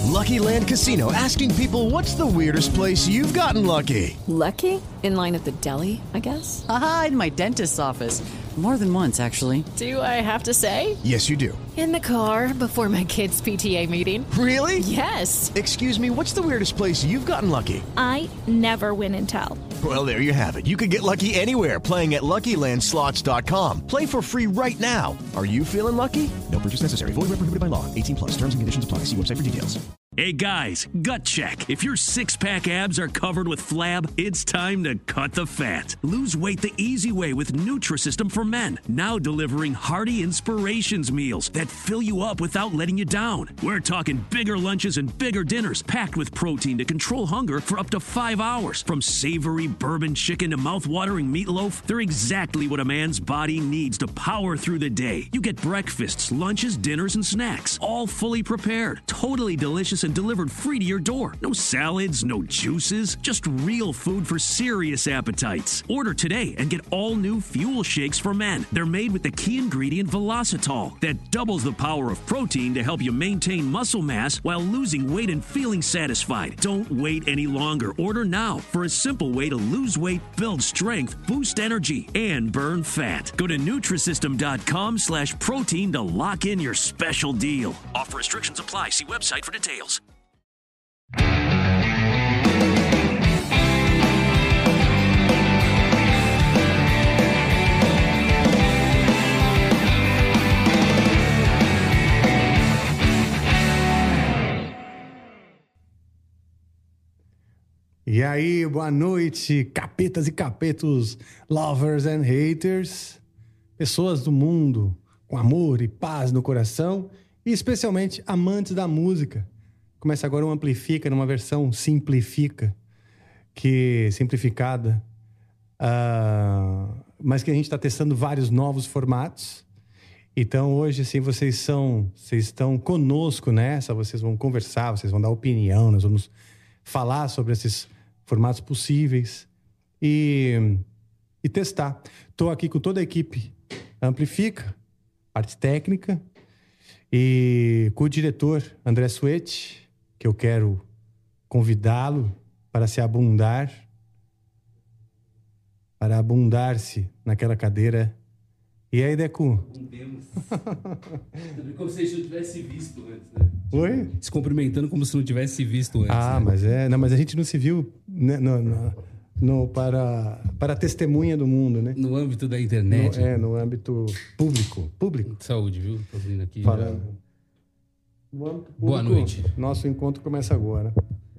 Lucky Land Casino, asking people, what's the weirdest place you've gotten lucky? Lucky? In line at the deli, I guess? Aha, in my dentist's office. More than once, actually. Do I have to say? Yes, you do. In the car before my kids' PTA meeting. Really? Yes. Excuse me, what's the weirdest place you've gotten lucky? I never win and tell. Well, there you have it. You can get lucky anywhere, playing at LuckyLandSlots.com. Play for free right now. Are you feeling lucky? No purchase necessary. Void where prohibited by law. 18+. Terms and conditions apply. See website for details. Hey guys, gut check. If your six-pack abs are covered with flab, it's time to cut the fat. Lose weight the easy way with Nutrisystem for Men. Now delivering hearty inspirations meals that fill you up without letting you down. We're talking bigger lunches and bigger dinners packed with protein to control hunger for up to 5 hours. From savory bourbon chicken to mouth-watering meatloaf, they're exactly what a man's body needs to power through the day. You get breakfasts, lunches, dinners, and snacks, all fully prepared, totally delicious and delivered free to your door. No salads, no juices, just real food for serious appetites. Order today and get all new Fuel Shakes for Men. They're made with the key ingredient Velocitol that doubles the power of protein to help you maintain muscle mass while losing weight and feeling satisfied. Don't wait any longer. Order now for a simple way to lose weight, build strength, boost energy, and burn fat. Go to Nutrisystem.com/protein to lock in your special deal. Offer restrictions apply. See website for details. E aí, boa noite, capetas e capetos, lovers and haters, pessoas do mundo com amor e paz no coração e especialmente amantes da música. Começa agora um Amplifica numa versão simplificada, mas que a gente está testando vários novos formatos. Então hoje, assim, vocês estão conosco nessa, vocês vão conversar, vocês vão dar opinião, nós vamos falar sobre esses formatos possíveis e testar. Estou aqui com toda a equipe Amplifica, parte técnica, e com o diretor André Suete, que eu quero convidá-lo para abundar-se naquela cadeira. E aí, Deco? Não temos. Como se a gente não tivesse visto antes, né? Oi? Se cumprimentando como se não tivesse visto antes. Ah, né? Mas a gente não se viu, né, para a testemunha do mundo, né? No âmbito da internet. No âmbito público. Saúde, viu? Tô vindo aqui. Falando. Boa noite. Nosso encontro começa agora.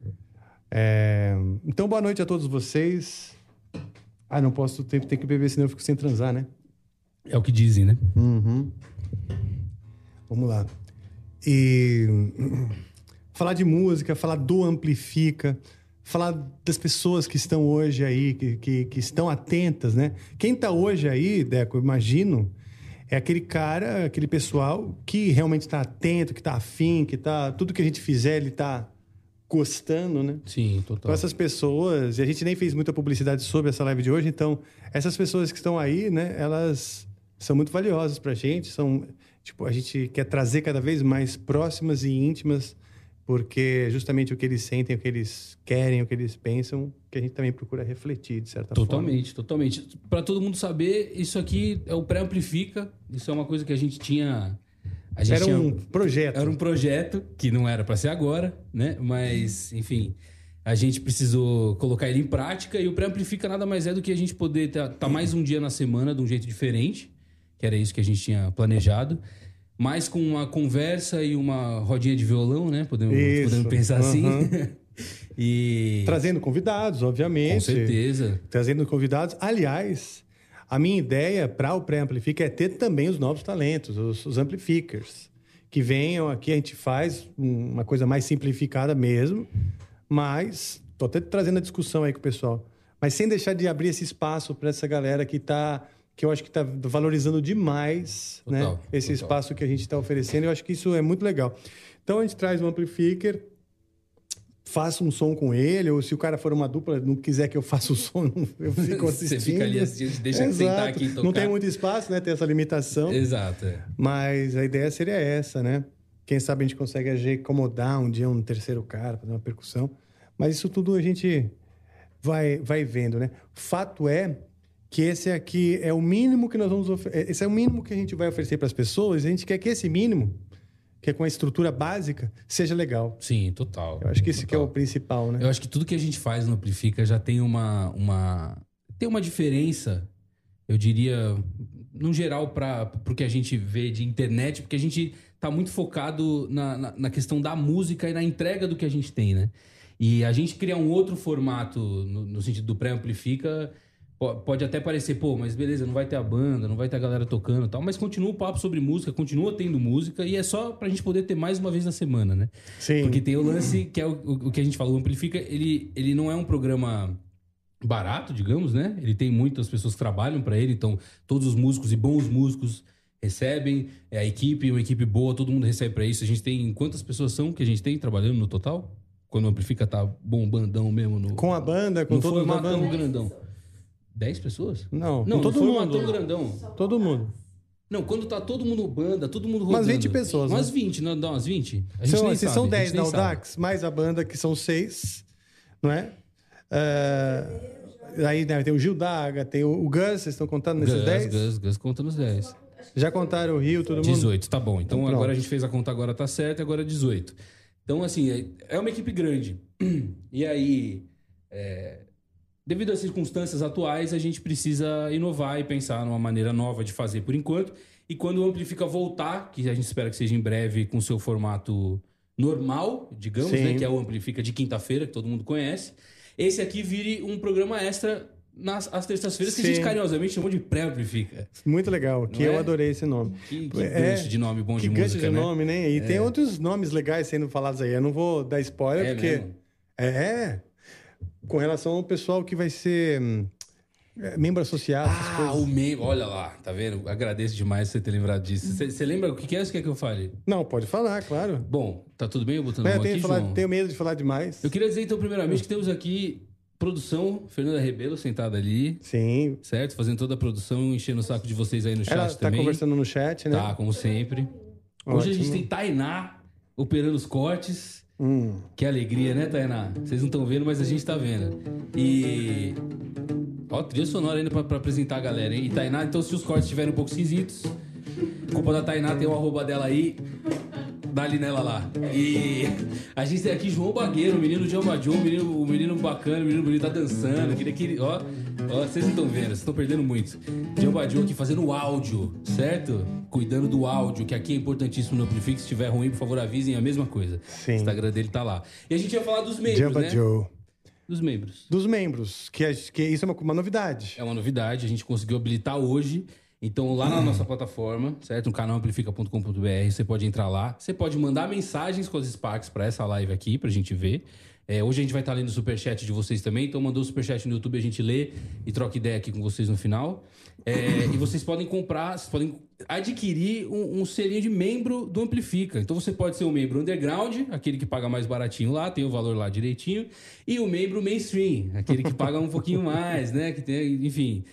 Então, boa noite a todos vocês. Não posso ter que beber, senão eu fico sem transar, né? É o que dizem, né? Uhum. Vamos lá. E falar de música, falar do Amplifica, falar das pessoas que estão hoje aí, que estão atentas, né? Quem está hoje aí, Deco, eu imagino, é aquele cara, aquele pessoal que realmente está atento, que está afim, que tá... Tudo que a gente fizer, ele está gostando, né? Sim, total. Então, essas pessoas... E a gente nem fez muita publicidade sobre essa live de hoje, então, essas pessoas que estão aí, né? Elas são muito valiosas pra gente, a gente quer trazer cada vez mais próximas e íntimas, porque justamente o que eles sentem, o que eles querem, o que eles pensam, que a gente também procura refletir, de certa forma. Totalmente. Para todo mundo saber, isso aqui é o Pré-Amplifica. Isso é uma coisa que a gente tinha... Era um projeto. Era um projeto, que não era para ser agora, né? Mas, enfim, a gente precisou colocar ele em prática. E o Pré-Amplifica nada mais é do que a gente poder tá mais um dia na semana de um jeito diferente, que era isso que a gente tinha planejado. Mas com uma conversa e uma rodinha de violão, né? Podemos pensar assim. E... trazendo convidados, obviamente. Com certeza. Trazendo convidados. Aliás, a minha ideia para o Pré-Amplifica é ter também os novos talentos, os amplificers, que venham aqui, a gente faz uma coisa mais simplificada mesmo, mas estou até trazendo a discussão aí com o pessoal, mas sem deixar de abrir esse espaço para essa galera que eu acho que está valorizando demais, né? Esse espaço que a gente está oferecendo. Eu acho que isso é muito legal. Então, a gente traz um amplifier, faça um som com ele, ou se o cara for uma dupla, não quiser que eu faça o som, eu fico assistindo. Você fica ali assistindo, deixa de sentar aqui e tocar. Não tem muito espaço, né? Tem essa limitação. Exato. Mas a ideia seria essa, né? Quem sabe a gente consegue acomodar um dia um terceiro cara, fazer uma percussão. Mas isso tudo a gente vai vendo, né? Fato é que esse aqui é o mínimo que nós vamos oferecer. Esse é o mínimo que a gente vai oferecer para as pessoas. A gente quer que esse mínimo, que é com a estrutura básica, seja legal. Sim, total. Eu acho que esse total. que é o principal, né? Eu acho que tudo que a gente faz no Amplifica já tem tem uma diferença, eu diria, no geral, para o que a gente vê de internet, porque a gente tá muito focado na questão da música e na entrega do que a gente tem, né? E a gente criar um outro formato no sentido do pré-amplifica pode até parecer, pô, mas beleza, não vai ter a banda, não vai ter a galera tocando e tal, mas continua o papo sobre música, continua tendo música e é só pra gente poder ter mais uma vez na semana, né? Sim. Porque tem o lance que é o que a gente falou, o Amplifica, ele não é um programa barato, digamos, né? Ele tem muitas pessoas que trabalham pra ele, então todos os músicos e bons músicos recebem, a equipe, uma equipe boa, todo mundo recebe pra isso. A gente tem, quantas pessoas são que a gente tem trabalhando no total? Quando o Amplifica tá bombandão mesmo Com a banda, com no todo mundo. formatão grandão. 10 pessoas? Não, Não, com todo no mundo. formatão grandão. Todo mundo. Não, quando tá todo mundo banda, todo mundo rodando. Umas 20 pessoas, Umas né? 20, não, umas 20? A gente São, nem assim, sabe, são a gente 10 nem na sabe. Audax, mais a banda, que são 6, não é? Aí né, tem o Gil Daga, tem o Gus, vocês estão contando nesses 10? Gus conta nos 10. Já contaram o Rio, todo mundo? 18, tá bom. Então Então, agora a gente fez a conta, agora tá certo, agora 18. Então, assim, é uma equipe grande. E aí, devido às circunstâncias atuais, a gente precisa inovar e pensar numa maneira nova de fazer por enquanto. E quando o Amplifica voltar, que a gente espera que seja em breve com seu formato normal, digamos, Sim. né? Que é o Amplifica de quinta-feira, que todo mundo conhece. Esse aqui vire um programa extra às terças-feiras, que a gente Sim. carinhosamente chamou de pré-Amplifica. Muito legal, que Não eu é? adorei esse nome. Que gancho de nome bom de que música, gancho de né? nome, né? E tem outros nomes legais sendo falados aí. Eu não vou dar spoiler, É porque... mesmo? Com relação ao pessoal que vai ser membro associado, essas coisas. O membro, olha lá, tá vendo? Agradeço demais você ter lembrado disso. Você lembra o que é? Você quer que eu fale? Não, pode falar, claro. Bom, tá tudo bem eu botando Mas a eu mão aqui, João? tenho medo de falar demais. Eu queria dizer, então, primeiramente, que temos aqui produção, Fernanda Rebelo sentada ali, Sim. certo? Fazendo toda a produção, enchendo o saco de vocês aí no chat Ela tá também. conversando no chat, né? Tá, como sempre. Hoje a gente Ótimo. tem Tainá operando os cortes. Que alegria, né, Tainá? Vocês não estão vendo, mas a gente tá vendo. E... Ó, trilha sonora ainda pra apresentar a galera, hein? E Tainá, então se os cortes estiverem um pouco esquisitos, culpa da Tainá, tem o arroba dela aí, dá-lhe nela lá. E a gente tem aqui João Bagueiro, o menino Jamba Joe, o menino bacana, o menino bonito, tá dançando. Queria que... Ó, vocês não estão vendo, vocês estão perdendo muito. Jamba Joe aqui fazendo o áudio, certo? Cuidando do áudio, que aqui é importantíssimo no Amplifica. Se estiver ruim, por favor, avisem, a mesma coisa. Sim. O Instagram dele tá lá. E a gente ia falar dos membros, Jamba né? Joe. Dos membros. Dos membros, que isso é uma novidade. É uma novidade, a gente conseguiu habilitar hoje. Então, lá na nossa plataforma, certo? No canal amplifica.com.br, você pode entrar lá. Você pode mandar mensagens com as Sparks pra essa live aqui, pra gente ver. Hoje a gente vai estar lendo o superchat de vocês também. Então, mandou o superchat no YouTube, a gente lê e troca ideia aqui com vocês no final. E vocês podem comprar, vocês podem adquirir um selinho de membro do Amplifica. Então, você pode ser um membro underground, aquele que paga mais baratinho lá, tem o valor lá direitinho. E o membro mainstream, aquele que paga um pouquinho mais, né? Que tem, enfim...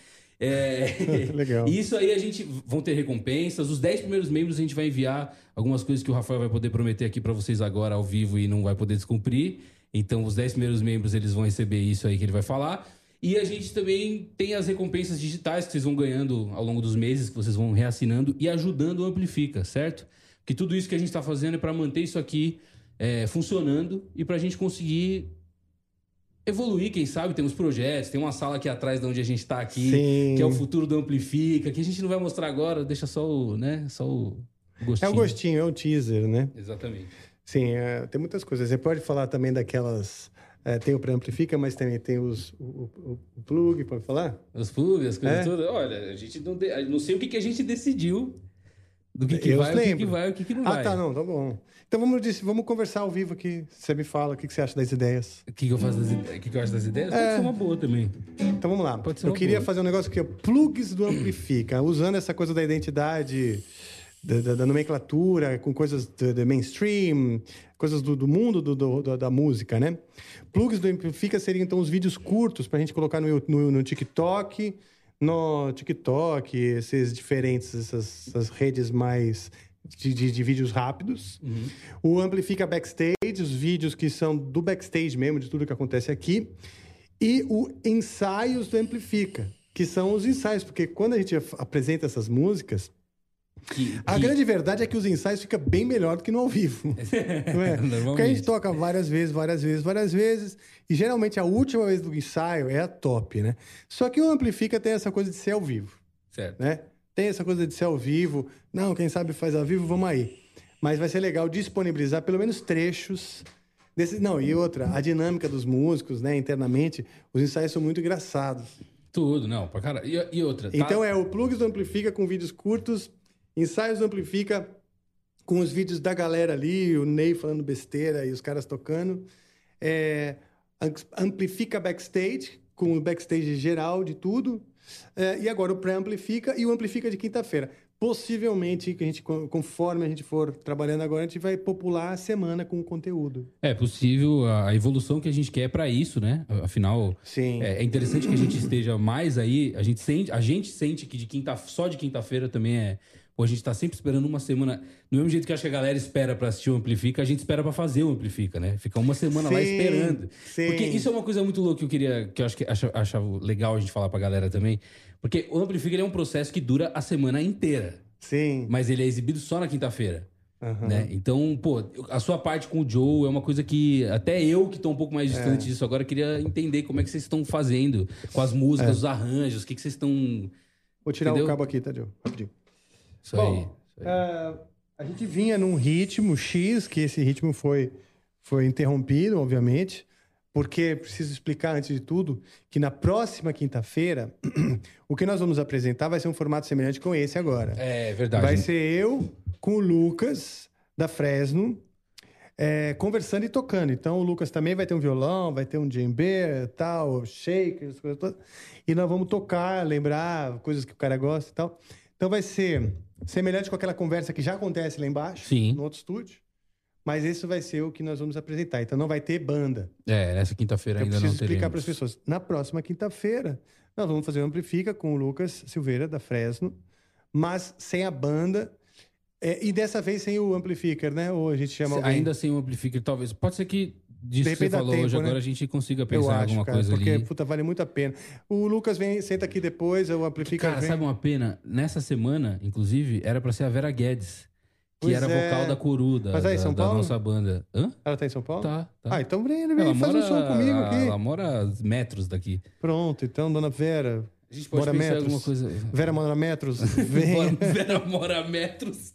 Legal. E isso aí a gente vão ter recompensas. Os 10 primeiros membros a gente vai enviar algumas coisas que o Rafael vai poder prometer aqui pra vocês agora ao vivo e não vai poder descumprir. Então os 10 primeiros membros eles vão receber isso aí que ele vai falar. E a gente também tem as recompensas digitais que vocês vão ganhando ao longo dos meses, que vocês vão reassinando e ajudando o Amplifica, certo? Porque tudo isso que a gente tá fazendo é pra manter isso aqui funcionando e pra gente conseguir evoluir, quem sabe, temos projetos, tem uma sala aqui atrás de onde a gente tá aqui, Sim. que é o futuro do Amplifica, que a gente não vai mostrar agora, deixa só o gostinho. É o gostinho, é o teaser, né? Exatamente. Sim, tem muitas coisas. Você pode falar também daquelas... tem o pré-amplifica, mas também tem o plug, pode falar? Os plugs, as coisas todas. Olha, a gente não sei o que a gente decidiu do que vai, o que não vai. Ah, tá, não, tá bom. Então vamos conversar ao vivo aqui. Você me fala o que você acha das ideias. O que eu faço das ideias? O que eu acho das ideias? Pode ser uma boa também. Então vamos lá. Pode ser Eu uma queria boa. fazer um negócio que é plugs do Amplifica, usando essa coisa da identidade, da nomenclatura, com coisas do mainstream, coisas do mundo da música, né? Plugs do Amplifica seriam então os vídeos curtos pra gente colocar no TikTok, esses diferentes, essas redes mais de vídeos rápidos. O Amplifica Backstage, os vídeos que são do backstage mesmo, de tudo que acontece aqui. E o Ensaios do Amplifica, que são os ensaios. Porque quando a gente apresenta essas músicas, a grande verdade é que os ensaios ficam bem melhor do que no ao vivo. Não é? Porque a gente toca várias vezes. E geralmente a última vez do ensaio é a top, né? Só que o Amplifica tem essa coisa de ser ao vivo. Certo. Né? Tem essa coisa de ser ao vivo. Não, quem sabe faz ao vivo, vamos aí. Mas vai ser legal disponibilizar pelo menos trechos desse... Não, e outra, a dinâmica dos músicos, né, internamente, os ensaios são muito engraçados. Tudo, não, pra caralho. E outra, tá? Então o Plugs do Amplifica com vídeos curtos, ensaios do Amplifica com os vídeos da galera ali, o Ney falando besteira e os caras tocando. Amplifica Backstage, com o backstage geral de tudo. E agora o Pré-Amplifica e o Amplifica de quinta-feira. Possivelmente, conforme a gente for trabalhando agora, a gente vai popular a semana com o conteúdo. É possível a evolução que a gente quer para isso, né? Afinal, sim. É interessante que a gente esteja mais aí. A gente sente que só de quinta-feira também é... Pô, a gente tá sempre esperando uma semana... Do mesmo jeito que acho que a galera espera pra assistir o Amplifica, a gente espera pra fazer o Amplifica, né? Fica uma semana lá esperando. Sim. Porque isso é uma coisa muito louca que eu acho que achava legal a gente falar pra galera também. Porque o Amplifica ele é um processo que dura a semana inteira. Sim. Mas ele é exibido só na quinta-feira. Uhum. Né? Então, pô, a sua parte com o Joe é uma coisa que até eu, que tô um pouco mais distante disso agora, queria entender como é que vocês estão fazendo com as músicas, os arranjos, o que vocês estão... Vou tirar o cabo aqui, tá, Joe? Rapidinho. Isso aí. A gente vinha num ritmo X, que esse ritmo foi interrompido, obviamente, porque preciso explicar antes de tudo que na próxima quinta-feira o que nós vamos apresentar vai ser um formato semelhante com esse agora. É verdade. Vai ser eu com o Lucas da Fresno conversando e tocando. Então o Lucas também vai ter um violão, vai ter um djembe, tal, shakers, coisas todas. E nós vamos tocar, lembrar coisas que o cara gosta e tal. Então vai ser semelhante com aquela conversa que já acontece lá embaixo, sim, no outro estúdio. Mas esse vai ser o que nós vamos apresentar. Então não vai ter banda. Nessa quinta-feira ainda não teremos. Eu preciso explicar para as pessoas. Na próxima quinta-feira, nós vamos fazer o Amplifica com o Lucas Silveira, da Fresno, mas sem a banda. E dessa vez sem o Amplifier, né? Ou a gente chama alguém... Ainda sem o Amplifier, talvez. Pode ser que disso que você falou hoje, né? Agora a gente consiga pensar em alguma coisa porque, ali. Puta, vale muito a pena. O Lucas senta aqui depois, o Amplifica Cara, sabe uma pena? Nessa semana, inclusive, era pra ser a Vera Guedes, que era vocal da Coru, da nossa banda. Hã? Ela tá em São Paulo? Tá. Então ele vem fazer um som comigo aqui. Ela mora metros daqui. Pronto, então, dona Vera... A gente pode pensar em alguma coisa... Vera mora metros? Vem. Vera mora metros.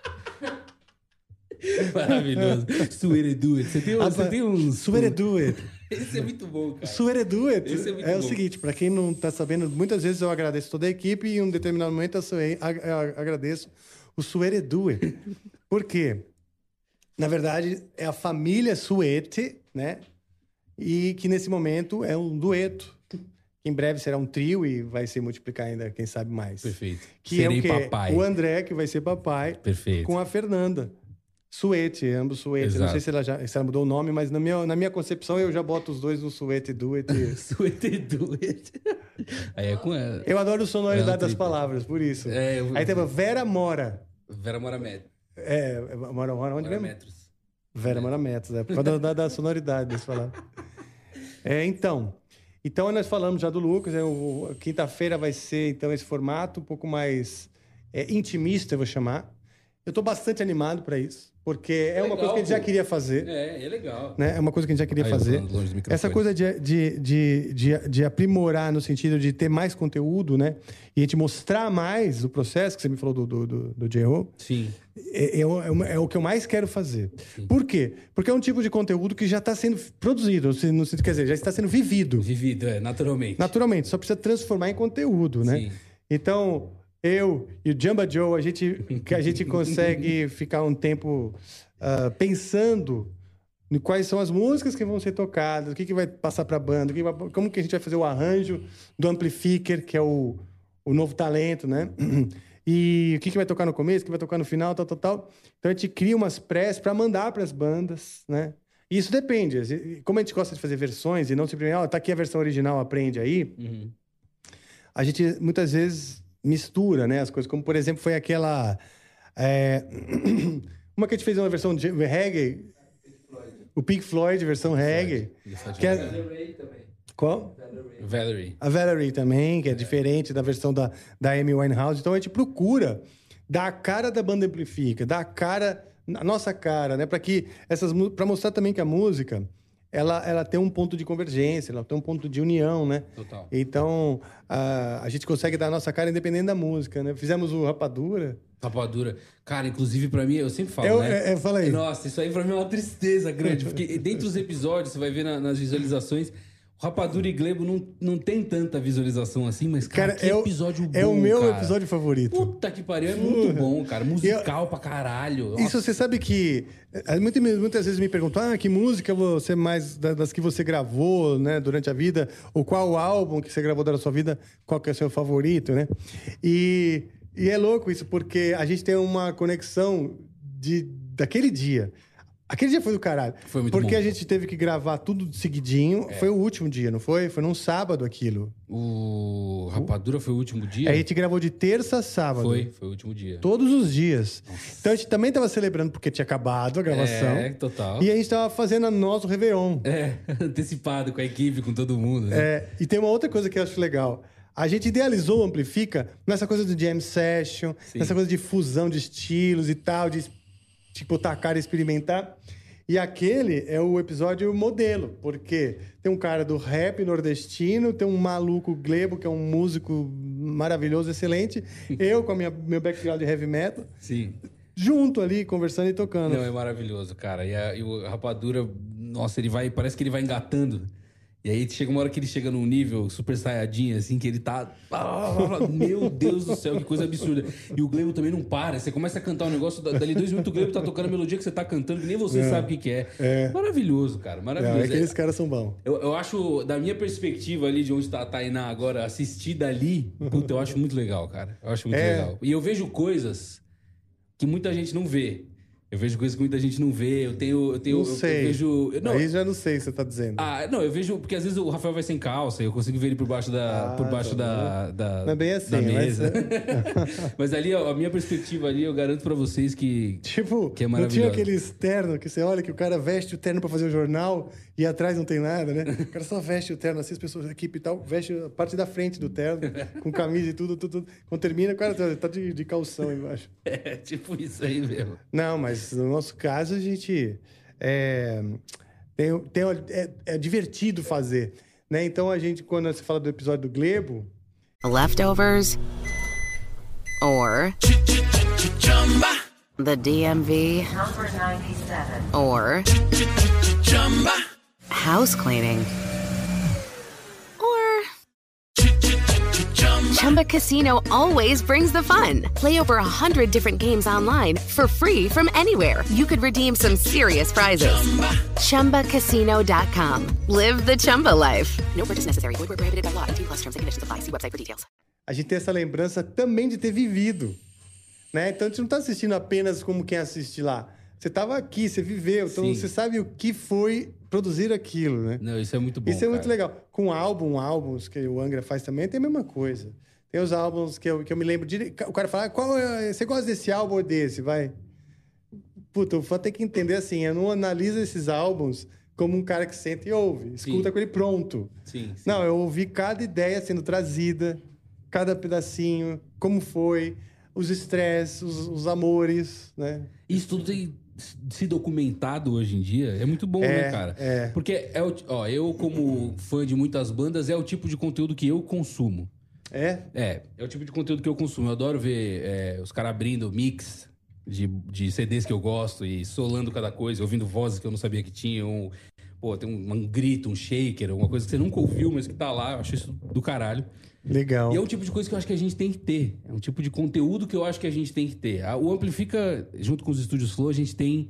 Maravilhoso. Swear do it. Você tem um... Swear do it. Esse é muito bom, cara. Swear do it. Esse é muito bom. O seguinte, pra quem não tá sabendo, muitas vezes eu agradeço toda a equipe e em um determinado momento eu agradeço o Swear do it. Por quê? Na verdade, é a família Suete, né? E que nesse momento é um dueto. Em breve será um trio e vai se multiplicar ainda, quem sabe mais. Perfeito. Que Serei é o quê? papai. O André, que vai ser papai. Perfeito. Com a Fernanda. Suete, ambos Suete. Não sei se ela mudou o nome, mas na minha concepção eu já boto os dois no Suete Duet. Suete Duet. Aí é com ela. Eu adoro a sonoridade das palavras, por isso. Aí tem Vera Mora. Vera Mora Metros. Mora onde mesmo? Metros. Vera Mora Metros, por causa da sonoridade das palavras. Então, nós falamos já do Lucas. Quinta-feira vai ser, então, esse formato um pouco mais intimista, eu vou chamar. Eu estou bastante animado para isso, porque é uma coisa que a gente já queria fazer. É legal. Né? É uma coisa que a gente já queria fazer. Essa coisa de aprimorar no sentido de ter mais conteúdo, né? E a gente mostrar mais o processo, que você me falou do J.O. Sim. É o que eu mais quero fazer. Sim. Por quê? Porque é um tipo de conteúdo que já está sendo produzido, quer dizer, já está sendo vivido. Vivido, naturalmente. Naturalmente, só precisa transformar em conteúdo, né? Sim. Então, eu e o Jamba Joe, a gente consegue ficar um tempo pensando em quais são as músicas que vão ser tocadas, o que vai passar para a banda, como que a gente vai fazer o arranjo do Amplifier, que é o novo talento, né? E o que vai tocar no começo, o que vai tocar no final, tal. Então a gente cria umas press para mandar para as bandas, né? E isso depende. Como a gente gosta de fazer versões e não simplesmente, tá aqui a versão original, aprende aí. Uhum. A gente muitas vezes mistura, né, as coisas. Como, por exemplo, foi Uma que a gente fez uma versão de reggae. O Pink Floyd, versão reggae. Que é... Qual? Valerie. A Valerie também, que é diferente da versão da Amy Winehouse. Então a gente procura dar a cara da banda Amplifica, dar a cara, a nossa cara, né? Para mostrar também que a música, ela tem um ponto de convergência, ela tem um ponto de união, né? Total. Então a gente consegue dar a nossa cara independente da música, né? Fizemos o Rapadura. Rapadura. Cara, inclusive pra mim, eu sempre falo, né? Fala aí. Nossa, isso aí pra mim é uma tristeza grande, porque dentro dos episódios, você vai ver nas visualizações, o Rapadura e Glebo não tem tanta visualização assim, mas, cara, que episódio bom, é o meu cara. episódio favorito. Puta que pariu, é muito bom, cara. Musical pra caralho. Isso você sabe que... Muitas vezes me perguntam, que música você mais... Das que você gravou, né, durante a vida, ou qual álbum que você gravou da sua vida, qual que é o seu favorito, né? E é louco isso, porque a gente tem uma conexão daquele dia. Aquele dia foi do caralho. Foi muito porque bom. A gente teve que gravar tudo seguidinho. Foi o último dia, não foi? Foi num sábado aquilo. O Rapadura foi o último dia? A gente gravou de terça a sábado. Foi o último dia. Todos os dias. Nossa. Então a gente também tava celebrando porque tinha acabado a gravação. Total. E a gente tava fazendo a nosso Réveillon. Antecipado com a equipe, com todo mundo. Né? E tem uma outra coisa que eu acho legal. A gente idealizou o Amplifica nessa coisa do jam session, nessa coisa de fusão de estilos e tal, de botar a cara e experimentar. E aquele é o episódio modelo, porque tem um cara do rap nordestino, tem um maluco Glebo, que é um músico maravilhoso, excelente, eu com meu background de heavy metal. Sim. Junto ali, conversando e tocando. Não, é maravilhoso, cara. E o Rapadura, nossa, parece que ele vai engatando. E aí chega uma hora que ele chega num nível super saiyajin, assim, que ele tá... Meu Deus do céu, que coisa absurda. E o Glebo também não para. Você começa a cantar um negócio, dali 2 minutos o Glebo tá tocando a melodia que você tá cantando, que nem você sabe o que é. Maravilhoso, cara, maravilhoso. Aqueles caras são bons. Eu acho, da minha perspectiva ali, de onde tá a Tainá agora, assistir dali, puta, eu acho muito legal, cara. Eu acho muito legal. E eu vejo coisas que muita gente não vê. Eu vejo coisas que muita gente não vê. Não sei. Eu vejo... Aí já não sei o que você tá dizendo. Não, eu vejo... Porque às vezes o Rafael vai sem calça, eu consigo ver ele por baixo da não é bem assim, da mesa. Mas ali, ó, a minha perspectiva ali, eu garanto pra vocês que que é maravilhoso. Não tinha aquele terno que você olha que o cara veste o terno pra fazer o jornal e atrás não tem nada, né? O cara só veste o terno, assim, as pessoas da equipe e tal, veste a parte da frente do terno, com camisa e tudo. Quando termina, o cara tá de calção embaixo. É, tipo isso aí mesmo. Não, mas no nosso caso, a gente... É divertido fazer, né? Então, a gente, quando você fala do episódio do Glebo... Leftovers or the DMV or house cleaning or Chumba Casino always brings the fun. Play over 100 different games online for free from anywhere. You could redeem some serious prizes. ChumbaCasino.com. Live the Chumba life. No purchase necessary. Void where prohibited by law. 18+ terms and conditions apply. See website for details. A gente tem essa lembrança também de ter vivido, né? Então a gente não tá assistindo apenas como quem assiste lá. Você tava aqui, você viveu, então você sabe o que foi produzir aquilo, né? Não, isso é muito bom. Isso é muito legal. Com álbuns que o Angra faz também, tem a mesma coisa. Tem os álbuns que eu me lembro de... O cara fala, você gosta desse álbum ou desse? Vai. Puta, o fã tem que entender assim, eu não analiso esses álbuns como um cara que senta e ouve. Escuta com ele pronto. Sim. Não, eu ouvi cada ideia sendo trazida, cada pedacinho, como foi, os estresses, os amores, né? Isso tudo tem se documentado hoje em dia. É muito bom, né, cara? Porque, eu como fã de muitas bandas, é o tipo de conteúdo que eu consumo. É o tipo de conteúdo que eu consumo. Eu adoro ver os caras abrindo mix de CDs que eu gosto e solando cada coisa, ouvindo vozes que eu não sabia que tinham. Tem um grito, um shaker, alguma coisa que você nunca ouviu, mas que tá lá. Eu acho isso do caralho. Legal. E é um tipo de coisa que eu acho que a gente tem que ter. É um tipo de conteúdo que eu acho que a gente tem que ter. O Amplifica, junto com os Estúdios Flow, a gente tem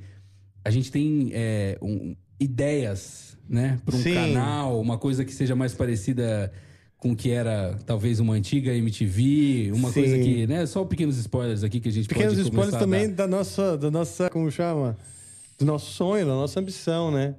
ideias, né? Para um canal, uma coisa que seja mais parecida com o que era, talvez, uma antiga MTV, uma coisa que, né? Só pequenos spoilers aqui que a gente pequenos pode spoilers também da nossa, como chama? Do nosso sonho, da nossa ambição, né?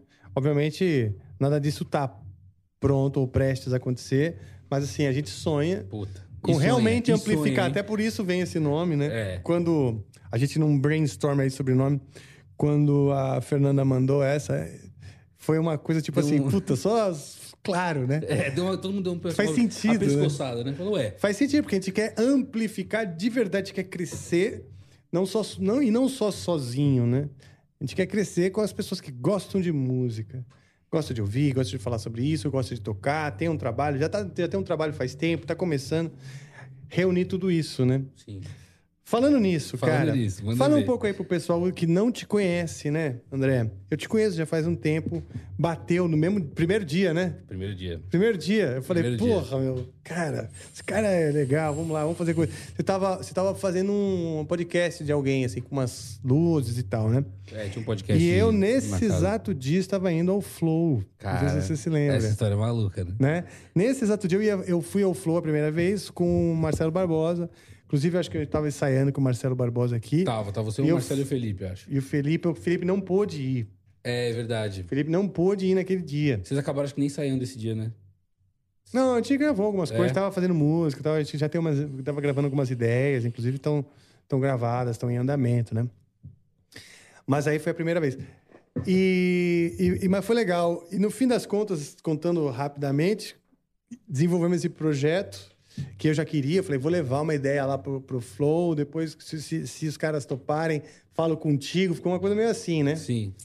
Obviamente, nada disso tá pronto ou prestes a acontecer, mas assim, a gente sonha. Puta. Com E sonha, realmente e amplificar. sonha, hein? Até por isso vem esse nome, né? É. Quando a gente não brainstorma aí sobre o nome, quando a Fernanda mandou essa, foi uma coisa tipo Deu assim, um- puta, só claro, né? Todo mundo deu um Faz sentido, uma pescoçada, né? Falou, ué. Faz sentido, porque a gente quer amplificar de verdade, quer crescer, não só sozinho, né? A gente quer crescer com as pessoas que gostam de música. Gosta de ouvir, gosta de falar sobre isso, gosta de tocar, tem um trabalho, já tem um trabalho faz tempo, tá começando. Reunir tudo isso, né? Sim. Falando nisso, Falando cara, nisso, manda fala um ver. pouco aí pro pessoal que não te conhece, né, André? Eu te conheço já faz um tempo, bateu no mesmo primeiro dia, né? Primeiro dia. Primeiro dia, eu falei, Primeiro dia. porra, meu, cara, esse cara é legal, vamos lá, vamos fazer coisa. Você tava fazendo um podcast de alguém, assim, com umas luzes e tal, né? Tinha um podcast. E eu, na nesse casa. exato dia, estava indo ao Flow. Cara, não sei se você se lembra. essa história é maluca, né? Né? Nesse exato dia, eu fui ao Flow a primeira vez com o Marcelo Barbosa. Inclusive, acho que eu estava ensaiando com o Marcelo Barbosa aqui. Tava você, E o eu- Marcelo e o Felipe, eu acho. E o Felipe não pôde ir. É verdade. O Felipe não pôde ir naquele dia. Vocês acabaram, acho que nem saindo esse dia, né? Não, a gente gravou algumas É? coisas, tava fazendo música, a gente já tava gravando algumas ideias, inclusive estão gravadas, estão em andamento, né? Mas aí foi a primeira vez. Mas foi legal. E no fim das contas, contando rapidamente, desenvolvemos esse projeto que eu já queria. Falei, vou levar uma ideia lá pro Flow, depois, se os caras toparem, falo contigo. Ficou uma coisa meio assim, né? Sim.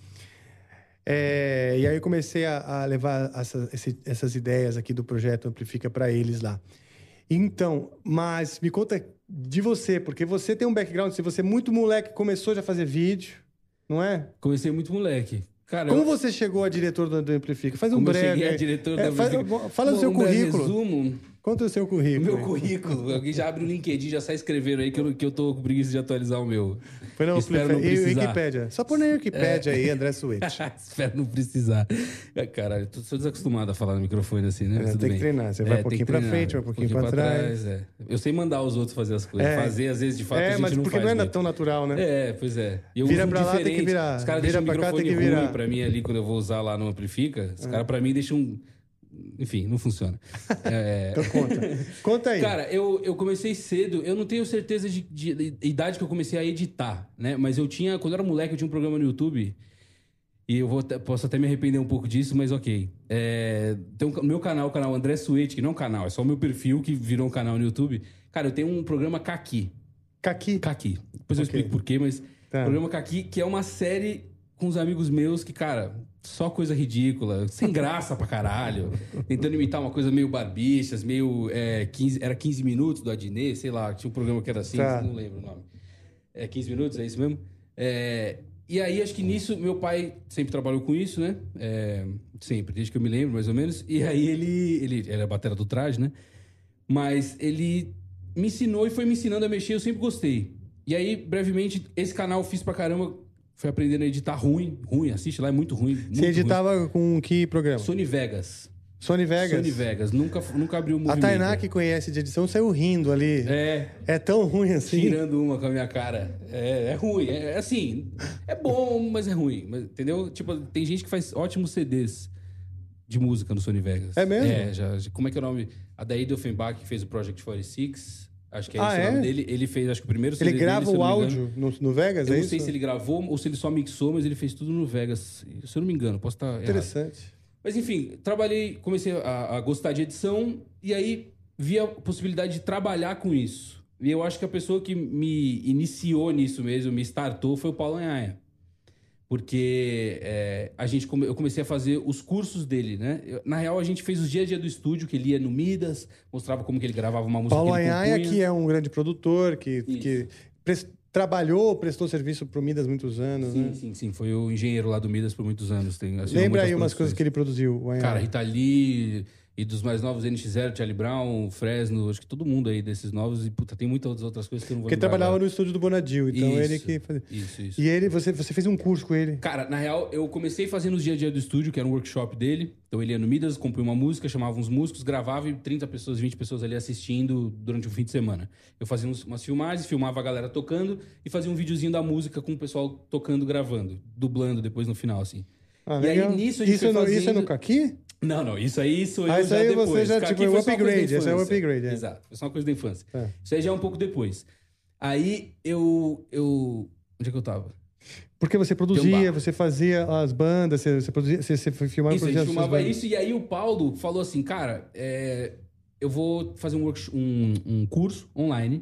E aí eu comecei a levar essas ideias aqui do projeto Amplifica para eles lá. Então, mas me conta de você, porque você tem um background, se você é muito moleque, começou já a fazer vídeo, não é? Comecei muito moleque. Cara, Como você chegou a diretor do Amplifica? Faz um como eu breve. cheguei a aí. diretor da Amplifica. Fala do seu Um breve currículo. resumo. Conta o seu O currículo. meu aí. currículo. Alguém já abre o LinkedIn, já sai escrevendo aí que eu tô com preguiça de atualizar o meu. Foi no Espero não E precisar. Wikipédia. Só põe na Wikipédia aí, André Suete. Espero não precisar. Caralho, eu sou desacostumado a falar no microfone assim, né? Mas tudo tem que bem. treinar. Você vai um tem pouquinho que pra treinar, frente, vai um pouquinho pra pra trás. Eu sei mandar os outros fazer as coisas. Fazer, às vezes, de fato, a gente mas não porque faz não é muito. tão natural, né? Pois é. E eu Vira uso pra lá, tem que diferente. virar. Os caras Vira deixam o pra cá, microfone tem que virar. ruim pra mim ali quando eu vou usar lá no Amplifica. Os caras pra mim deixam... Enfim, não funciona. Então conta. Conta aí. Cara, eu comecei cedo. Eu não tenho certeza de idade que eu comecei a editar, né? Mas eu tinha... Quando eu era moleque, eu tinha um programa no YouTube. E eu posso até me arrepender um pouco disso, mas ok. Tem o meu canal, o canal André Suete, que não é um canal, é só o meu perfil que virou um canal no YouTube. Cara, eu tenho um programa Kaki. Kaki. Depois eu explico por quê, mas... Tá. Programa Kaki, que é uma série com os amigos meus que, cara... Só coisa ridícula, sem graça pra caralho. Tentando imitar uma coisa meio Barbichas, meio... era 15 minutos do Adnet, sei lá. Tinha um programa que era assim, Tá. não lembro o nome. 15 minutos, é isso mesmo? E aí, acho que nisso, meu pai sempre trabalhou com isso, né? Sempre, desde que eu me lembro, mais ou menos. E aí, ele era a batera do traje, né? Mas ele me ensinou e foi me ensinando a mexer, eu sempre gostei. E aí, brevemente, esse canal eu fiz pra caramba... Fui aprendendo a editar ruim, assiste lá, é muito ruim. Você editava com que programa? Sony Vegas. Sony Vegas? Sony Vegas, nunca abriu o A movimento. Tainá, que conhece de edição, saiu rindo ali. É tão ruim assim. Tirando uma com a minha cara. É ruim, é assim, é bom, mas é ruim. Mas, entendeu? Tipo, tem gente que faz ótimos CDs de música no Sony Vegas. É mesmo? Como é que é o nome? A Daída Offenbach, que fez o Project 46... Acho que é esse o é? nome dele. Ele fez, acho que o primeiro CD Ele grava dele, se eu o não me engano. áudio no Vegas, Eu é não isso? sei se ele gravou ou se ele só mixou, mas ele fez tudo no Vegas. Se eu não me engano, posso estar errado. Interessante. Mas enfim, comecei a gostar de edição e aí vi a possibilidade de trabalhar com isso. E eu acho que a pessoa que me iniciou nisso mesmo, me startou, foi o Paulo Anhaia. Porque eu comecei a fazer os cursos dele, né? Na real, a gente fez os dia a dia do estúdio, que ele ia no Midas, mostrava como que ele gravava uma música Paulo que ele Anhaia, compunha. que é um grande produtor, que prestou serviço pro Midas muitos anos, né? Sim. Foi o engenheiro lá do Midas por muitos anos. Assinou Lembra aí muitas umas coisas produções. que ele produziu, o Anhaia. Cara, Rita Lee e dos mais novos, NX0, Charlie Brown, Fresno, acho que todo mundo aí desses novos. E, puta, tem muitas outras coisas que eu não vou Porque ele lembrar trabalhava agora. no estúdio do Bonadil, então Isso, ele que fazia. Isso. E você fez um curso com ele. Cara, na real, eu comecei fazendo os dia a dia do estúdio, que era um workshop dele. Então ele ia no Midas, compunha uma música, chamava uns músicos, gravava e 30 pessoas, 20 pessoas ali assistindo durante o fim de semana. Eu fazia umas filmagens, filmava a galera tocando e fazia um videozinho da música com o pessoal tocando, gravando, dublando depois no final, assim. Ah, E legal. aí nisso a gente isso foi Isso é fazendo... no Kaki? Não, isso aí sou eu isso já aí depois. você já, Caqui tipo, foi o só uma coisa da upgrade, esse é o infância. upgrade, é. Exato, foi só uma coisa da infância. É. Isso aí já é um pouco depois. Aí eu... Onde é que eu tava? Porque você produzia, você fazia as bandas, você produzia, você filmava Isso, a produzia gente as suas filmava bandas. isso, e aí o Paulo falou assim, cara, eu vou fazer um curso online,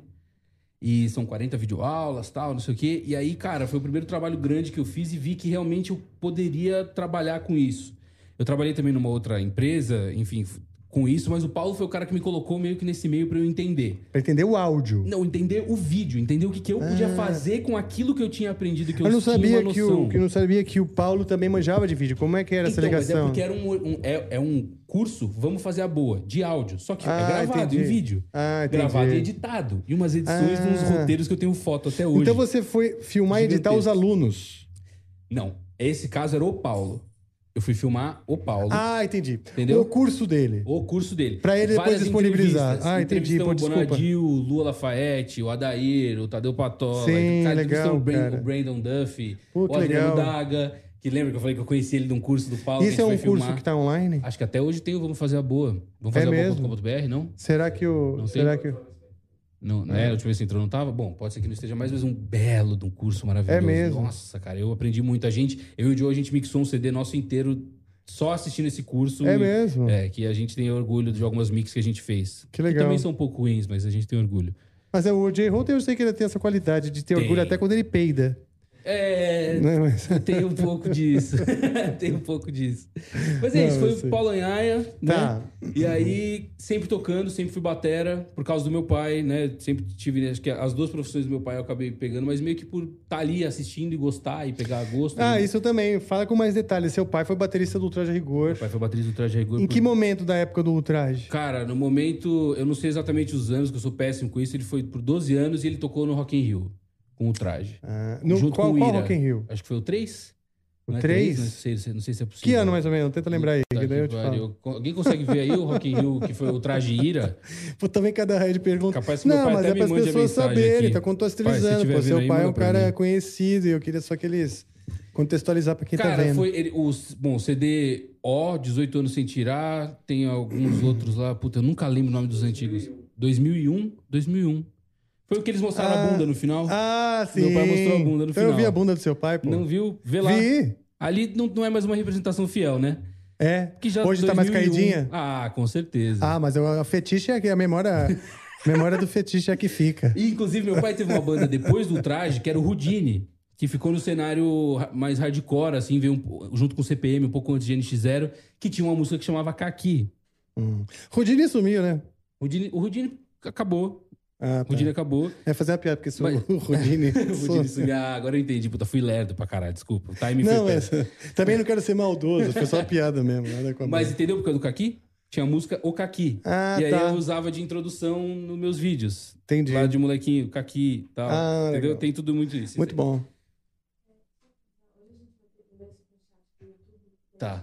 e são 40 videoaulas, tal, não sei o quê, e aí, cara, foi o primeiro trabalho grande que eu fiz e vi que realmente eu poderia trabalhar com isso. Eu trabalhei também numa outra empresa, enfim, com isso, mas o Paulo foi o cara que me colocou meio que nesse meio pra eu entender. Pra entender o áudio. Não, entender o vídeo, entender o que eu podia fazer com aquilo que eu tinha aprendido, que eu não tinha sabia uma que noção. eu não sabia que o Paulo também manjava de vídeo. Como é que era essa Então, mas é ligação? porque era um curso, vamos fazer a boa, de áudio. Só que é gravado entendi. em vídeo. Entendi. Gravado e editado. E umas edições de uns roteiros que eu tenho foto até hoje. Então você foi filmar e editar os alunos. Não, esse caso era o Paulo. Eu fui filmar o Paulo. Entendi. Entendeu? O curso dele. O curso dele. Pra ele depois Várias disponibilizar. entrevistas. Entendi. Pô, Entrevistamos o desculpa. Bonadil, o Lua Lafayette, o Adair, o Tadeu Patola. Sim, Cara, legal, entrevistamos cara. o Brandon Duffy, Pô, o que Adriano legal. Daga, que lembra que eu falei que eu conheci ele de um curso do Paulo. Isso que a é gente um foi curso filmar. que tá online? Acho que até hoje tem o Vamos Fazer a Boa. Vamos fazer a mesmo? boa.com.br, não? Será que o... Não Será tem? que... Não, a última vez que você entrou não tava? Bom, pode ser que não esteja mais, mas um belo de um curso maravilhoso. É mesmo? Nossa, cara, eu aprendi muito. Eu e o Joe, a gente mixou um CD nosso inteiro só assistindo esse curso. É mesmo? Que a gente tem orgulho de algumas mix que a gente fez. Que legal. Que também são um pouco ruins, mas a gente tem orgulho. Mas o J-Holt, eu sei que ele tem essa qualidade de ter Tem. orgulho até quando ele peida. Não, mas... Tem um pouco disso. Tem um pouco disso. Mas é Não, isso, eu foi sei. o Paulo Anhaia, né? Tá. E aí, sempre tocando, sempre fui batera, por causa do meu pai, né? Sempre tive, acho que as duas profissões do meu pai eu acabei pegando, mas meio que por estar ali assistindo e gostar e pegar gosto. Isso também. Fala com mais detalhes. Seu pai foi baterista do Ultraje Rigor. Meu pai foi baterista do Traje a Rigor. Em que momento da época do Ultraje? Cara, no momento, eu não sei exatamente os anos, que eu sou péssimo com isso, ele foi por 12 anos e ele tocou no Rock in Rio, com o Traje. Junto Qual com o Ira. Rock in Rio? Acho que foi o 3? O Não é 3? Não sei se é possível. Que ano mais ou menos? Tenta lembrar aí, Puta que daí eu que te pariu. falo. Alguém consegue ver aí o Rock in Rio, que foi o Traje Ira? Pô, também cada raid pergunta. Capaz que meu pai mas até é me para as mande a pessoas mensagem saberem, aqui. tá Pai, contextualizando. se tiver Pô, vendo seu aí, pai é manda um pra cara mim. conhecido e eu queria só que eles contextualizar pra quem tá Cara, vendo. foi o CD 18 anos sem tirar, tem alguns outros lá, puta, eu nunca lembro o nome dos antigos. 2001. Foi o que eles mostraram a bunda no final. Sim. Meu pai mostrou a bunda no Então final. eu vi a bunda do seu pai, pô. Não viu? Vê lá. Vi. Ali não é mais uma representação fiel, né? É. Que já Hoje tá mais 2001. caidinha? Com certeza. Mas a fetiche é que a memória do fetiche é a que fica. E, inclusive, meu pai teve uma banda depois do Traje, que era o Houdini, que ficou no cenário mais hardcore, assim, veio junto com o CPM, um pouco antes de NX0, que tinha uma música que chamava Kaki. Rudini sumiu, né? O Houdini acabou. Tá. O Houdini acabou. É fazer uma piada, porque Mas- o Rudini... O Houdini sumiu. Agora eu entendi. Puta, fui lerdo pra caralho, desculpa. O time foi Não, péssimo. também não quero ser maldoso, foi só uma piada mesmo. Nada com a Mas banda. entendeu por causa do Kaki? Tinha a música O Kaki. E aí tá. eu usava de introdução nos meus vídeos. Entendi. Lá de molequinho, Kaki e tal. Entendeu? Legal. Tem tudo muito isso. Muito bom. Tá.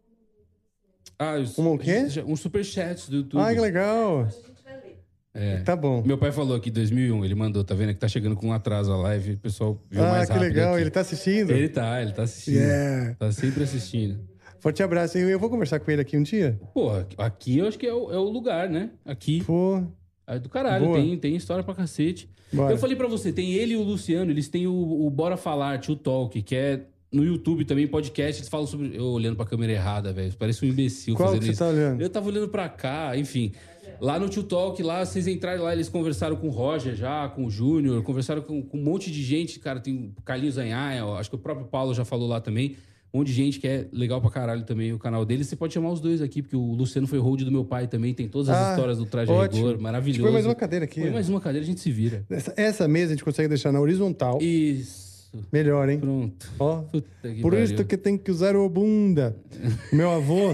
O quê? Um superchat do YouTube. Que legal. Tá bom. Meu pai falou aqui 2001, ele mandou, tá vendo que tá chegando com um atraso a live, o pessoal viu mais Que rápido legal. aqui. Ele tá assistindo? Ele tá assistindo. Yeah. Tá sempre assistindo. Forte abraço. Eu vou conversar com ele aqui um dia. Porra, aqui eu acho que é o lugar, né? Aqui. Pô. É do caralho, Boa. tem história pra cacete. Bora. Eu falei pra você, tem ele e o Luciano, eles têm o Bora Falar, o Talk, que é no YouTube também, podcast, eles falam sobre... Eu olhando pra câmera errada, velho, parece um imbecil Qual fazendo que você isso. tá olhando? Eu tava olhando pra cá, enfim. Lá no Tio Talk, lá, vocês entraram lá, eles conversaram com o Roger já, com o Júnior, conversaram com um monte de gente, cara, tem o Carlinhos Anhaia, acho que o próprio Paulo já falou lá também. Um monte de gente que é legal pra caralho também o canal deles. Você pode chamar os dois aqui, porque o Luciano foi hold do meu pai também. Tem todas as histórias do Traje a ótimo. Rigor. Maravilhoso. Põe mais uma cadeira aqui. Põe mais uma cadeira, a gente se vira. Essa mesa a gente consegue deixar na horizontal. Isso. Melhor, hein? Pronto. Ó, Puta que por pariu. isso que tem que usar o bunda. Meu avô...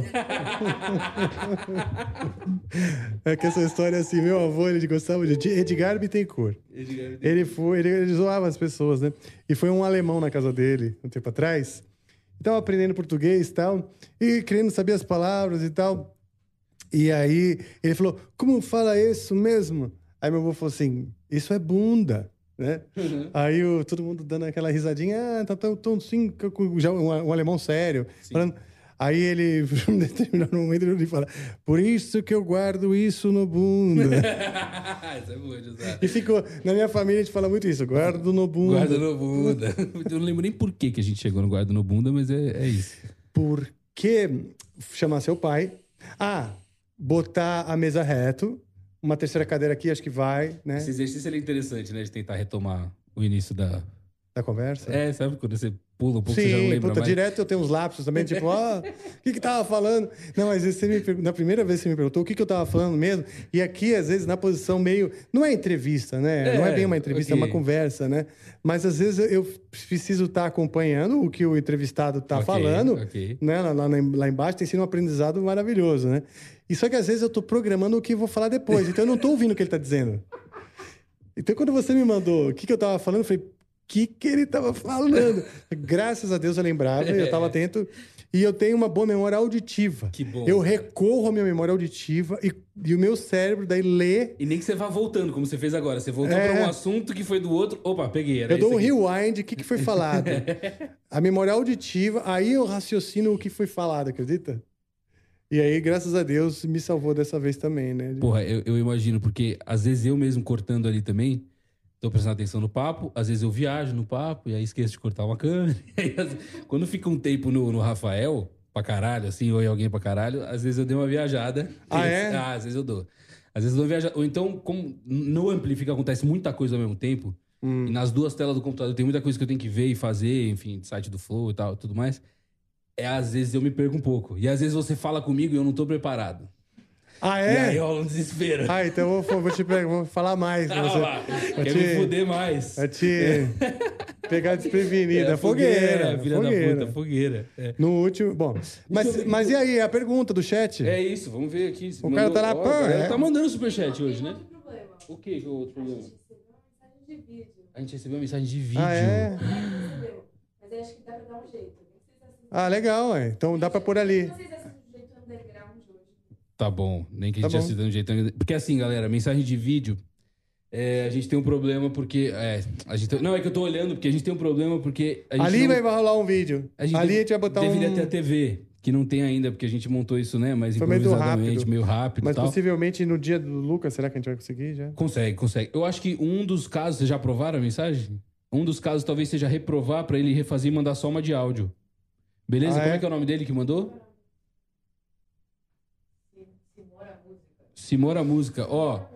É que essa história é assim, meu avô, ele gostava de Edgar Bittencourt. Ele zoava as pessoas, né? E foi um alemão na casa dele, um tempo atrás. Tava aprendendo português e tal, e querendo saber as palavras e tal. E aí ele falou, como fala isso mesmo? Aí meu avô falou assim, isso é bunda, né? Aí todo mundo dando aquela risadinha, tá tão sim, já um alemão sério. Falando. Aí ele, em determinado momento, ele fala, por isso que eu guardo isso no bunda. Isso é bom de usar. E ficou, na minha família a gente fala muito isso, guardo no bunda. Guarda no bunda. Eu não lembro nem por que a gente chegou no guarda no bunda, mas é isso. Porque chamar seu pai, botar a mesa reto, uma terceira cadeira aqui, acho que vai, né? Esse exercício ele é interessante, né? De tentar retomar o início da conversa. Sabe quando você pula um pouco, você já não lembra mais? Direto eu tenho uns lapsos também, tipo, o que tava falando? Não, mas na primeira vez que você me perguntou o que eu tava falando mesmo, e aqui, às vezes, na posição meio... Não é entrevista, né? Não é bem uma entrevista, é uma conversa, né? Mas, às vezes, eu preciso estar acompanhando o que o entrevistado tá falando, né? Lá embaixo tem sido um aprendizado maravilhoso, né? E só que, às vezes, eu tô programando o que eu vou falar depois, então eu não tô ouvindo o que ele tá dizendo. Então, quando você me mandou o que eu tava falando, eu falei... que ele tava falando? Graças a Deus eu lembrava, eu tava atento. E eu tenho uma boa memória auditiva. Que bom. Eu recorro à minha memória auditiva e o meu cérebro daí lê... E nem que você vá voltando, como você fez agora. Você voltou para um assunto que foi do outro. Opa, peguei. Eu dou um rewind, o que foi falado. A memória auditiva, aí eu raciocino o que foi falado, acredita? E aí, graças a Deus, me salvou dessa vez também, né? Porra, eu imagino, porque às vezes eu mesmo cortando ali também... Tô prestando atenção no papo, às vezes eu viajo no papo e aí esqueço de cortar uma câmera. Aí, quando fica um tempo no Rafael, pra caralho, assim, ou em alguém pra caralho, às vezes eu dei uma viajada. Às vezes eu dou. Às vezes eu dou uma viajada. Ou então, como no Amplifica acontece muita coisa ao mesmo tempo, e nas duas telas do computador tem muita coisa que eu tenho que ver e fazer, enfim, site do Flow e tal, tudo mais. Às vezes eu me perco um pouco. E às vezes você fala comigo e eu não tô preparado. E aí rola um desespero. Então vou falar mais pra você. Quer me fuder mais. Vai te pegar desprevenida. Fogueira. Filha da puta, fogueira. No último... Bom, mas e aí, a pergunta do chat? É isso, vamos ver aqui. Cara tá lá... Tá mandando superchat hoje, né? O que é o outro problema? A gente recebeu uma mensagem de vídeo. Mas eu acho que dá pra dar um jeito. Legal, então dá pra pôr ali. Tá bom, nem que a gente assista de um jeito... Porque assim, galera, mensagem de vídeo, a gente tem um problema porque... Não, é que eu tô olhando, porque a gente tem um problema porque... Ali vai rolar um vídeo. Ali a gente vai botar deveria ter a TV, que não tem ainda, porque a gente montou isso, né? Mas improvisadamente, meio rápido mas e tal. Possivelmente no dia do Lucas, será que a gente vai conseguir já? Consegue. Eu acho que um dos casos... Vocês já aprovaram a mensagem? Um dos casos talvez seja reprovar pra ele refazer e mandar só uma de áudio. Beleza? Como é que é o nome dele que mandou? Simora Música.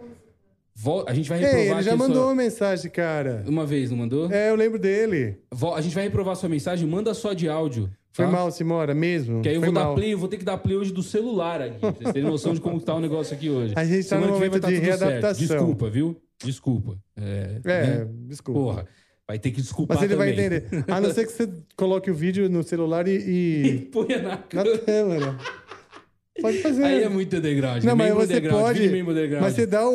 A gente vai reprovar... ele já mandou uma mensagem, cara. Uma vez, não mandou? Eu lembro dele. A gente vai reprovar sua mensagem, manda só de áudio. Tá? Foi mal, Simora, mesmo? Que aí eu vou dar play, eu vou ter que dar play hoje do celular aqui. Pra vocês terem noção de como tá o negócio aqui hoje. A gente tá no momento de readaptação. Desculpa, viu? Desculpa. Desculpa. Porra, vai ter que desculpar também. Mas ele também. vai entender. A não ser que você coloque o vídeo no celular e... Põe na câmera. Pode fazer. Aí é muito underground. Não, mas você pode. Underground. Mas você dá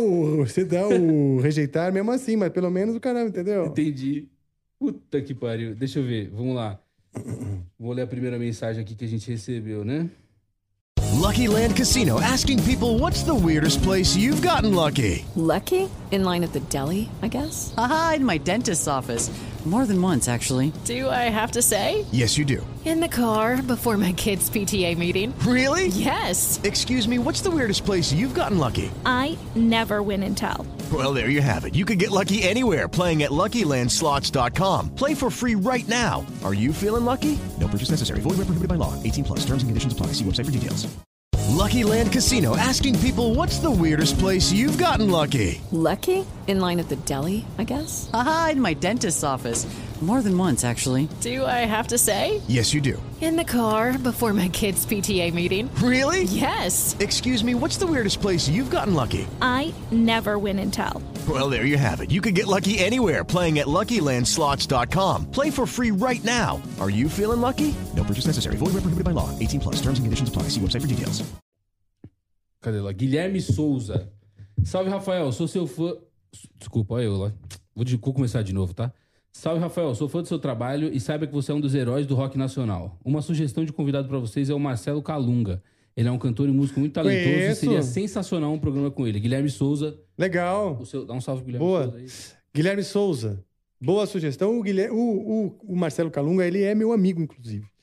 o rejeitar mesmo assim, mas pelo menos o caramba, entendeu? Entendi. Puta que pariu. Deixa eu ver, vamos lá. Vou ler a primeira mensagem aqui que a gente recebeu, né? Lucky Land Casino, asking people, what's the weirdest place you've gotten lucky? Lucky? In line at the deli, I guess? Aha, in my dentist's office. More than once, actually. Do I have to say? Yes, you do. In the car before my kids' PTA meeting. Really? Yes. Excuse me, what's the weirdest place you've gotten lucky? I never win and tell. Well, there you have it. You can get lucky anywhere, playing at LuckyLandSlots.com. Play for free right now. Are you feeling lucky? No purchase necessary. Void where prohibited by law. 18 plus. Terms and conditions apply. See website for details. Lucky Land Casino, asking people, what's the weirdest place you've gotten lucky? Lucky? In line at the deli, I guess? Aha, in my dentist's office. More than once, actually. Do I have to say? Yes, you do. In the car before my kids' PTA meeting. Really? Yes. Excuse me, what's the weirdest place you've gotten lucky? I never win and tell. Well, there you have it. You can get lucky anywhere, playing at LuckyLandSlots.com. Play for free right now. Are you feeling lucky? No purchase necessary. Void where prohibited by law. 18 plus. Terms and conditions apply. See website for details. Cadê lá? Guilherme Souza. Salve, Rafael. Sou seu fã... Desculpa, olha eu lá. Vou começar de novo, tá? Salve, Rafael. Sou fã do seu trabalho e saiba que você é um dos heróis do rock nacional. Uma sugestão de convidado pra vocês é o Marcelo Calunga. Ele é um cantor e músico muito talentoso e seria sensacional um programa com ele. Guilherme Souza. Legal. Dá um salve pro Guilherme Souza aí. Guilherme Souza. Boa sugestão. O Marcelo Calunga, ele é meu amigo, inclusive.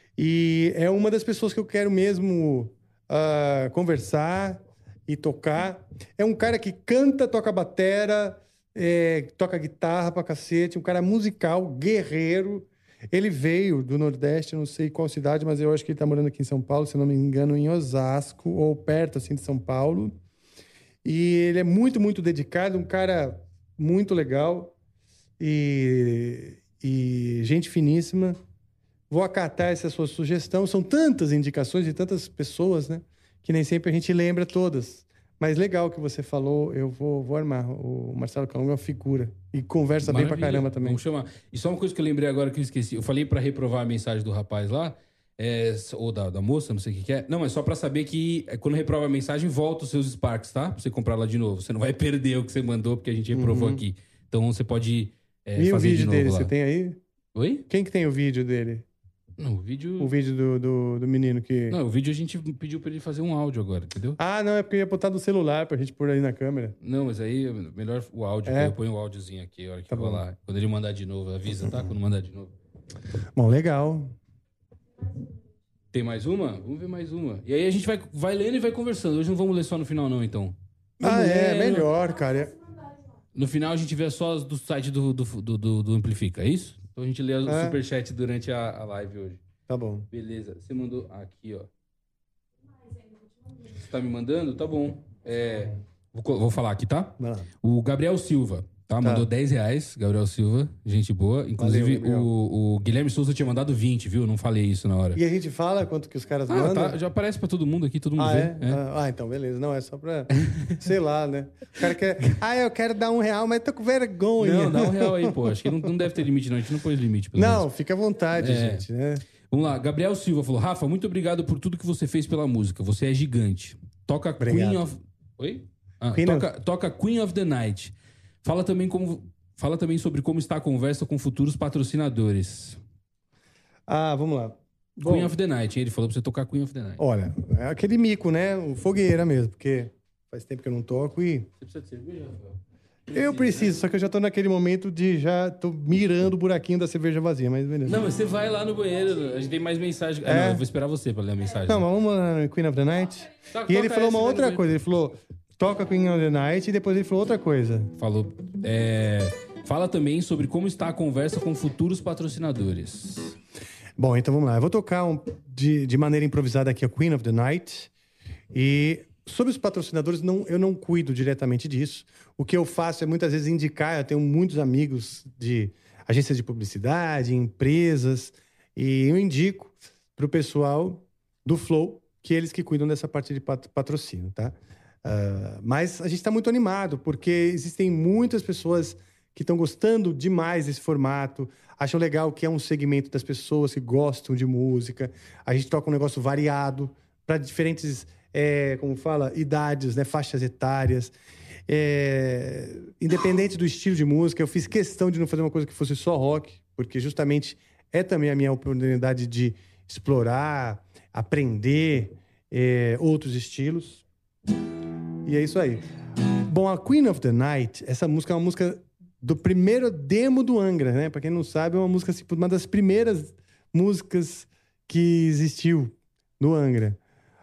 E é uma das pessoas que eu quero mesmo conversar e tocar. É um cara que canta, toca batera, toca guitarra pra cacete, um cara musical, guerreiro. Ele veio do Nordeste, eu não sei qual cidade, mas eu acho que ele tá morando aqui em São Paulo, se eu não me engano, em Osasco, ou perto, assim, de São Paulo. E ele é muito, muito dedicado, um cara muito legal e gente finíssima. Vou acatar essa sua sugestão. São tantas indicações de tantas pessoas, né? Que nem sempre a gente lembra todas. Mas legal que você falou, eu vou armar. O Marcelo Calunga é uma figura. E conversa bem pra caramba também. Vamos chamar. E só uma coisa que eu lembrei agora que eu esqueci. Eu falei pra reprovar a mensagem do rapaz lá, ou da moça, não sei o que é. Não, é só pra saber que quando reprova a mensagem, volta os seus Sparks, tá? Pra você comprar lá de novo. Você não vai perder o que você mandou, porque a gente reprovou aqui. Então você pode e fazer o vídeo de novo dele, lá. você tem aí? Oi? Quem que tem o vídeo dele? Não, o vídeo... O vídeo do menino que... Não, o vídeo a gente pediu pra ele fazer um áudio agora, entendeu? Ah, não, é porque eu ia botar no celular pra gente pôr aí na câmera. Não, mas aí melhor o áudio, eu ponho o áudiozinho aqui, a hora que Tá eu vou bom. lá. Quando ele mandar de novo, avisa, tá? Quando mandar de novo. Bom, legal. Tem mais uma? Vamos ver mais uma. E aí a gente vai lendo e vai conversando. Hoje não vamos ler só no final não, então. Vamos lendo. Melhor, cara. No final a gente vê só as do site do Amplifica, é isso? Então a gente lê o superchat durante a live hoje. Tá bom. Beleza. Você mandou aqui, ó. Você tá me mandando? Tá bom. Vou falar aqui, tá? Vai lá. O Gabriel Silva, tá? Mandou R$10, Gabriel Silva. Gente boa. Inclusive, Valeu, o Guilherme Souza tinha mandado 20, viu? Não falei isso na hora. E a gente fala quanto que os caras mandam? Tá, já aparece pra todo mundo aqui, todo mundo vê. Então beleza. Não, é só pra... sei lá, né? O cara quer... eu quero dar R$1, mas tô com vergonha. Não, dá R$1 aí, pô. Acho que não deve ter limite, não. A gente não pôs limite. Pelo Não, menos. fica à vontade, gente, né? Vamos lá. Gabriel Silva falou: Rafa, muito obrigado por tudo que você fez pela música. Você é gigante. Toca Obrigado. Queen of... Oi? Toca Queen of the Night. Fala também sobre como está a conversa com futuros patrocinadores. Vamos lá. Bom, Queen of the Night, hein? Ele falou pra você tocar Queen of the Night. olha, é aquele mico, né? O fogueira mesmo, porque faz tempo que eu não toco e... Você precisa de cerveja, Rafael? Eu preciso, só que eu já tô naquele momento de já tô mirando o buraquinho da cerveja vazia, mas beleza. Não, mas você vai lá no banheiro, a gente tem mais mensagem. Não, eu vou esperar você pra ler a mensagem. Não, mas vamos lá no Queen of the Night. E ele falou uma outra coisa, ele falou, toca Queen of the Night, e depois ele falou outra coisa. Falou. Fala também sobre como está a conversa com futuros patrocinadores. Bom, então vamos lá. Eu vou tocar de maneira improvisada aqui a Queen of the Night. E sobre os patrocinadores, eu não cuido diretamente disso. O que eu faço é muitas vezes indicar. Eu tenho muitos amigos de agências de publicidade, empresas. E eu indico para o pessoal do Flow que eles que cuidam dessa parte de patrocínio, tá? Mas a gente está muito animado, porque existem muitas pessoas que estão gostando demais desse formato, acham legal que é um segmento das pessoas que gostam de música. A gente toca um negócio variado para diferentes, idades, né? Faixas etárias. Independente do estilo de música, eu fiz questão de não fazer uma coisa que fosse só rock, porque justamente é também a minha oportunidade de explorar, aprender outros estilos. E é isso aí. Bom, a Queen of the Night, essa música é uma música do primeiro demo do Angra, né? Pra quem não sabe, é uma música, assim, uma das primeiras músicas que existiu no Angra.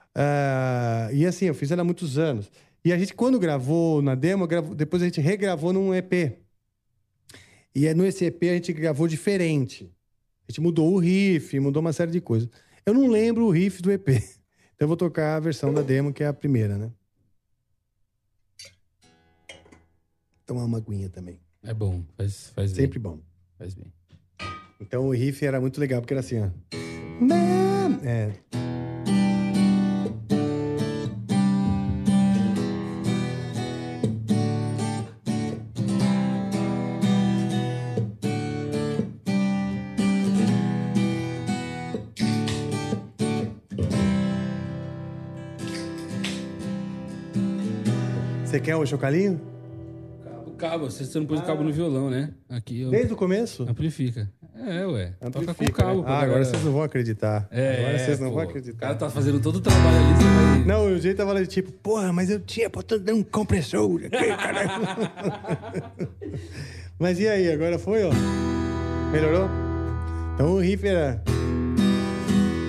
E assim, eu fiz ela há muitos anos. E a gente, quando gravou na demo, depois a gente regravou num EP. E nesse EP a gente gravou diferente. A gente mudou o riff, mudou uma série de coisas. Eu não lembro o riff do EP. Então eu vou tocar a versão da demo, que é a primeira, né? Tomar uma aguinha também. É bom, faz bem. Sempre bom. Faz bem. Então o riff era muito legal, porque era assim, ó. Você quer o chocalinho? O cabo, você não pôs o cabo no violão, né? Aqui eu... Desde o começo? Amplifica. Toca com Amplifica, o cabo. né? Agora vocês não vão acreditar. Agora vocês não vão O acreditar. cara tá fazendo todo o trabalho ali, você vai... Não, o jeito tava tipo, porra, mas eu tinha botado um compressor aqui, caralho. Mas e aí, agora foi, ó? Melhorou? Então o riff era...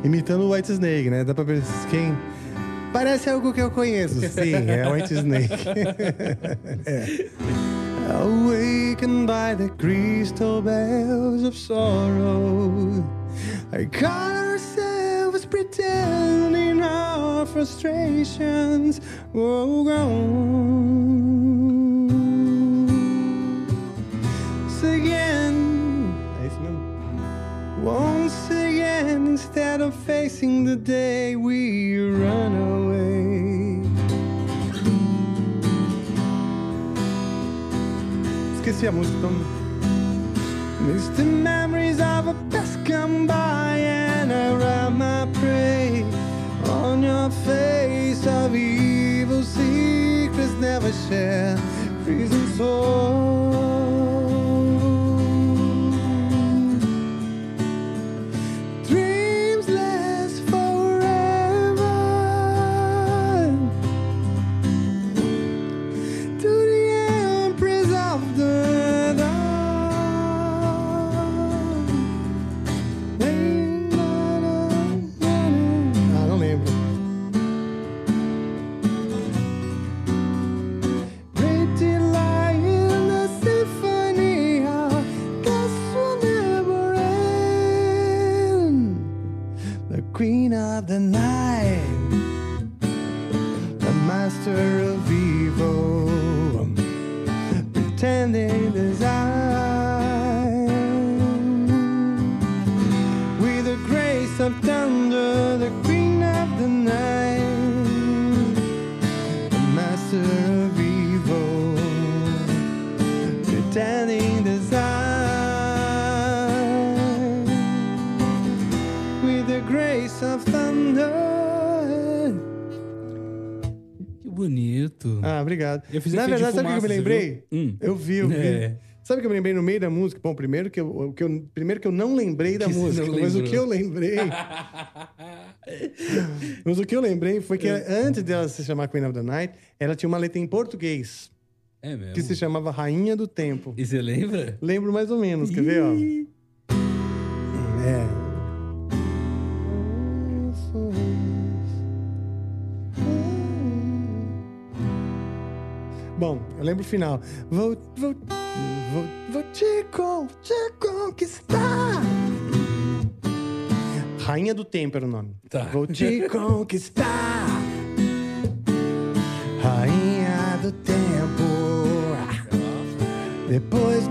imitando o White Snake, né? Dá pra ver quem... Parece algo que eu conheço. Sim, é o White Snake. É. Awakened by the crystal bells of sorrow, I caught ourselves pretending our frustrations were gone. Again, once again, instead of facing the day, we run away. Esqueci a música, então. Miss the memories of a past come by, and I wrap my prey on your face of evil secrets never share, freezing soul. The night, the master of evil, pretending design, with the grace of thunder, the queen of the night, the master of evil, pretending design, with the grace of thunder. Que bonito. Ah, obrigado. Eu fiz Na efeito de verdade, sabe o que eu me fumaça, lembrei? você viu? Eu vi. É. Sabe o que eu me lembrei no meio da música? Bom, primeiro que eu não lembrei da Que você música, não mas o lembrou. que eu lembrei... Mas o que eu lembrei foi que antes dela se chamar Queen of the Night, ela tinha uma letra em português, É mesmo? que se chamava Rainha do Tempo. E você lembra? Lembro mais ou menos, quer ver, ó? É... Bom, eu lembro o final. Vou te conquistar. Rainha do Tempo era o nome. Tá. Vou te conquistar. Rainha do Tempo. Depois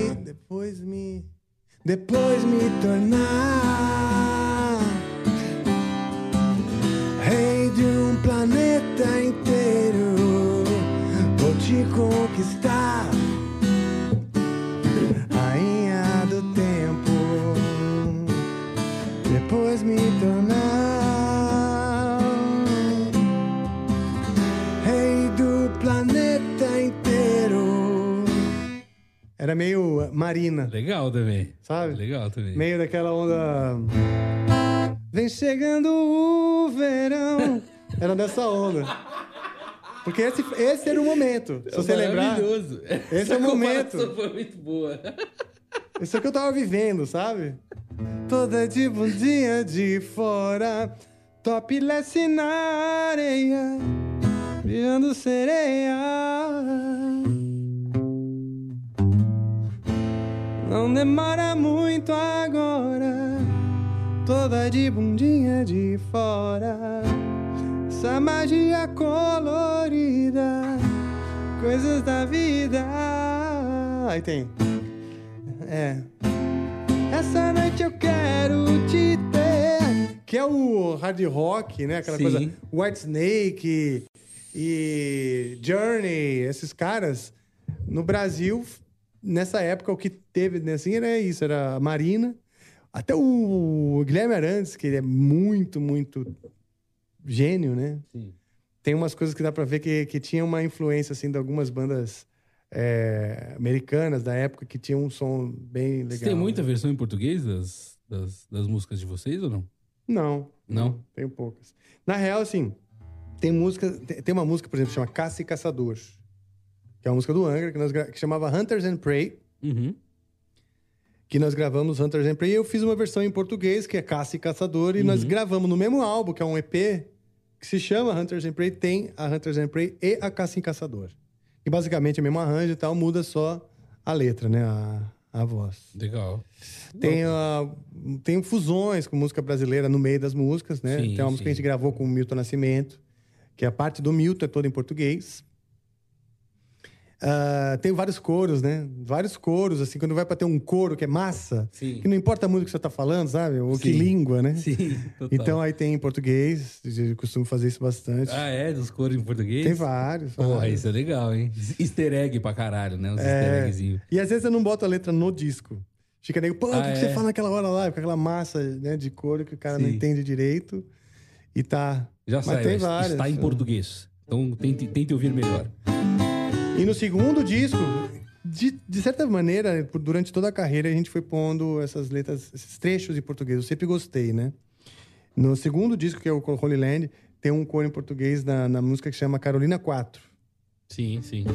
me tornar rei de um planeta inteiro. Vou te conquistar, rainha do tempo, depois me tornar rei do planeta inteiro. Era meio Marina, Legal também. sabe? Legal também. Meio daquela onda. Vem chegando o verão. Era dessa onda. Porque esse era o momento. Se você lembrar. Maravilhoso. Esse é o momento. comparação foi muito boa. Isso é o que eu tava vivendo, sabe? Toda de bundinha de fora, topless na areia, virando sereia. Não demora muito agora, toda de bundinha de fora. Essa magia colorida, coisas da vida. Aí tem. Essa noite eu quero te ter. Que é o hard rock, né? Aquela Sim. coisa. White Snake e Journey, esses caras. No Brasil, nessa época, o que teve assim era isso. Era a Marina. Até o Guilherme Arantes, que ele é muito, muito gênio, né? Sim. Tem umas coisas que dá pra ver que tinha uma influência, assim, de algumas bandas americanas da época que tinham um som bem legal. Você tem muita versão em português das músicas de vocês ou não? Não. Não? Tenho poucas. Na real, assim, tem uma música, por exemplo, que chama Caça e Caçador, que é uma música do Angra, que chamava Hunters and Prey, Uhum. que nós gravamos Hunters and Prey. E eu fiz uma versão em português, que é Caça e Caçador. E nós gravamos no mesmo álbum, que é um EP, que se chama Hunters and Prey. Tem a Hunters and Prey e a Caça e Caçador. E basicamente é o mesmo arranjo e tal, muda só a letra, né? A voz. Legal. Tem fusões com música brasileira no meio das músicas, né? Sim, tem uma música que a gente gravou com o Milton Nascimento, que a parte do Milton é toda em português. Tem vários coros, né? Vários coros, assim, quando vai pra ter um coro que é massa, Sim. que não importa muito o que você tá falando, sabe? Ou que língua, né? Sim, total. Então aí tem em português, eu costumo fazer isso bastante. Ah, é? Dos coros em português? Tem vários. Porra, isso é legal, hein? Easter egg pra caralho, né? Os easter eggzinhos. E às vezes eu não boto a letra no disco. Fica nego, pô, o que você fala naquela hora lá? Com aquela massa, né, de coro que o cara não entende direito. E tá... Já Mas saiu, tem várias. está em português. Então tente ouvir melhor. E no segundo disco, de certa maneira, durante toda a carreira, a gente foi pondo essas letras, esses trechos em português. Eu sempre gostei, né? No segundo disco, que é o Holy Land, tem um coro em português na música que chama Carolina 4. Sim, sim.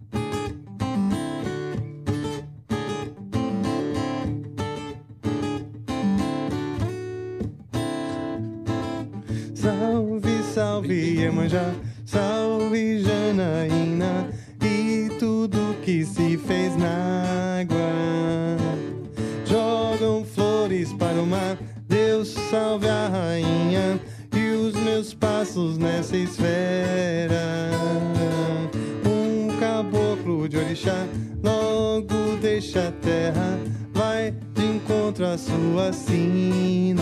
Salve, salve, Iemanjá, salve, Janaína, e tudo que se fez na água. Jogam flores para o mar, Deus salve a rainha, e os meus passos nessa esfera. Um caboclo de orixá logo deixa a terra, vai de encontro à sua sina.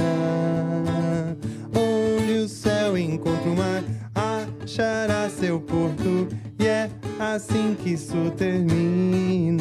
Onde o céu encontra o mar, achará seu porto, e é assim que isso termina.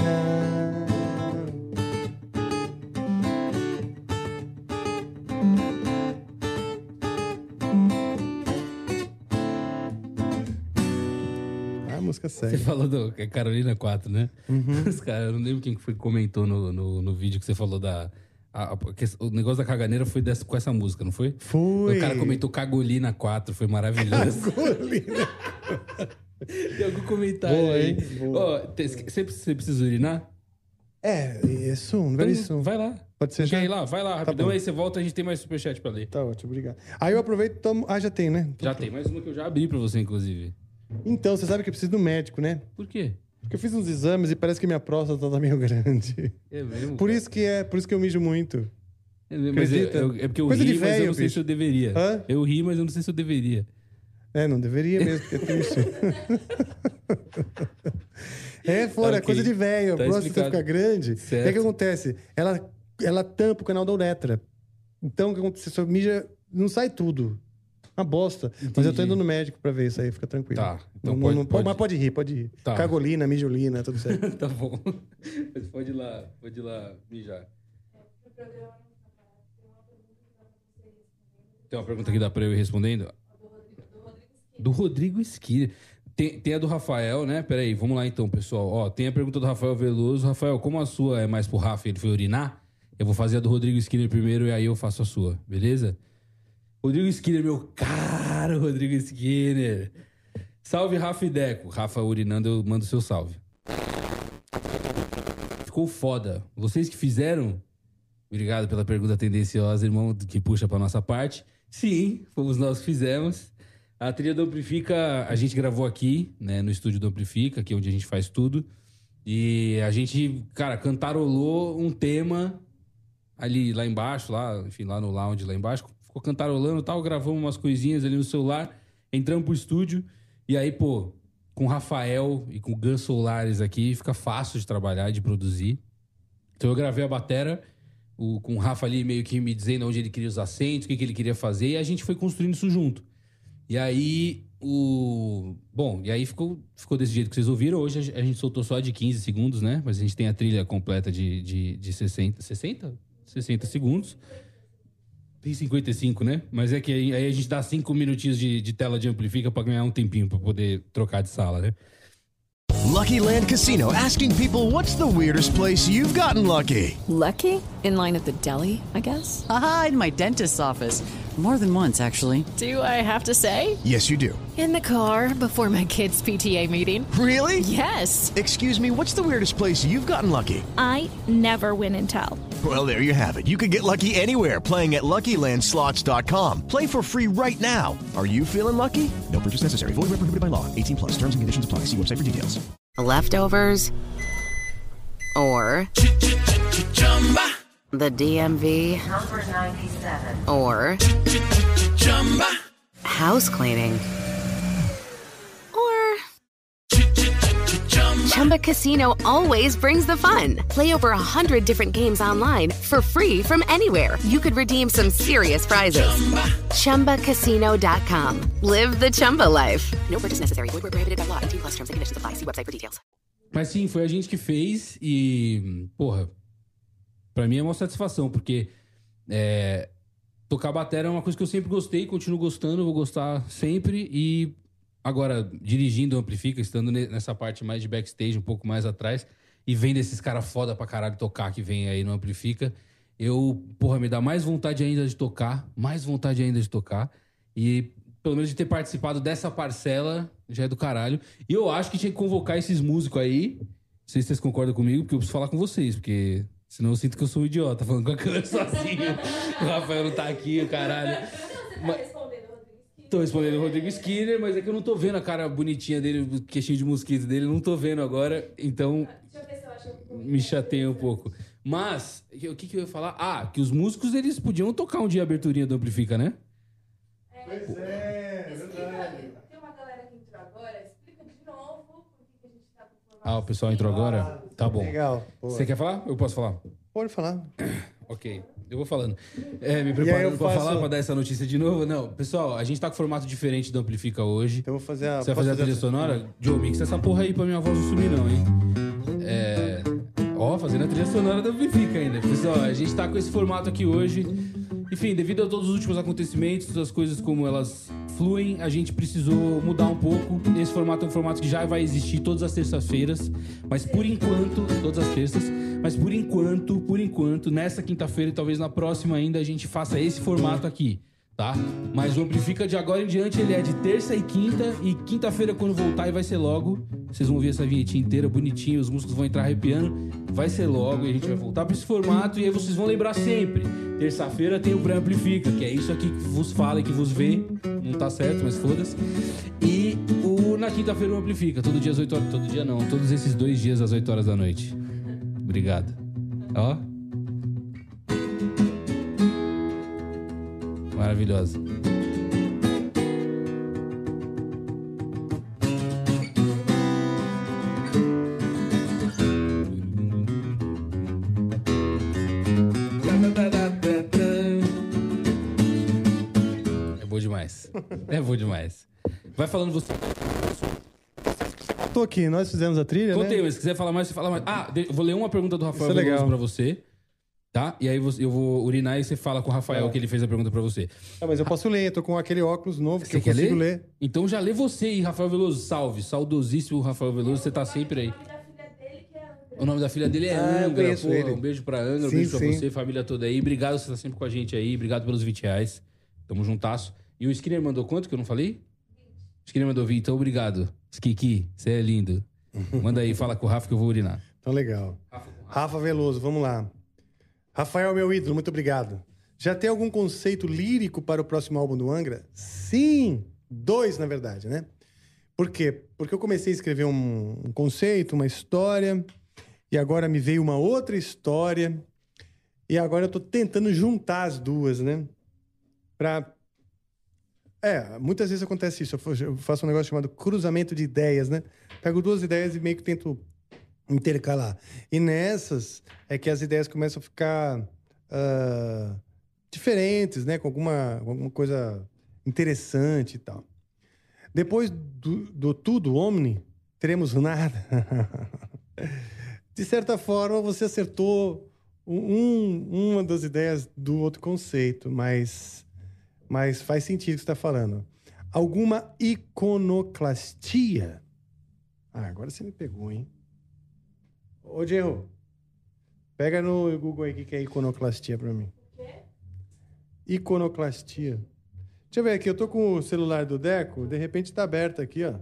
A música séria. Você falou do Carolina 4, né? Os caras, eu não lembro quem foi que comentou no vídeo que você falou da... o negócio da caganeira foi com essa música, não foi? Foi. O cara comentou Cagolina 4, foi maravilhoso. Cagolina. Tem algum comentário Boa, aí? hein? Boa. Você precisa urinar? Isso, não vai isso. Vai lá. Pode ser Quer já? ir lá? Vai lá, rapidão, bom. aí você volta, a gente tem mais superchat pra ler. Tá ótimo, obrigado. Aí eu aproveito e tomo... já tem, né? Já tem mais uma que eu já abri pra você, inclusive. Então, você sabe que eu preciso do médico, né? Por quê? Porque eu fiz uns exames e parece que minha próstata tá meio grande. É mesmo? Por isso que eu mijo muito. É mesmo, mas Acredita? é porque eu Coisa ri, de mas eu velho, não sei bicho. se eu deveria. Hã? Eu ri, mas eu não sei se eu deveria. Não deveria mesmo, porque é triste. Fora, Ok. coisa de velho. A Tá próstata explicado. fica grande. Certo. O que acontece? Ela tampa o canal da uretra. Então, o que acontece? Você mija, não sai tudo. Uma bosta. Mas eu tô indo no médico pra ver isso aí, fica tranquilo. Tá, então Não, pode. Mas pode rir. Tá. Cagolina, mijolina, tudo certo. Tá bom. Mas pode ir lá mijar. Tem uma pergunta que dá pra eu ir respondendo? Do Rodrigo Skinner. Tem a do Rafael, né? Peraí, vamos lá então, pessoal. Ó, tem a pergunta do Rafael Veloso. Rafael, como a sua é mais pro Rafa e ele foi urinar, eu vou fazer a do Rodrigo Skinner primeiro e aí eu faço a sua, beleza? Rodrigo Skinner, meu caro Rodrigo Skinner. Salve, Rafa e Deco. Rafa urinando, eu mando seu salve. Ficou foda. Vocês que fizeram... Obrigado pela pergunta tendenciosa, irmão, que puxa pra nossa parte. Sim, fomos nós que fizemos. A trilha do Amplifica, a gente gravou aqui, né, no estúdio do Amplifica, que é onde a gente faz tudo. E a gente, cara, cantarolou um tema ali, lá embaixo, enfim, lá no lounge lá embaixo. Ficou cantarolando e tal, gravamos umas coisinhas ali no celular, entramos pro estúdio. E aí, pô, com o Rafael e com o Gus Solares aqui, fica fácil de trabalhar, de produzir. Então eu gravei a batera, com o Rafa ali meio que me dizendo onde ele queria os acentos, o que ele queria fazer, e a gente foi construindo isso junto. E aí, e aí ficou desse jeito que vocês ouviram. Hoje a gente soltou só de 15 segundos, né? Mas a gente tem a trilha completa de 60 segundos. Tem 55, né? Mas é que aí a gente dá 5 minutinhos de tela de Amplifica pra ganhar um tempinho pra poder trocar de sala, né? Lucky Land Casino, asking people, what's the weirdest place you've gotten lucky? Lucky? In line at the deli, I guess? Aha, in my dentist's office. More than once, actually. Do I have to say? Yes, you do. In the car before my kids' PTA meeting. Really? Yes. Excuse me, what's the weirdest place you've gotten lucky? I never win and tell. Well, there you have it. You can get lucky anywhere, playing at LuckyLandSlots.com. Play for free right now. Are you feeling lucky? No purchase necessary. Void where prohibited by law. 18 plus. Terms and conditions apply. See website for details. Leftovers or the DMV Number 97. or house cleaning or Chumba Casino always brings the fun. Play over 100 different games online for free from anywhere. You could redeem some serious prizes. ChumbaCasino.com. Live the Chumba life. No purchase necessary. Void where prohibited by law. 18 plus terms and conditions apply. See website for details. Mas sim, foi a gente que fez e, porra, pra mim é uma satisfação, porque tocar bateria é uma coisa que eu sempre gostei, continuo gostando, vou gostar sempre. E agora, dirigindo o Amplifica, estando nessa parte mais de backstage, um pouco mais atrás, e vendo esses caras foda pra caralho tocar que vem aí no Amplifica, me dá mais vontade ainda de tocar, e pelo menos de ter participado dessa parcela já é do caralho. E eu acho que tinha que convocar esses músicos aí, não sei se vocês concordam comigo, porque eu preciso falar com vocês, porque senão eu sinto que eu sou um idiota falando com a câmera sozinho. O Rafael não tá aqui, o caralho. Tô respondendo o Rodrigo Skinner, mas é que eu não tô vendo a cara bonitinha dele, o queixinho de mosquito dele, não tô vendo agora, então Deixa eu ver se eu acho me chateia um pouco. Mas, o que eu ia falar? Ah, que os músicos, eles podiam tocar um dia a aberturinha do Amplifica, né? Pois é, verdade. Tem uma galera que entrou agora, explica de novo por que a gente tá com formato. Ah, o pessoal entrou agora? Tá bom. Legal. Você quer falar? Eu posso falar? Pode falar. Ok, eu vou falando. Me preparando pra falar, pra dar essa notícia de novo. Não, pessoal, a gente tá com formato diferente do Amplifica hoje. Então eu vou fazer a... Você vai fazer a trilha sonora? Joe, mixa essa porra aí pra minha voz não sumir não, hein? Fazendo a trilha sonora do Amplifica ainda. Pessoal, a gente tá com esse formato aqui hoje. Enfim, devido a todos os últimos acontecimentos, as coisas como elas fluem, a gente precisou mudar um pouco. Esse formato é um formato que já vai existir todas as terças-feiras, mas por enquanto, todas as terças, mas por enquanto, nessa quinta-feira e talvez na próxima ainda, a gente faça esse formato aqui, tá? Mas o Amplifica de agora em diante, ele é de terça e quinta-feira quando voltar, e vai ser logo. Vocês vão ouvir essa vinhetinha inteira, bonitinho, os músicos vão entrar arrepiando. Vai ser logo e a gente vai voltar pra esse formato. E aí vocês vão lembrar sempre. Terça-feira tem o Pré-Amplifica, que é isso aqui que vos fala e que vos vê. Não tá certo, mas foda-se. E na quinta-feira o Amplifica, todo dia às 8 horas. Todo dia não, todos esses 2 dias às 8 horas da noite. Obrigado. Ó. Maravilhosa. É bom demais. Vai falando você. Tô aqui, nós fizemos a trilha, Contei, né? mas se quiser falar mais, você fala mais. Eu vou ler uma pergunta do Rafael Isso é legal. Veloso pra você, tá? E aí eu vou urinar e você fala com o Rafael que ele fez a pergunta pra você. Mas eu posso ler, tô com aquele óculos novo que Você eu quer consigo ler? ler. Então já lê você aí, Rafael Veloso. Salve, saudosíssimo Rafael Veloso, você tá sempre aí. O nome da filha dele é eu Angra, conheço porra. ele. Um beijo pra Angra, um Sim, beijo pra sim. você, família toda aí. Obrigado, você tá sempre com a gente aí. Obrigado pelos R$20. Tamo juntasso. E o Skinner mandou quanto que eu não falei? O Skinner mandou 20, então obrigado. Skiki, você é lindo. Manda aí, fala com o Rafa que eu vou urinar. Então, legal. Rafa Veloso, vamos lá. Rafael, meu ídolo, muito obrigado. Já tem algum conceito lírico para o próximo álbum do Angra? Sim! 2, na verdade, né? Por quê? Porque eu comecei a escrever um conceito, uma história, e agora me veio uma outra história, e agora eu tô tentando juntar as duas, né? Muitas vezes acontece isso. Eu faço um negócio chamado cruzamento de ideias, né? Pego 2 ideias e meio que tento intercalar. E nessas é que as ideias começam a ficar diferentes, né? Com alguma coisa interessante e tal. Depois do tudo omni, teremos nada. De certa forma, você acertou uma das ideias do outro conceito, mas faz sentido o que você está falando. Alguma iconoclastia? Agora você me pegou, hein? Ô, Diego, pega no Google aí o que é iconoclastia para mim. Iconoclastia. Deixa eu ver aqui, eu tô com o celular do Deco, de repente tá aberto aqui, ó.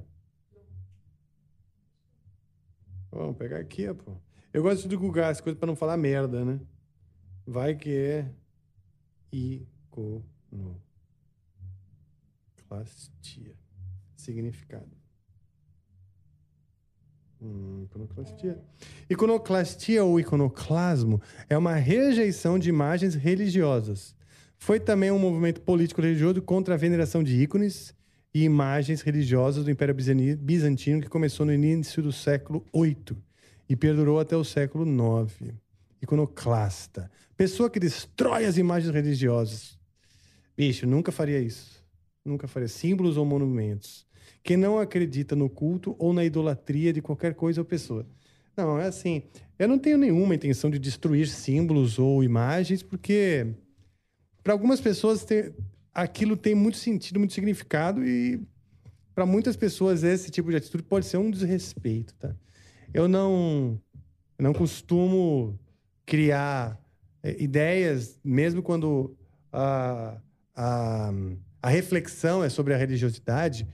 Vamos pegar aqui, ó, pô. Eu gosto de googar as coisas pra não falar merda, né? Vai que é iconoclastia. Significado. Iconoclastia. Iconoclastia ou iconoclasmo é uma rejeição de imagens religiosas. Foi também um movimento político-religioso contra a veneração de ícones e imagens religiosas do Império Bizantino que começou no início do século VIII e perdurou até o século IX. Iconoclasta. Pessoa que destrói as imagens religiosas. Bicho, nunca faria isso. Nunca faria. Símbolos ou monumentos. Que não acredita no culto ou na idolatria de qualquer coisa ou pessoa. Não, é assim. Eu não tenho nenhuma intenção de destruir símbolos ou imagens, porque para algumas pessoas aquilo tem muito sentido, muito significado, e para muitas pessoas esse tipo de atitude pode ser um desrespeito, tá? Eu não costumo criar ideias, mesmo quando a reflexão é sobre a religiosidade.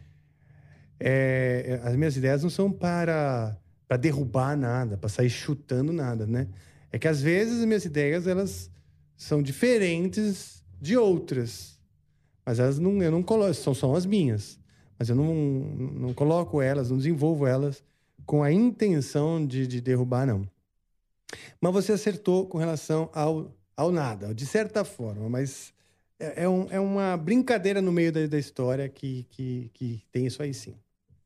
As minhas ideias não são para derrubar nada, para sair chutando nada, né? É que às vezes as minhas ideias elas são diferentes de outras, mas elas eu não coloco, são as minhas, mas eu não coloco elas, não desenvolvo elas com a intenção de derrubar, não. Mas você acertou com relação ao nada, de certa forma, mas é uma brincadeira no meio da história que tem isso aí, sim.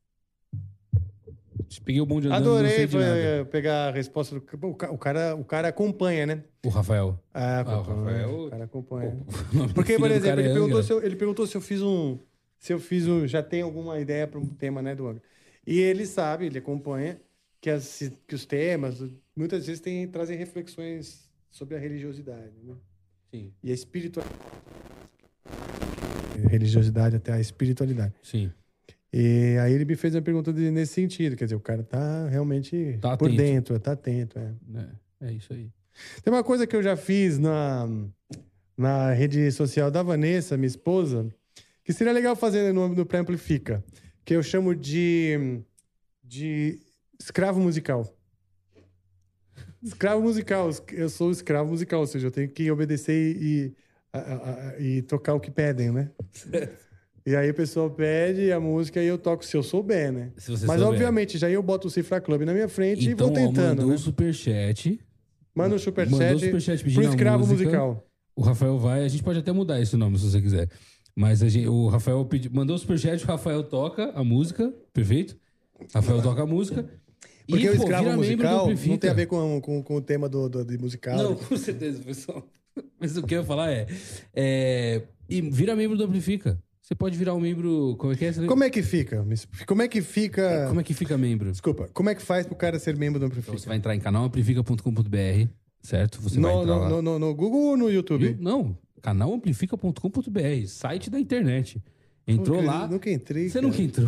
Peguei o bonde andando, adorei não sei de nada. pegar a resposta do... O cara acompanha, né? O Rafael. O Rafael. O cara acompanha. Porque, por do exemplo, cara é ele perguntou se eu fiz um... já tem alguma ideia para um tema, né, do Angra. E ele sabe, ele acompanha que os temas muitas vezes trazem reflexões sobre a religiosidade, né? Sim. E a espiritualidade. Religiosidade até a espiritualidade. Sim. E aí ele me fez uma pergunta nesse sentido. Quer dizer, o cara tá realmente por dentro, tá atento. É isso aí. Tem uma coisa que eu já fiz na rede social da Vanessa, minha esposa, que seria legal fazer no nome do Pré-Amplifica, que eu chamo de escravo musical. Escravo musical. Eu sou escravo musical, ou seja, eu tenho que obedecer e tocar o que pedem, né? E aí o pessoal pede a música e eu toco se eu souber, né? Se você Mas, souber. obviamente, já eu boto o Cifra Club na minha frente Então, e vou tentando, mandou né? um superchat. Manda um superchat pedindo pro escravo a música. musical. O Rafael vai... A gente pode até mudar esse nome, se você quiser. Mas o Rafael mandou o superchat, o Rafael toca a música. Perfeito? Rafael toca a música. Porque o escravo vira membro do musical Amplifica. não tem a ver com o tema de musical. Não, com certeza, pessoal. Mas o que eu ia falar e vira membro do Amplifica. Você pode virar um membro... Como é que é? Como é que fica? Como é que fica... Como é que fica membro? Desculpa. Como é que faz pro cara ser membro do Então Amplifica? você vai entrar em canalamplifica.com.br, certo? Você vai entrar lá. No Google ou no YouTube? Não, canalamplifica.com.br, site da internet. Entrou lá... Nunca entrei, Você cara. nunca entrou.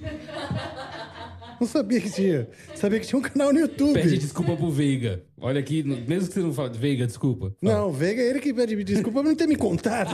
Não sabia que tinha. Sabia que tinha um canal no YouTube. Pede desculpa pro Veiga. Olha aqui, mesmo que você não fale... Veiga, desculpa. Não, o Veiga é ele que pede desculpa por não ter me contado.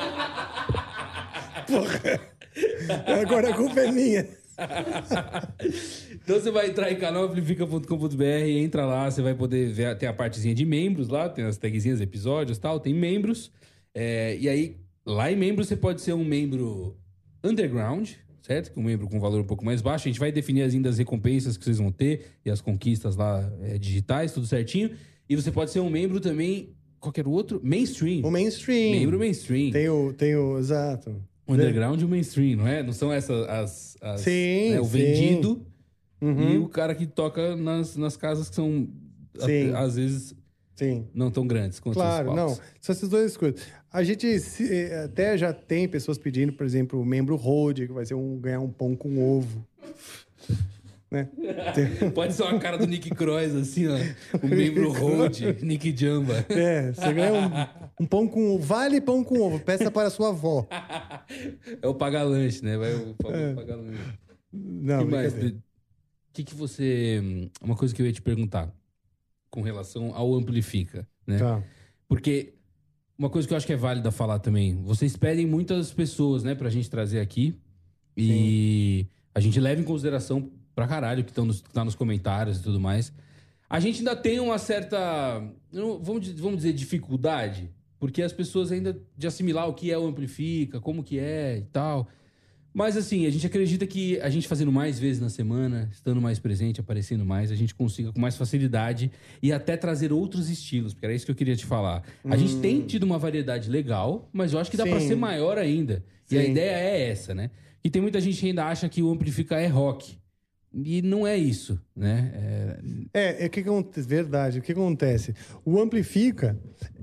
Porra. Agora a culpa é minha. Então você vai entrar em canalamplifica.com.br, entra lá, você vai poder ver, tem a partezinha de membros lá, tem as tagzinhas, episódios e tal, tem membros. E aí, lá em membros, você pode ser um membro underground, certo? Que é um membro com valor um pouco mais baixo. A gente vai definir ainda as recompensas que vocês vão ter e as conquistas lá digitais, tudo certinho. E você pode ser um membro também, qualquer outro, mainstream. O mainstream. Membro mainstream. Tem o exato. O underground e o mainstream, não é? Não são essas Sim, o sim. vendido Uhum. e o cara que toca nas casas que são, Sim. às vezes, Sim. não tão grandes quanto Claro, os não. palcos. São essas duas coisas. A gente até já tem pessoas pedindo, por exemplo, o membro Road, que vai ser ganhar um pão com ovo. Né? Pode ser uma cara do Nick Cross, assim, ó. O membro Road, Nick Jamba. Você ganha um pão com ovo. Vale pão com ovo. Peça para sua avó. É o paga-lanche, né? Vai o paga-lanche. Não, que mais? brincadeira. Que você... Uma coisa que eu ia te perguntar com relação ao Amplifica, né? Tá. Porque uma coisa que eu acho que é válida falar também. Vocês pedem muitas pessoas, né, pra gente trazer aqui. E a gente leva em consideração pra caralho que tá nos comentários e tudo mais. A gente ainda tem uma certa, vamos dizer, dificuldade. Porque as pessoas ainda de assimilar o que é o Amplifica, como que é e tal. Mas assim, a gente acredita que a gente fazendo mais vezes na semana, estando mais presente, aparecendo mais, a gente consiga com mais facilidade e até trazer outros estilos, porque era isso que eu queria te falar. A gente tem tido uma variedade legal, mas eu acho que dá pra ser maior ainda. E a ideia é essa, né? E tem muita gente que ainda acha que o Amplifica é rock. E não é isso, né? Verdade. O que acontece? O Amplifica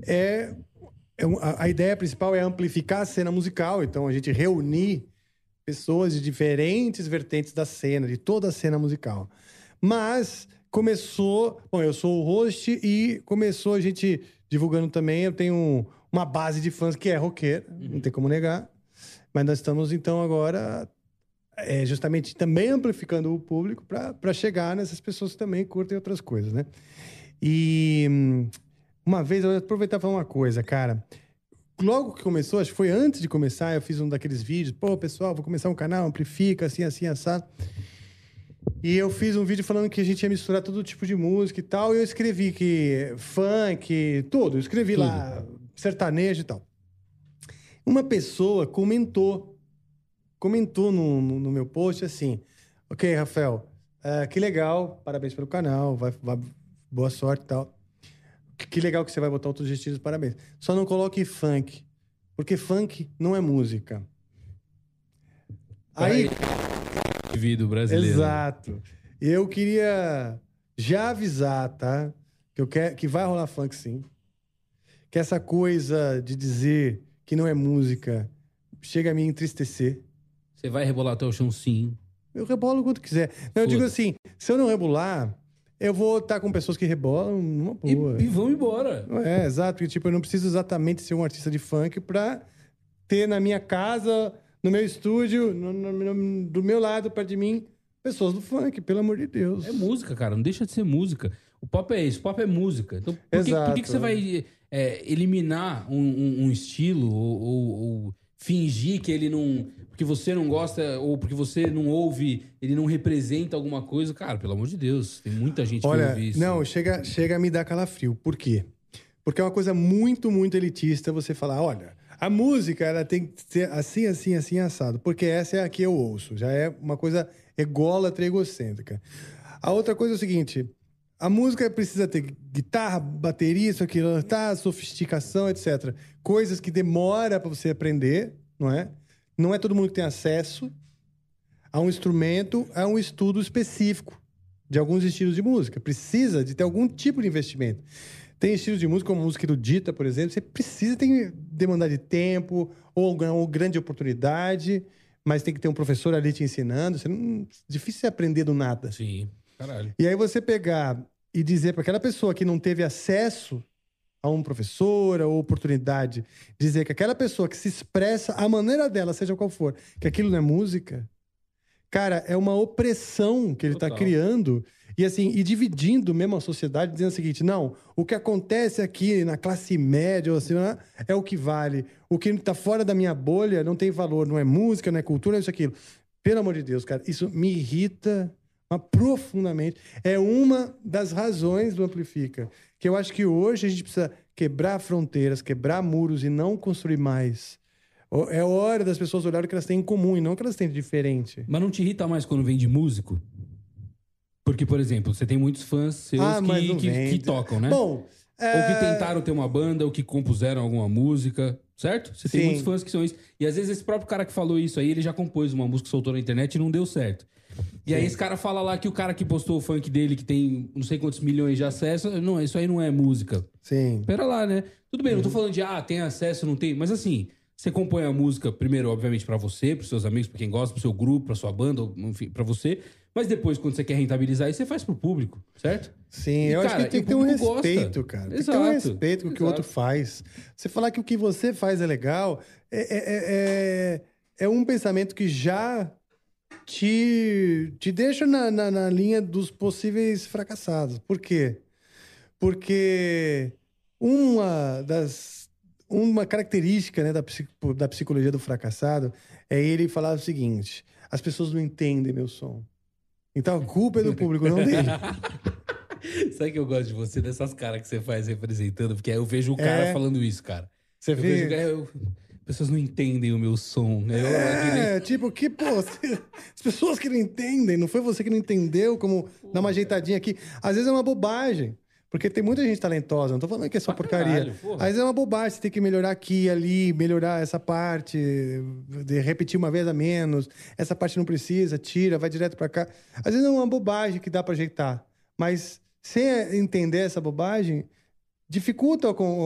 a ideia principal é amplificar a cena musical. Então, a gente reunir pessoas de diferentes vertentes da cena, de toda a cena musical. Mas começou... Bom, eu sou o host e começou a gente divulgando também. Eu tenho uma base de fãs que é roqueira, não tem como negar. Mas nós estamos, então, agora... justamente também amplificando o público para chegar nessas pessoas que também curtem outras coisas, né? E uma vez, eu vou aproveitar e falar uma coisa, cara. Logo que começou, acho que foi antes de começar, eu fiz um daqueles vídeos. Pô, pessoal, vou começar um canal, amplifica, assim, assim, assado. E eu fiz um vídeo falando que a gente ia misturar todo tipo de música e tal. E eu escrevi que funk, tudo. Eu escrevi lá sertanejo e tal. Uma pessoa comentou no meu post assim: ok, Rafael, que legal, parabéns pelo canal, boa sorte e tal. Que legal que você vai botar outros estilos, parabéns. Só não coloque funk, porque funk não é música. Aí... Indivíduo brasileiro. Exato. Eu queria já avisar, tá? Que vai rolar funk, sim. Que essa coisa de dizer que não é música chega a me entristecer. Você vai rebolar até o chão, sim. Eu rebolo quanto quiser. Não, eu digo assim, se eu não rebolar, eu vou estar com pessoas que rebolam numa boa. E vão embora. Exato. Porque, tipo, eu não preciso exatamente ser um artista de funk pra ter na minha casa, no meu estúdio, do meu lado, perto de mim, pessoas do funk, pelo amor de Deus. É música, cara. Não deixa de ser música. O pop é isso. O pop é música. Então, por que você vai eliminar um estilo ou fingir que ele não... Porque você não gosta ou porque você não ouve, ele não representa alguma coisa? Cara, pelo amor de Deus, tem muita gente que ouve isso. Não, chega a me dar calafrio. Por quê? Porque é uma coisa muito, muito elitista você falar, olha, a música ela tem que ser assim, assim, assim, assado. Porque essa é a que eu ouço. Já é uma coisa ególatra e egocêntrica. A outra coisa é o seguinte... A música precisa ter guitarra, bateria, isso aqui, tá, sofisticação, etc. Coisas que demora para você aprender, não é? Não é todo mundo que tem acesso a um instrumento, a um estudo específico de alguns estilos de música. Precisa de ter algum tipo de investimento. Tem estilos de música, como música erudita, por exemplo, você precisa demandar de tempo ou grande oportunidade, mas tem que ter um professor ali te ensinando. Difícil você aprender do nada. Sim. Caralho. E aí você pegar e dizer para aquela pessoa que não teve acesso a um professor ou oportunidade, dizer que aquela pessoa que se expressa, a maneira dela, seja qual for, que aquilo não é música, cara, é uma opressão que ele está criando e assim, e dividindo mesmo a sociedade, dizendo o seguinte, não, o que acontece aqui na classe média, assim, é o que vale. O que está fora da minha bolha não tem valor, não é música, não é cultura, não é isso, aquilo. Pelo amor de Deus, cara, isso me irrita profundamente. É uma das razões do Amplifica. Que eu acho que hoje a gente precisa quebrar fronteiras, quebrar muros e não construir mais. É hora das pessoas olharem o que elas têm em comum e não o que elas têm de diferente. Mas não te irrita mais quando vem de músico? Porque, por exemplo, você tem muitos fãs seus que tocam, né? Bom... Ou que tentaram ter uma banda, ou que compuseram alguma música, certo? Você tem muitos fãs que são isso. E às vezes esse próprio cara que falou isso aí, ele já compôs uma música, soltou na internet e não deu certo. E aí esse cara fala lá que o cara que postou o funk dele, que tem não sei quantos milhões de acessos, não, isso aí não é música. Sim. Pera lá, né? Tudo bem, não tô falando de, tem acesso, não tem. Mas assim, você compõe a música, primeiro, obviamente, pra você, pros seus amigos, pra quem gosta, pro seu grupo, pra sua banda, enfim, pra você. Mas depois, quando você quer rentabilizar isso, você faz pro público, certo? Sim, eu acho que tem que ter um respeito, cara. Tem que ter um respeito com o que o outro faz. Você falar que o que você faz é legal, é um pensamento que já te deixa na linha dos possíveis fracassados. Por quê? Porque uma característica, né, da psicologia do fracassado é ele falar o seguinte: as pessoas não entendem meu som. Então a culpa é do público, não dele. Sabe que eu gosto de você, dessas caras que você faz representando? Porque aí eu vejo o cara falando isso, cara. Você vê? As pessoas não entendem o meu som, né? Tipo, as pessoas que não entendem, não foi você que não entendeu como dar uma ajeitadinha aqui. Às vezes é uma bobagem, porque tem muita gente talentosa, não tô falando que é só porcaria. Às vezes é uma bobagem, você tem que melhorar aqui, ali, melhorar essa parte, de repetir uma vez a menos, essa parte não precisa, tira, vai direto pra cá. Às vezes é uma bobagem que dá pra ajeitar, mas sem entender essa bobagem, dificulta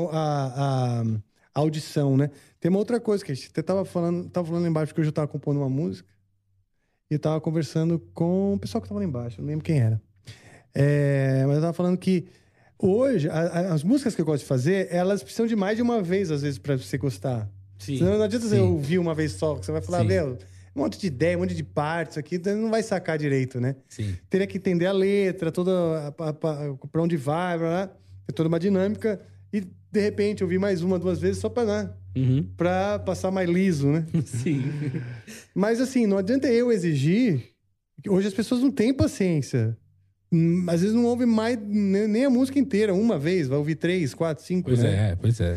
a audição, né? Tem uma outra coisa que a gente tava falando lá embaixo, que hoje eu tava compondo uma música e tava conversando com o pessoal que tava lá embaixo, não lembro quem era. Mas eu tava falando que hoje, as músicas que eu gosto de fazer, elas precisam de mais de uma vez, às vezes, pra você gostar. Sim. Senão não adianta você ouvir uma vez só, que você vai falar, Sim. meu, um monte de ideia, um monte de partes aqui, então não vai sacar direito, né? Sim. Teria que entender a letra, toda pra onde vai, ter toda uma dinâmica e, de repente, ouvir mais uma, 2 vezes só pra passar mais liso, né? Sim. Mas, assim, não adianta eu exigir. Hoje as pessoas não têm paciência. Às vezes não ouve mais nem a música inteira, uma vez, vai ouvir 3, 4, 5, né? Pois é.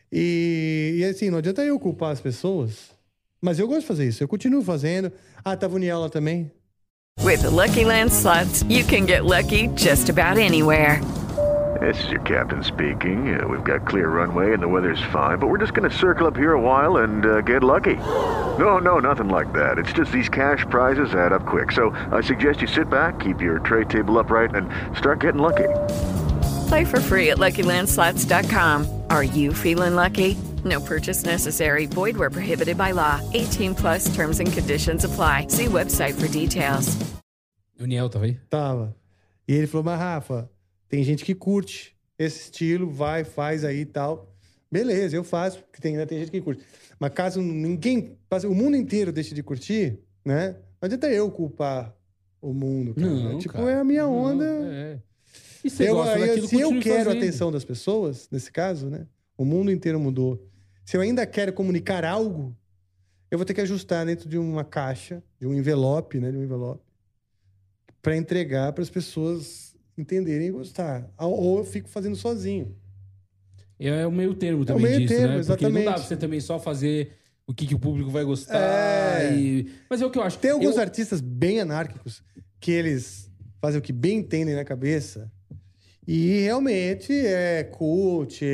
E assim, não adianta eu culpar as pessoas. Mas eu gosto de fazer isso, eu continuo fazendo. Tava o Niel lá também. With the Lucky Land Slots, you can get lucky just about anywhere. This is your captain speaking. We've got clear runway and the weather's fine, but we're just going to circle up here a while and get lucky. No, nothing like that. It's just these cash prizes add up quick. So I suggest you sit back, keep your tray table upright, and start getting lucky. Play for free at LuckyLandSlots.com. Are you feeling lucky? No purchase necessary. Void where prohibited by law. 18+ terms and conditions apply. See website for details. O Niel tava aí? Tava. E ele falou, mas Rafa, tem gente que curte esse estilo, vai, faz aí e tal. Beleza, eu faço, porque ainda tem gente que curte. Mas caso ninguém, o mundo inteiro deixe de curtir, né? Não adianta eu culpar o mundo, cara. Não, tipo, cara. é a minha onda. E você gosta daquilo, se eu continue quero a fazendo. atenção das pessoas, nesse caso, né? O mundo inteiro mudou. Se eu ainda quero comunicar algo, eu vou ter que ajustar dentro de uma caixa, de um envelope, né? De um envelope, para entregar para as pessoas entenderem e gostar. Ou eu fico fazendo sozinho. É o meio termo também meio disso, termo, né? Porque não dá exatamente. pra você também só fazer o que o público vai gostar. Mas é o que eu acho. Tem alguns artistas bem anárquicos que eles fazem o que bem entendem na cabeça e realmente é cult,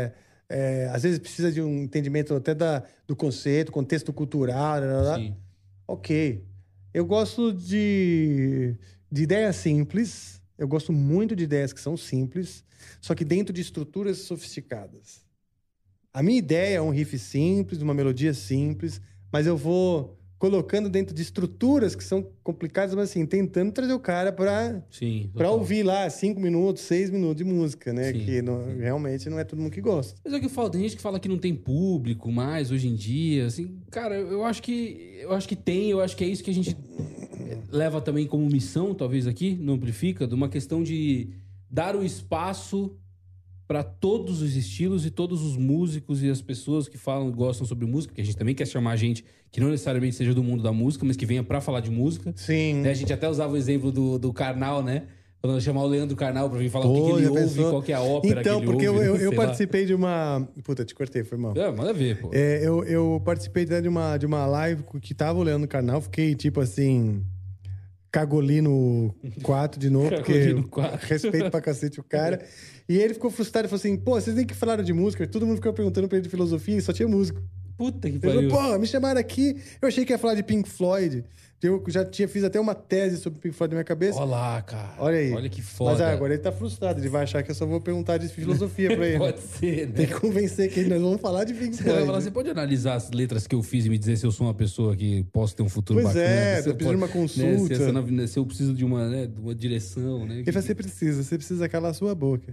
às vezes precisa de um entendimento até do conceito, contexto cultural, Sim. Ok. Eu gosto de ideias simples. Eu gosto muito de ideias que são simples, só que dentro de estruturas sofisticadas. A minha ideia é um riff simples, uma melodia simples, mas eu vou colocando dentro de estruturas que são complicadas, mas assim, tentando trazer o cara pra ouvir lá 5 minutos, 6 minutos de música, né? Sim, que realmente não é todo mundo que gosta. Mas é o que eu falo, tem gente que fala que não tem público mais hoje em dia, assim, cara, eu acho que tem, eu acho que é isso que a gente leva também como missão, talvez aqui, no Amplifica, de uma questão de dar o espaço para todos os estilos e todos os músicos e as pessoas que falam e gostam sobre música, porque a gente também quer chamar gente que não necessariamente seja do mundo da música, mas que venha para falar de música. Sim. Né? A gente até usava o exemplo do Karnal, né? Quando chamar o Leandro Karnal pra vir falar o que ele ouve, qual que é a ópera então, que ele porque ouve. eu participei de uma... Puta, te cortei, foi mal. Manda ver, pô. Eu participei de uma live que tava o Leandro Carnal, fiquei tipo assim... Cagolino 4 de novo, porque respeito pra cacete o cara. E ele ficou frustrado e falou assim, pô, vocês nem que falaram de música, todo mundo ficou perguntando pra ele de filosofia e só tinha músico. Puta que Ele pariu. falou, pô, me chamaram aqui, eu achei que ia falar de Pink Floyd. Eu já fiz até uma tese sobre Pink Floyd na minha cabeça. Olha lá, cara. Olha aí. Olha que foda. Mas agora ele tá frustrado, ele vai achar que eu só vou perguntar de filosofia pra ele. Pode ser, né? Tem que convencer que nós vamos falar de Pink Você vai Floyd. falar, você pode analisar as letras que eu fiz e me dizer se eu sou uma pessoa que posso ter um futuro Pois bacana? é, se eu preciso de uma consulta. Né, se eu preciso de uma direção, né? Ele fala, você precisa calar a sua boca.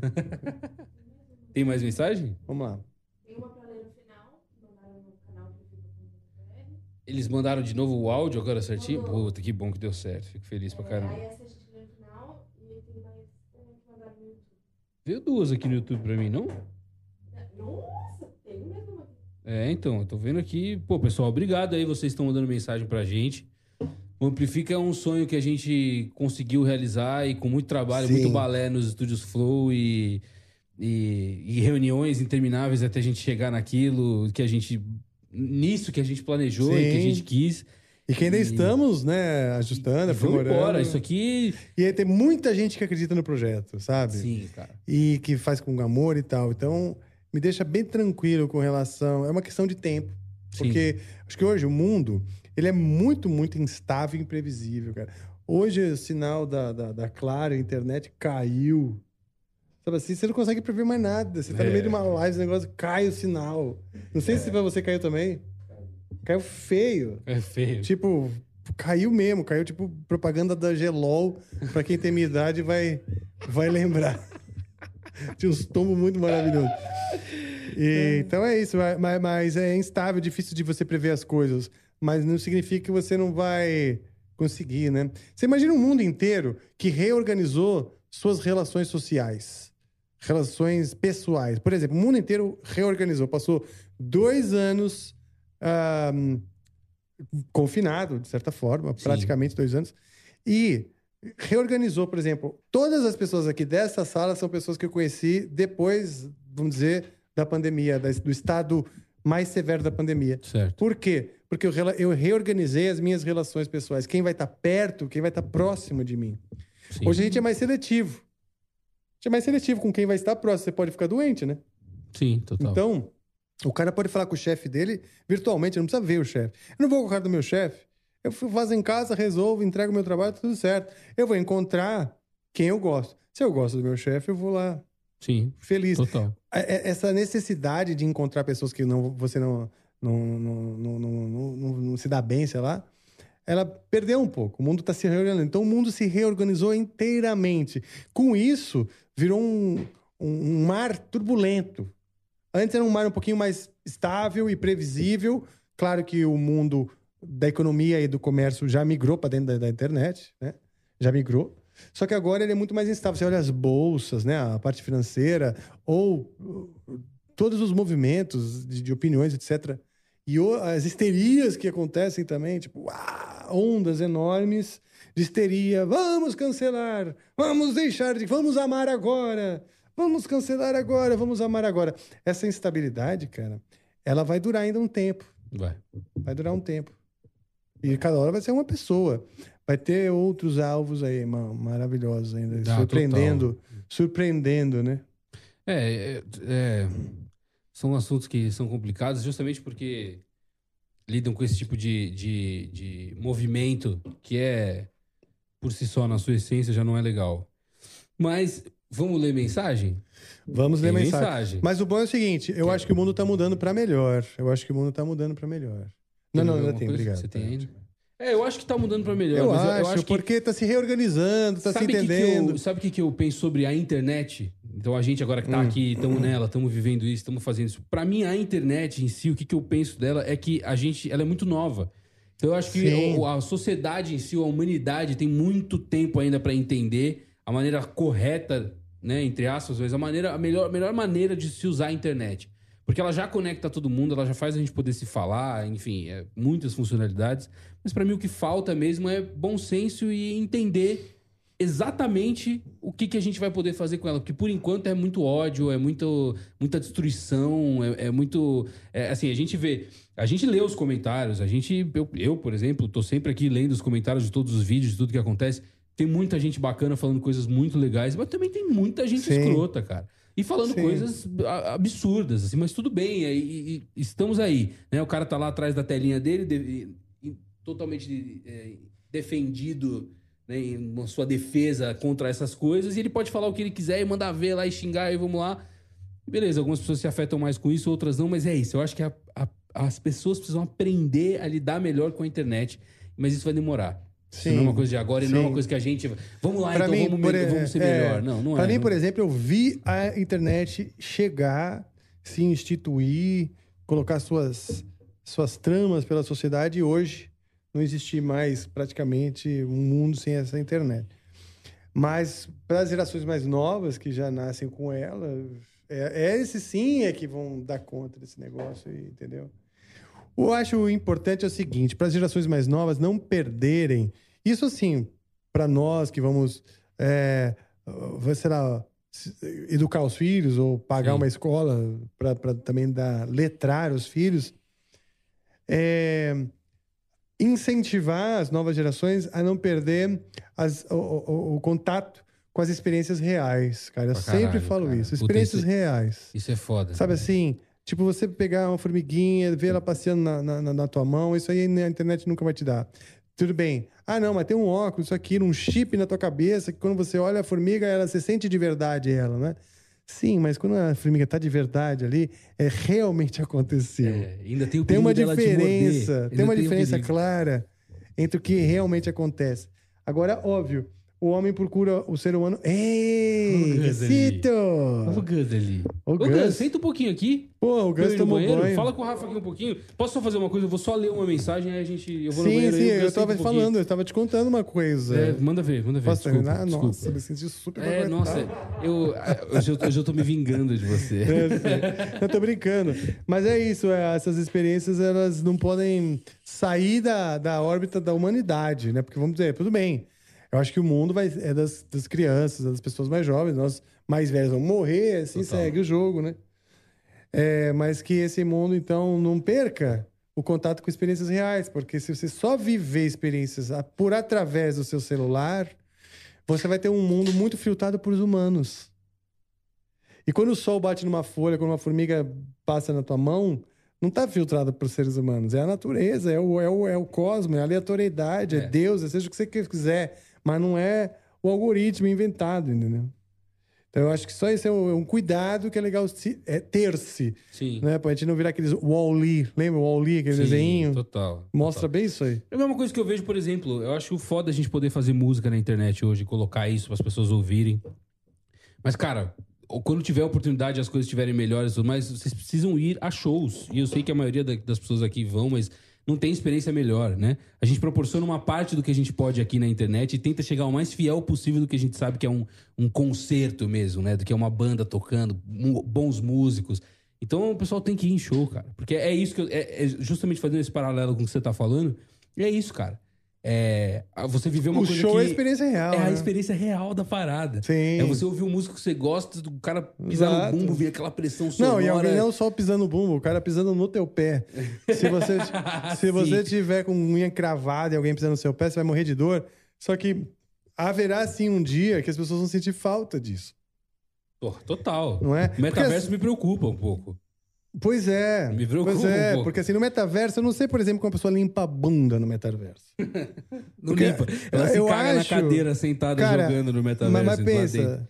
Tem mais mensagem? Vamos lá. Tem uma pra ler no final, mandaram no canal do Fica.br. Eles mandaram de novo o áudio agora certinho? Puta, que bom que deu certo. Fico feliz pra caramba. Aí essa a gente lê no final e tem mais uma que mandaram no YouTube. Veio 2 aqui no YouTube pra mim, não? Nossa, Então, eu tô vendo aqui. Pô, pessoal, obrigado aí, vocês estão mandando mensagem pra gente. O Amplifica é um sonho que a gente conseguiu realizar e com muito trabalho, Sim. muito balé nos estúdios Flow e reuniões intermináveis até a gente chegar naquilo que a gente... Nisso que a gente planejou e que a gente quis. E que ainda estamos, né, ajustando, Vamos aprimorando. embora, isso aqui... E aí tem muita gente que acredita no projeto, sabe? Sim, cara. E que faz com amor e tal. Então, me deixa bem tranquilo com relação... É uma questão de tempo. Porque acho que hoje o mundo, ele é muito, muito instável e imprevisível, cara. Hoje o sinal da Claro, a internet caiu. Sabe assim, você não consegue prever mais nada. Você tá no meio de uma live, o negócio cai o sinal. Não sei se pra você caiu também. Caiu feio. É feio. Tipo, caiu mesmo. Caiu tipo propaganda da Gelol. Pra quem tem minha idade vai lembrar. Tinha uns tombos muito maravilhosos. Então é isso. Mas é instável, difícil de você prever as coisas. Mas não significa que você não vai conseguir, né? Você imagina um mundo inteiro que reorganizou suas relações sociais. Relações pessoais. Por exemplo, o mundo inteiro reorganizou. Passou 2 anos confinado, de certa forma, praticamente 2 anos. E reorganizou, por exemplo, todas as pessoas aqui dessa sala são pessoas que eu conheci depois, vamos dizer, da pandemia, do estado mais severo da pandemia. Certo. Por quê? Porque eu reorganizei as minhas relações pessoais. Quem vai estar perto, quem vai estar próximo de mim. Sim. Hoje a gente é mais seletivo. A gente é mais seletivo com quem vai estar próximo. Você pode ficar doente, né? Sim, total. Então, o cara pode falar com o chefe dele virtualmente, não precisa ver o chefe. Eu não vou com o cara do meu chefe. Eu faço em casa, resolvo, entrego o meu trabalho, tudo certo. Eu vou encontrar quem eu gosto. Se eu gosto do meu chefe, eu vou lá. Sim. Feliz. Total. Essa necessidade de encontrar pessoas que você não se dá bem, sei lá, ela perdeu um pouco. O mundo está se reorganizando. Então, o mundo se reorganizou inteiramente. Com isso, virou um mar turbulento. Antes era um mar um pouquinho mais estável e previsível. Claro que o mundo da economia e do comércio já migrou para dentro da internet, né? Já migrou. Só que agora ele é muito mais instável. Você olha as bolsas, né? A parte financeira, ou todos os movimentos de opiniões, etc. E as histerias que acontecem também, tipo, ondas enormes de histeria. Vamos cancelar, vamos vamos amar agora, vamos cancelar agora, vamos amar agora. Essa instabilidade, cara, ela vai durar ainda um tempo. Vai durar um tempo. E cada hora vai ser uma pessoa. Vai ter outros alvos aí, maravilhosos ainda. Surpreendendo, né? São assuntos que são complicados justamente porque lidam com esse tipo de movimento que por si só, na sua essência, já não é legal. Mas vamos ler mensagem? Vamos ler mensagem. Mas o bom é o seguinte, eu acho que o mundo tá mudando pra melhor. Não, ainda tem, obrigado. Você tem ainda? Eu acho que tá mudando pra melhor. Eu acho porque tá se reorganizando, tá se entendendo. Sabe o que eu penso sobre a internet? Então a gente agora que tá aqui, estamos nela, estamos vivendo isso, estamos fazendo isso. Pra mim, a internet em si, o que eu penso dela é que ela é muito nova. Então eu acho que a sociedade em si, a humanidade, tem muito tempo ainda pra entender a maneira correta, né, entre aspas, mas a melhor maneira de se usar a internet. Porque ela já conecta todo mundo, ela já faz a gente poder se falar, enfim, muitas funcionalidades. Mas pra mim o que falta mesmo é bom senso e entender exatamente o que a gente vai poder fazer com ela. Porque por enquanto é muito ódio, é muita destruição, assim, a gente lê os comentários, eu, por exemplo, tô sempre aqui lendo os comentários de todos os vídeos, de tudo que acontece. Tem muita gente bacana falando coisas muito legais, mas também tem muita gente escrota, cara. E falando coisas absurdas, assim, mas tudo bem, e estamos aí, né? O cara tá lá atrás da telinha dele, totalmente defendido, né, em sua defesa contra essas coisas, e ele pode falar o que ele quiser e mandar ver lá e xingar, e vamos lá. Beleza, algumas pessoas se afetam mais com isso, outras não, mas é isso. Eu acho que as pessoas precisam aprender a lidar melhor com a internet, mas isso vai demorar. Isso não é uma coisa de agora e não é uma coisa que a gente... Vamos lá, vamos ser melhor. Não pra mim, por exemplo, eu vi a internet chegar, se instituir, colocar suas tramas pela sociedade, e hoje não existe mais praticamente um mundo sem essa internet. Mas para as gerações mais novas, que já nascem com ela, Esses sim é que vão dar conta desse negócio, entendeu? Eu acho importante é o seguinte, para as gerações mais novas não perderem... Isso, assim, para nós que vamos, sei lá, educar os filhos ou pagar uma escola para também letrar os filhos, incentivar as novas gerações a não perder o contato com as experiências reais, cara. Eu sempre falo isso. Experiências reais. Isso é foda. Sabe assim? Tipo, você pegar uma formiguinha, ver ela passeando na tua mão, isso aí na internet nunca vai te dar. Tudo bem. Ah, não, mas tem um óculos, isso aqui, um chip na tua cabeça, que quando você olha a formiga, você sente de verdade ela, né? Sim, mas quando a formiga tá de verdade ali, realmente aconteceu. Ainda tem o tem uma perigo dela te diferença, morder. tem uma Ainda diferença perigo. clara entre o que realmente acontece. Agora, óbvio, o homem procura o ser humano... Ei, Gusito! O Gus ali. O Ô, Gus. Gus, senta um pouquinho aqui. Pô, o Gus tomou banho. Fala com o Rafa aqui um pouquinho. Posso só fazer uma coisa? Eu vou só ler uma mensagem, aí eu vou no Sim, banheiro. sim, aí o Gus eu senta tava um pouquinho. falando, eu tava te contando uma coisa. Manda ver. Posso Desculpa, terminar? desculpa. Nossa, eu me senti super Nossa, eu já tô me vingando de você. Eu tô brincando. Mas é isso, essas experiências, elas não podem sair da órbita da humanidade, né? Porque, vamos dizer, tudo bem. Eu acho que o mundo é das crianças, das pessoas mais jovens. Nós, mais velhos, vamos morrer, assim segue o jogo, né? Mas que esse mundo, então, não perca o contato com experiências reais. Porque se você só viver experiências por através do seu celular, você vai ter um mundo muito filtrado por humanos. E quando o sol bate numa folha, quando uma formiga passa na tua mão, não está filtrado por seres humanos. É a natureza, é o cosmos, é a aleatoriedade, é Deus, seja o que você quiser. Mas não é o algoritmo inventado, entendeu? Então, eu acho que só esse é um cuidado que é legal ter-se. Sim. Né? Pra gente não virar aqueles Wall-E. Lembra o Wall-E, aquele desenho? Total. Mostra bem isso aí. É a mesma coisa que eu vejo, por exemplo, eu acho foda a gente poder fazer música na internet hoje, colocar isso para as pessoas ouvirem. Mas, cara, quando tiver oportunidade, as coisas estiverem melhores, mas vocês precisam ir a shows. E eu sei que a maioria das pessoas aqui vão, mas não tem experiência melhor, né? A gente proporciona uma parte do que a gente pode aqui na internet e tenta chegar o mais fiel possível do que a gente sabe que é um concerto mesmo, né? Do que é uma banda tocando, bons músicos. Então o pessoal tem que ir em show, cara. Porque é isso que justamente fazendo esse paralelo com o que você tá falando, é isso, cara. Você viveu uma coisa que... O show é a experiência real. A experiência real da parada. Sim. É você ouvir um músico que você gosta, do cara pisar no bumbo, ver aquela pressão sonora. Não, e alguém não só pisando no bumbo, o cara pisando no teu pé. Se você tiver com unha cravada e alguém pisando no seu pé, você vai morrer de dor. Só que haverá, sim, um dia que as pessoas vão sentir falta disso. Total. Não é? O metaverso me preocupa um pouco. Pois é. Me preocupa um pouco. Porque assim, no metaverso, eu não sei, por exemplo, como a pessoa limpa a bunda no metaverso. Não limpa. Ela se caga na cadeira sentada, cara, jogando no metaverso. Mas pensa,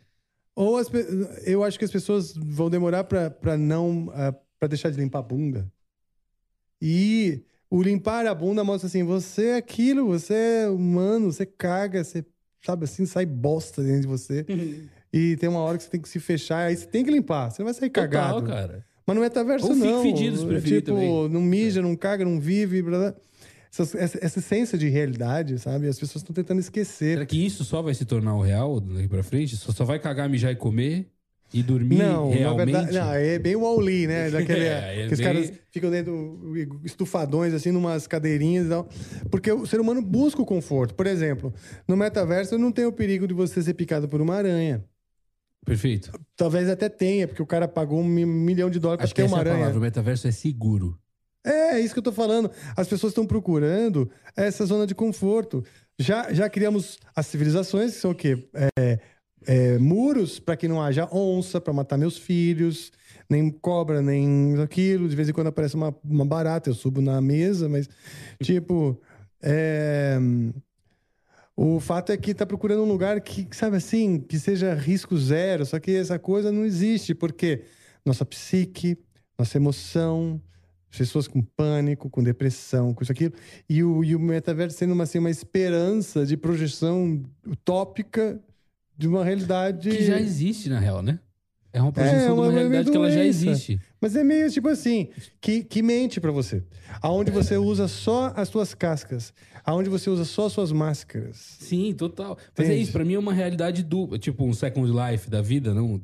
eu acho que as pessoas vão demorar pra deixar de limpar a bunda. E o limpar a bunda mostra assim, você é aquilo, você é humano, você caga, você, sabe assim, sai bosta dentro de você. E tem uma hora que você tem que se fechar, aí você tem que limpar, você não vai sair cagado. Total, cara. Mas no metaverso ou não. Ou fique fedido, se preferir também. Não mija, não caga, não vive, blá, blá. Essa essência de realidade, sabe? As pessoas estão tentando esquecer. Será que isso só vai se tornar o real daqui pra frente? Só vai cagar, mijar e comer? E dormir realmente? Na verdade, não, é bem o Wall-E, né? Que os bem... caras ficam dentro, estufadões, assim, numas cadeirinhas e tal. Porque o ser humano busca o conforto. Por exemplo, no metaverso não tem o perigo de você ser picado por uma aranha. Perfeito. Talvez até tenha, porque o cara pagou $1 milhão pra ter uma aranha. Palavra, o metaverso é seguro. É isso que eu tô falando. As pessoas estão procurando essa zona de conforto. Já criamos as civilizações, que são o quê? Muros para que não haja onça, para matar meus filhos, nem cobra, nem aquilo. De vez em quando aparece uma barata, eu subo na mesa, mas tipo... O fato é que tá procurando um lugar que, sabe assim, que seja risco zero, só que essa coisa não existe, porque nossa psique, nossa emoção, pessoas com pânico, com depressão, com isso, aquilo, e o metaverso sendo uma esperança de projeção utópica de uma realidade... Que já existe, na real, né? É uma projeção de uma realidade que ela já existe. Mas é meio tipo assim, que mente pra você. Aonde você usa só as suas cascas. Aonde você usa só as suas máscaras. Sim, total. Mas é isso, pra mim é uma realidade tipo um Second Life da vida, não...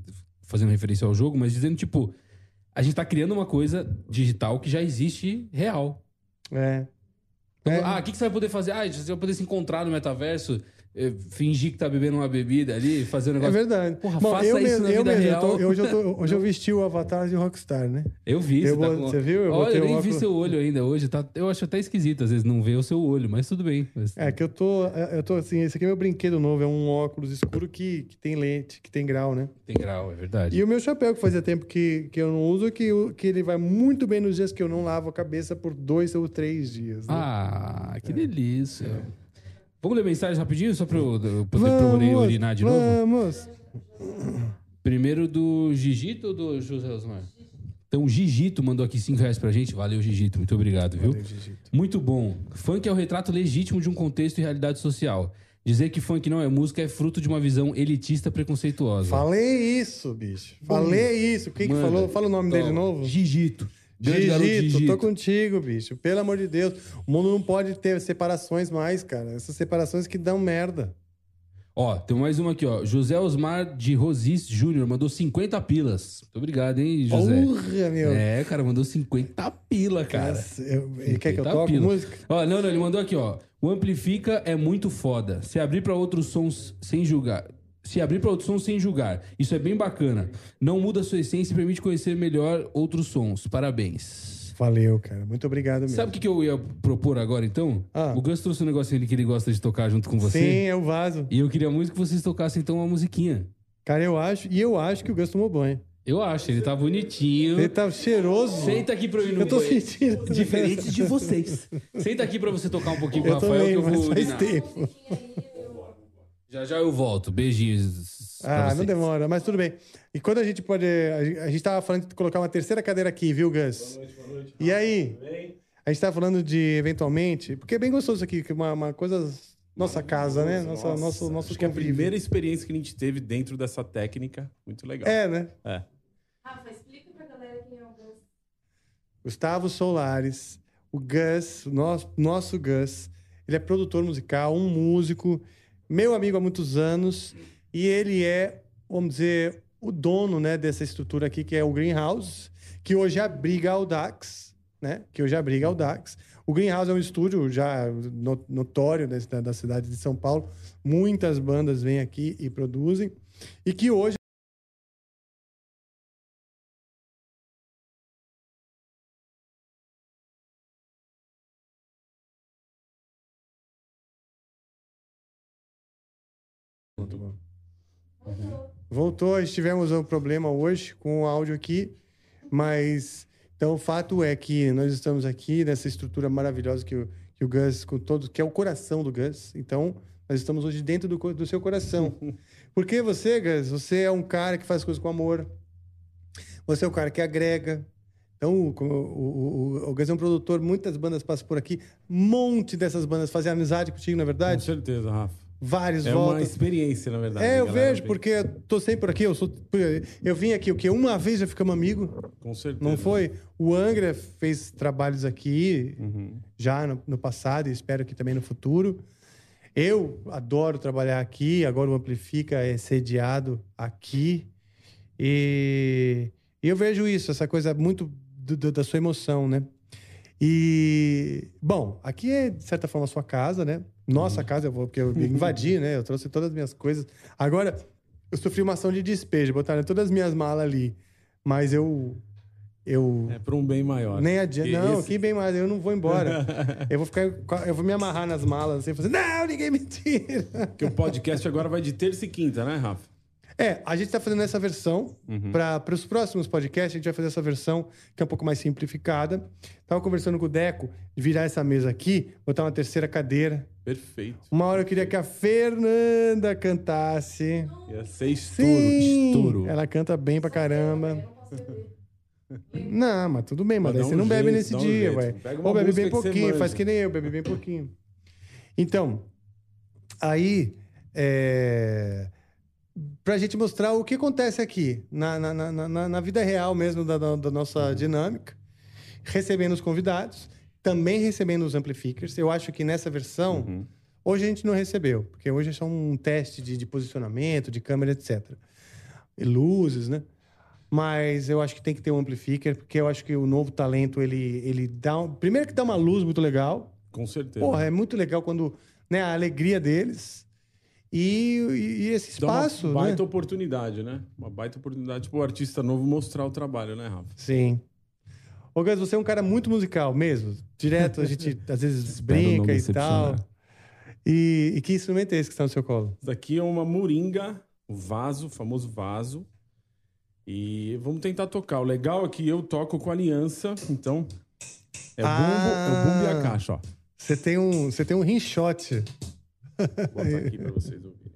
fazendo referência ao jogo, mas dizendo, tipo, a gente tá criando uma coisa digital que já existe real. Então, o que você vai poder fazer? Você vai poder se encontrar no metaverso, fingir que tá bebendo uma bebida ali, fazer um negócio... É verdade. Porra, faça isso na vida real. Hoje eu vesti o avatar de Rockstar, né? Eu vi. Você viu? Olha, eu nem vi seu olho ainda hoje. Eu acho até esquisito, às vezes, não ver o seu olho, mas tudo bem. É que eu tô assim, esse aqui é meu brinquedo novo, é um óculos escuro que tem lente, que tem grau, né? Tem grau, é verdade. E o meu chapéu, que fazia tempo que eu não uso, que ele vai muito bem nos dias que eu não lavo a cabeça por 2 ou 3 dias. Né? Que delícia. Vamos ler mensagem rapidinho, só pra eu poder urinar de novo? Vamos! Primeiro do Gigito ou do José Osmar? Então, o Gigito mandou aqui R$5 pra gente. Valeu, Gigito. Muito obrigado, viu? Valeu, Gigito. Muito bom. Funk é o retrato legítimo de um contexto e realidade social. Dizer que funk não é música é fruto de uma visão elitista preconceituosa. Falei isso, bicho. Falei isso. Quem que falou? Fala o nome dele de novo. Gigito. Gigito, tô contigo, bicho. Pelo amor de Deus. O mundo não pode ter separações mais, cara. Essas separações que dão merda. Ó, tem mais uma aqui, ó. José Osmar de Rosis Júnior mandou 50 pilas. Muito obrigado, hein, José? Porra, meu. Cara, mandou 50 pila, cara. Ele quer que eu toque música? Ó, não, ele mandou aqui, ó. O Amplifica é muito foda. Se abrir pra outros sons sem julgar. Isso é bem bacana. Não muda a sua essência e permite conhecer melhor outros sons. Parabéns. Valeu, cara. Muito obrigado mesmo. Sabe o que eu ia propor agora, então? O Gus trouxe um negocinho que ele gosta de tocar junto com você. Sim, é o vaso. E eu queria muito que vocês tocassem, então, uma musiquinha. Cara, eu acho que o Gus tomou banho. Eu acho, ele tá bonitinho. Ele tá cheiroso. Senta aqui pra eu ir no banho. Eu tô banho. sentindo. Diferente de vocês. Senta aqui pra você tocar um pouquinho com o Rafael, também, que eu vou mas faz urinar. tempo. Já eu volto. Beijinhos. Não demora, mas tudo bem. E quando a gente pode... A gente tava falando de colocar uma terceira cadeira aqui, viu, Gus? Boa noite. E aí? Bem? A gente tava falando de, eventualmente... Porque é bem gostoso isso aqui, que uma coisa... Nossa casa, né? Nosso acho que é a primeira experiência que a gente teve dentro dessa técnica. Muito legal. É, né? É. Rafa, explica pra galera quem é o Gus. Gustavo Solares. O Gus, nosso Gus. Ele é produtor musical, um músico, meu amigo há muitos anos. E ele é, vamos dizer, o dono, né, dessa estrutura aqui, que é o Greenhouse, que hoje abriga a Audax, né? O Greenhouse é um estúdio já notório da cidade de São Paulo. Muitas bandas vêm aqui e produzem. E que hoje... Voltou, tivemos um problema hoje com o áudio aqui, mas então o fato é que nós estamos aqui nessa estrutura maravilhosa que o Gus, com todo, que é o coração do Gus. Então nós estamos hoje dentro do seu coração. Porque você, Gus, você é um cara que faz coisas com amor. Você é um cara que agrega. Então o Gus é um produtor, muitas bandas passam por aqui, um monte dessas bandas fazem amizade contigo, não é verdade? Com certeza, Rafa. Vários voltas. É uma experiência, na verdade. Eu vejo, porque eu tô sempre por aqui. Eu vim aqui, o quê? Uma vez já ficamos amigos. Com certeza. Não foi? O Angra fez trabalhos aqui já no passado e espero que também no futuro. Eu adoro trabalhar aqui. Agora o Amplifica é sediado aqui. E eu vejo isso, essa coisa muito da sua emoção, né? E, bom, aqui é, de certa forma, a sua casa, né? Nossa casa, porque eu invadi, né? Eu trouxe todas as minhas coisas. Agora, eu sofri uma ação de despejo, botaram todas as minhas malas ali. Mas eu... É para um bem maior. Nem adianta. Não, que bem mais, eu não vou embora. Eu vou me amarrar nas malas assim, e fazer, não, ninguém me tira. Porque o podcast agora vai de terça e quinta, né, Rafa? A gente tá fazendo essa versão. Para os próximos podcasts, a gente vai fazer essa versão que é um pouco mais simplificada. Tava conversando com o Deco de virar essa mesa aqui, botar uma terceira cadeira. Perfeito. Uma hora eu queria que a Fernanda cantasse. Ia ser estouro. Ela canta bem pra caramba. Não, mas tudo bem, mas daí você não bebe nesse dia, ué. Ou bebe bem pouquinho, faz que nem eu, bebe bem pouquinho. Então, aí... pra gente mostrar o que acontece aqui, na vida real mesmo da nossa dinâmica, recebendo os convidados, também recebendo os amplificers. Eu acho que nessa versão, hoje a gente não recebeu, porque hoje é só um teste de posicionamento, de câmera, etc. E luzes, né? mas eu acho que tem que ter um amplifier, porque eu acho que o novo talento, ele dá... Primeiro que dá uma luz muito legal. Com certeza. Porra, é muito legal quando... Né, a alegria deles e esse espaço, dá uma baita né? oportunidade, né? Uma baita oportunidade pro artista novo mostrar o trabalho, né, Rafa? Sim. Ô, Gus, você é um cara muito musical mesmo. Direto, a gente às vezes brinca e tal. E que instrumento é esse que está no seu colo? Isso daqui é uma moringa, o vaso, o famoso vaso. E vamos tentar tocar. O legal é que eu toco com aliança, então é o bumbo e a caixa, ó. Você tem um rinchote. Vou botar aqui para vocês ouvirem.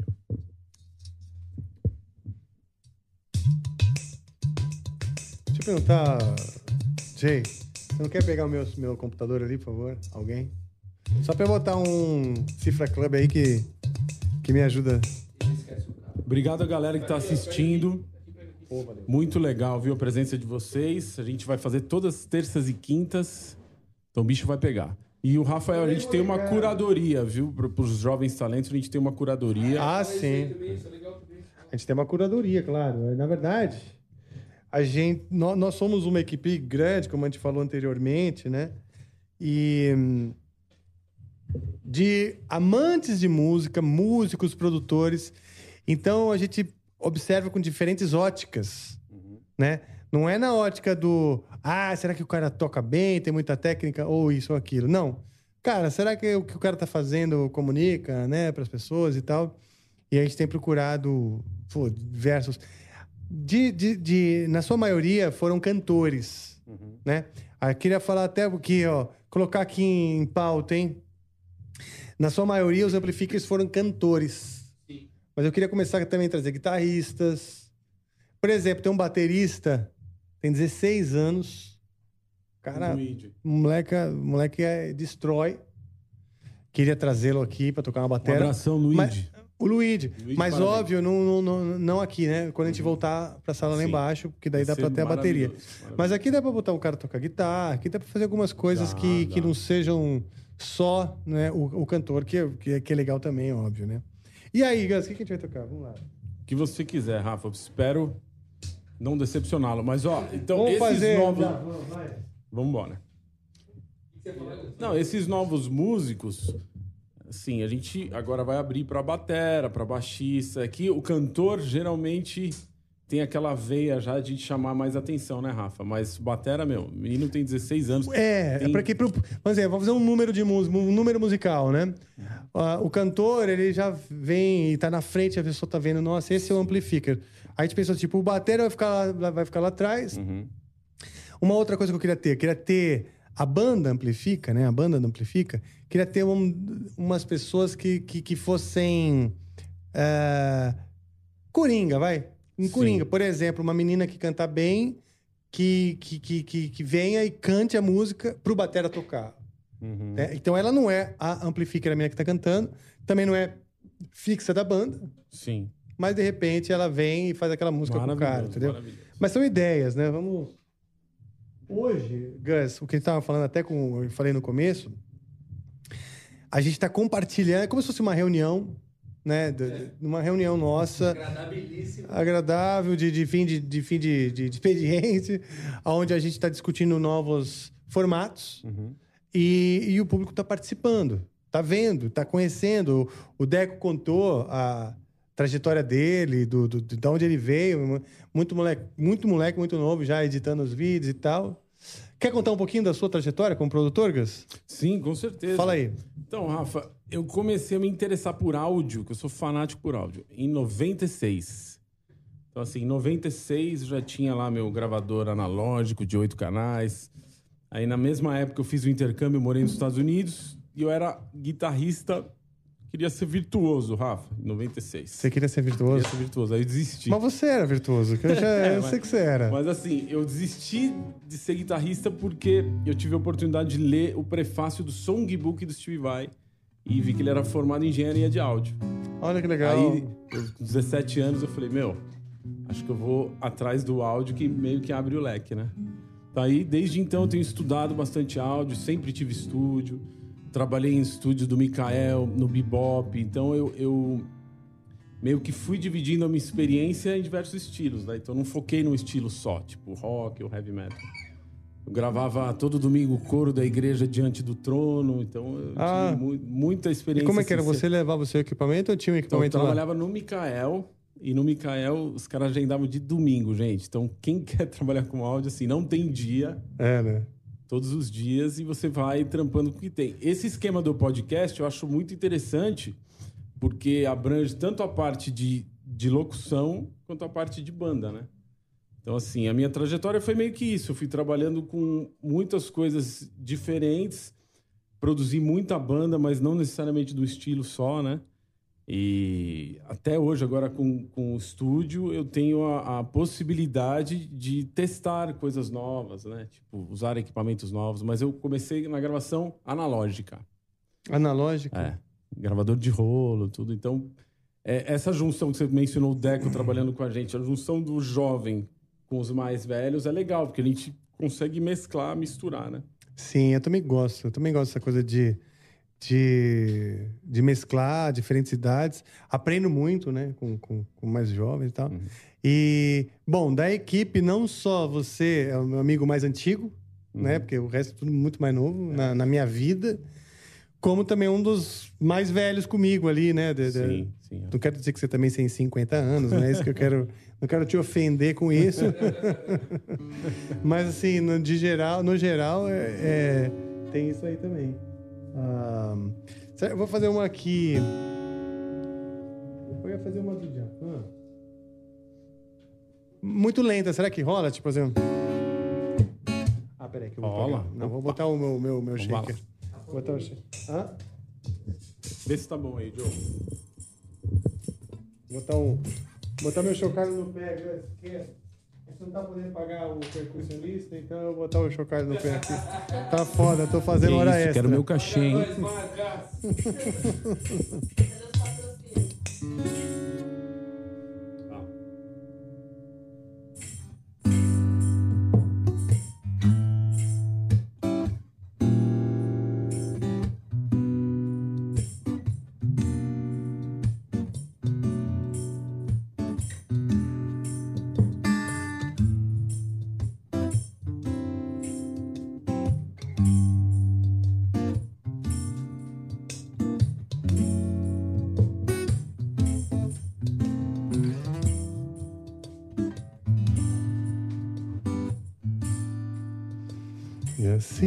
Deixa eu perguntar, Jay, você não quer pegar o meu computador ali, por favor? Alguém? Só pra eu botar um Cifra Club aí que me ajuda. Obrigado a galera que tá assistindo. Muito legal, viu, a presença de vocês. A gente vai fazer todas as terças e quintas. Então o bicho vai pegar. E o Rafael, a gente tem uma curadoria, viu? Para os jovens talentos, a gente tem uma curadoria. Ah, sim. A gente tem uma curadoria, claro. Na verdade, nós somos uma equipe grande, como a gente falou anteriormente, né? E de amantes de música, músicos, produtores. Então, a gente observa com diferentes óticas, né? Não é na ótica do... será que o cara toca bem, tem muita técnica, ou isso ou aquilo? Não. Cara, será que o que o cara tá fazendo comunica, né, para as pessoas e tal? E a gente tem procurado diversos... Na sua maioria, foram cantores, né? Eu queria falar até aqui, ó, colocar aqui em pauta, hein? Na sua maioria, os amplificers foram cantores. Sim. Mas eu queria começar também a trazer guitarristas. Por exemplo, tem um baterista... Tem 16 anos. Cara, moleque destrói. Queria trazê-lo aqui para tocar uma bateria. Um abração, Luigi. O Luigi. Mas parabéns. óbvio, não aqui, né? Quando a gente voltar para a sala lá embaixo, porque daí dá para ter a bateria. Mas aqui dá para botar um cara tocar guitarra, aqui dá para fazer algumas coisas que não sejam só, né, o cantor, que é legal também, óbvio, né? E aí, Gus, o que a gente vai tocar? Vamos lá. O que você quiser, Rafa. Eu espero... não decepcioná-lo, mas ó, então vamos esses fazer, novos... vai. Vamos embora. Não, esses novos músicos, assim, a gente agora vai abrir pra batera, pra baixista. Aqui o cantor geralmente tem aquela veia já de chamar mais atenção, né, Rafa? Mas batera, o menino tem 16 anos. É pra que... Vamos fazer um número de música, um número musical, né? O cantor, ele já vem e tá na frente, a pessoa tá vendo, nossa, esse é o amplifier. Aí a gente pensou, tipo, o batera vai ficar lá atrás. Uma outra coisa que eu queria ter a banda amplifica, né? A banda não amplifica. Queria ter umas pessoas que fossem coringa, vai. Coringa. Por exemplo, uma menina que canta bem, que venha e cante a música pro batera tocar. Então ela não é a amplifica, a menina que tá cantando. Também não é fixa da banda. Sim. Mas, de repente, ela vem e faz aquela música com o cara, entendeu? Mas são ideias, né? Vamos... Hoje, Gus, o que a gente estava falando até eu falei no começo, a gente está compartilhando, é como se fosse uma reunião, né? Uma reunião nossa. Agradável, de fim de expediente, onde a gente está discutindo novos formatos e o público está participando, está vendo, está conhecendo. O Deco contou a trajetória dele, de onde ele veio, muito moleque, muito novo, já editando os vídeos e tal. Quer contar um pouquinho da sua trajetória como produtor, Gus? Sim, com certeza. Fala aí. Então, Rafa, eu comecei a me interessar por áudio, que eu sou fanático por áudio, em 96. Então, assim, em 96 eu já tinha lá meu gravador analógico de 8 canais. Aí, na mesma época, eu fiz o intercâmbio, morei nos Estados Unidos e eu era guitarrista. Queria ser virtuoso, Rafa, em 96. Você queria ser virtuoso? Queria ser virtuoso, aí eu desisti. Mas você era virtuoso, que eu sei que você era. Mas assim, eu desisti de ser guitarrista porque eu tive a oportunidade de ler o prefácio do Songbook do Steve Vai e vi que ele era formado em engenharia de áudio. Olha que legal. Aí, com 17 anos, eu falei, acho que eu vou atrás do áudio que meio que abre o leque, né? Tá aí, desde então eu tenho estudado bastante áudio, sempre tive estúdio. Trabalhei em estúdios do Mikael, no Bebop. Então, eu meio que fui dividindo a minha experiência em diversos estilos, né? Então eu não foquei num estilo só, tipo rock ou heavy metal. Eu gravava todo domingo o coro da igreja diante do trono, então eu tive muita experiência. E como é que era? assim, Você levava o seu equipamento ou tinha um equipamento então, eu lá? trabalhava no Mikael, e no Mikael os caras agendavam de domingo, gente. Então quem quer trabalhar com áudio, assim, não tem dia. Né? Todos os dias, e você vai trampando com o que tem. Esse esquema do podcast eu acho muito interessante, porque abrange tanto a parte de locução quanto a parte de banda, né? Então, assim, a minha trajetória foi meio que isso. Eu fui trabalhando com muitas coisas diferentes, produzi muita banda, mas não necessariamente do estilo só, né? E até hoje, agora com o estúdio, eu tenho a possibilidade de testar coisas novas, né? Tipo, usar equipamentos novos. Mas eu comecei na gravação analógica. Analógica? É. Gravador de rolo, tudo. Então, essa junção que você mencionou, o Deco trabalhando com a gente, a junção do jovem com os mais velhos é legal, porque a gente consegue mesclar, misturar, né? Sim, eu também gosto. Eu também gosto dessa coisa de mesclar diferentes idades. Aprendo muito, né? Com mais jovens e tal. E, bom, da equipe, não só você é o meu amigo mais antigo, né? Porque o resto é tudo muito mais novo na minha vida. Como também um dos mais velhos comigo ali, né? Sim. Não quero dizer que você também tem 50 anos, não é isso que eu quero... Não quero te ofender com isso. Mas, assim, no geral, tem isso aí também. Eu vou fazer uma aqui. Eu ia fazer uma do Japan. Muito lenta. Será que rola? Tipo, fazer um... peraí que eu vou rola? Não, vou botar o meu shaker. Vou botar o shaker. Vê se tá bom aí, Joe. Botar meu chocalho no pé, você não tá podendo pagar o percussionista, então eu vou botar o chocalho no pé aqui. Tá foda, tô fazendo hora extra. Quero meu cachê, hein? E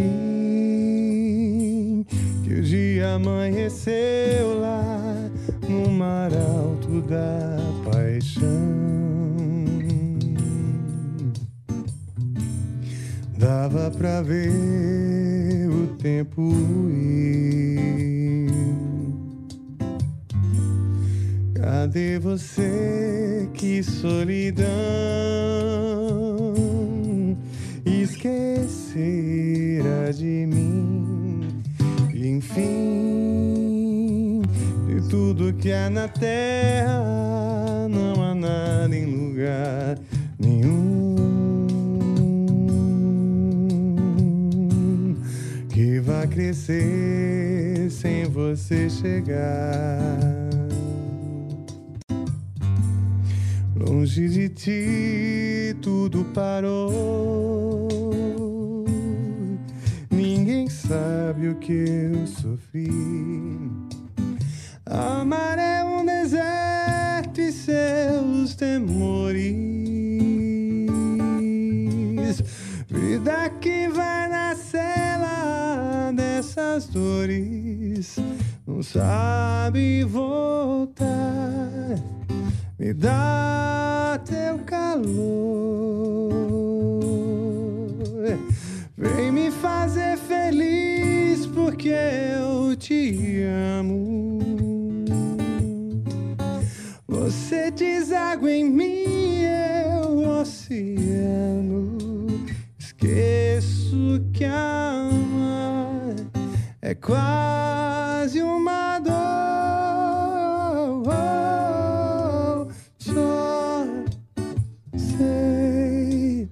assim que o dia amanheceu lá no mar alto da paixão, dava pra ver o tempo ir. Cadê você? Que solidão! Esquecera de mim. E, enfim, de tudo que há na terra, não há nada em lugar nenhum que vá crescer sem você chegar. Longe de ti tudo parou. Ninguém sabe o que eu sofri. Amar é um deserto e seus temores. Vida que vai na cela dessas dores, não sabe voltar. Me dá teu calor, vem me fazer feliz porque eu te amo. Você deságua em mim, eu oceano. Esqueço que amar é quase uma dor. Só sei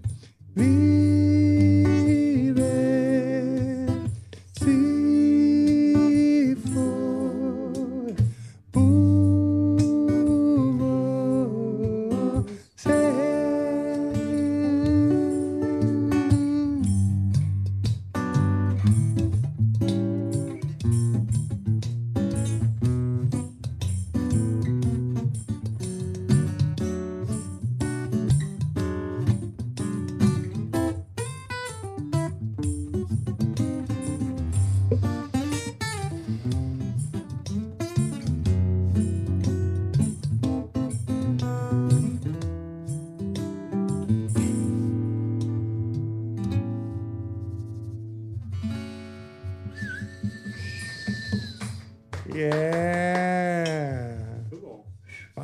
viver se for por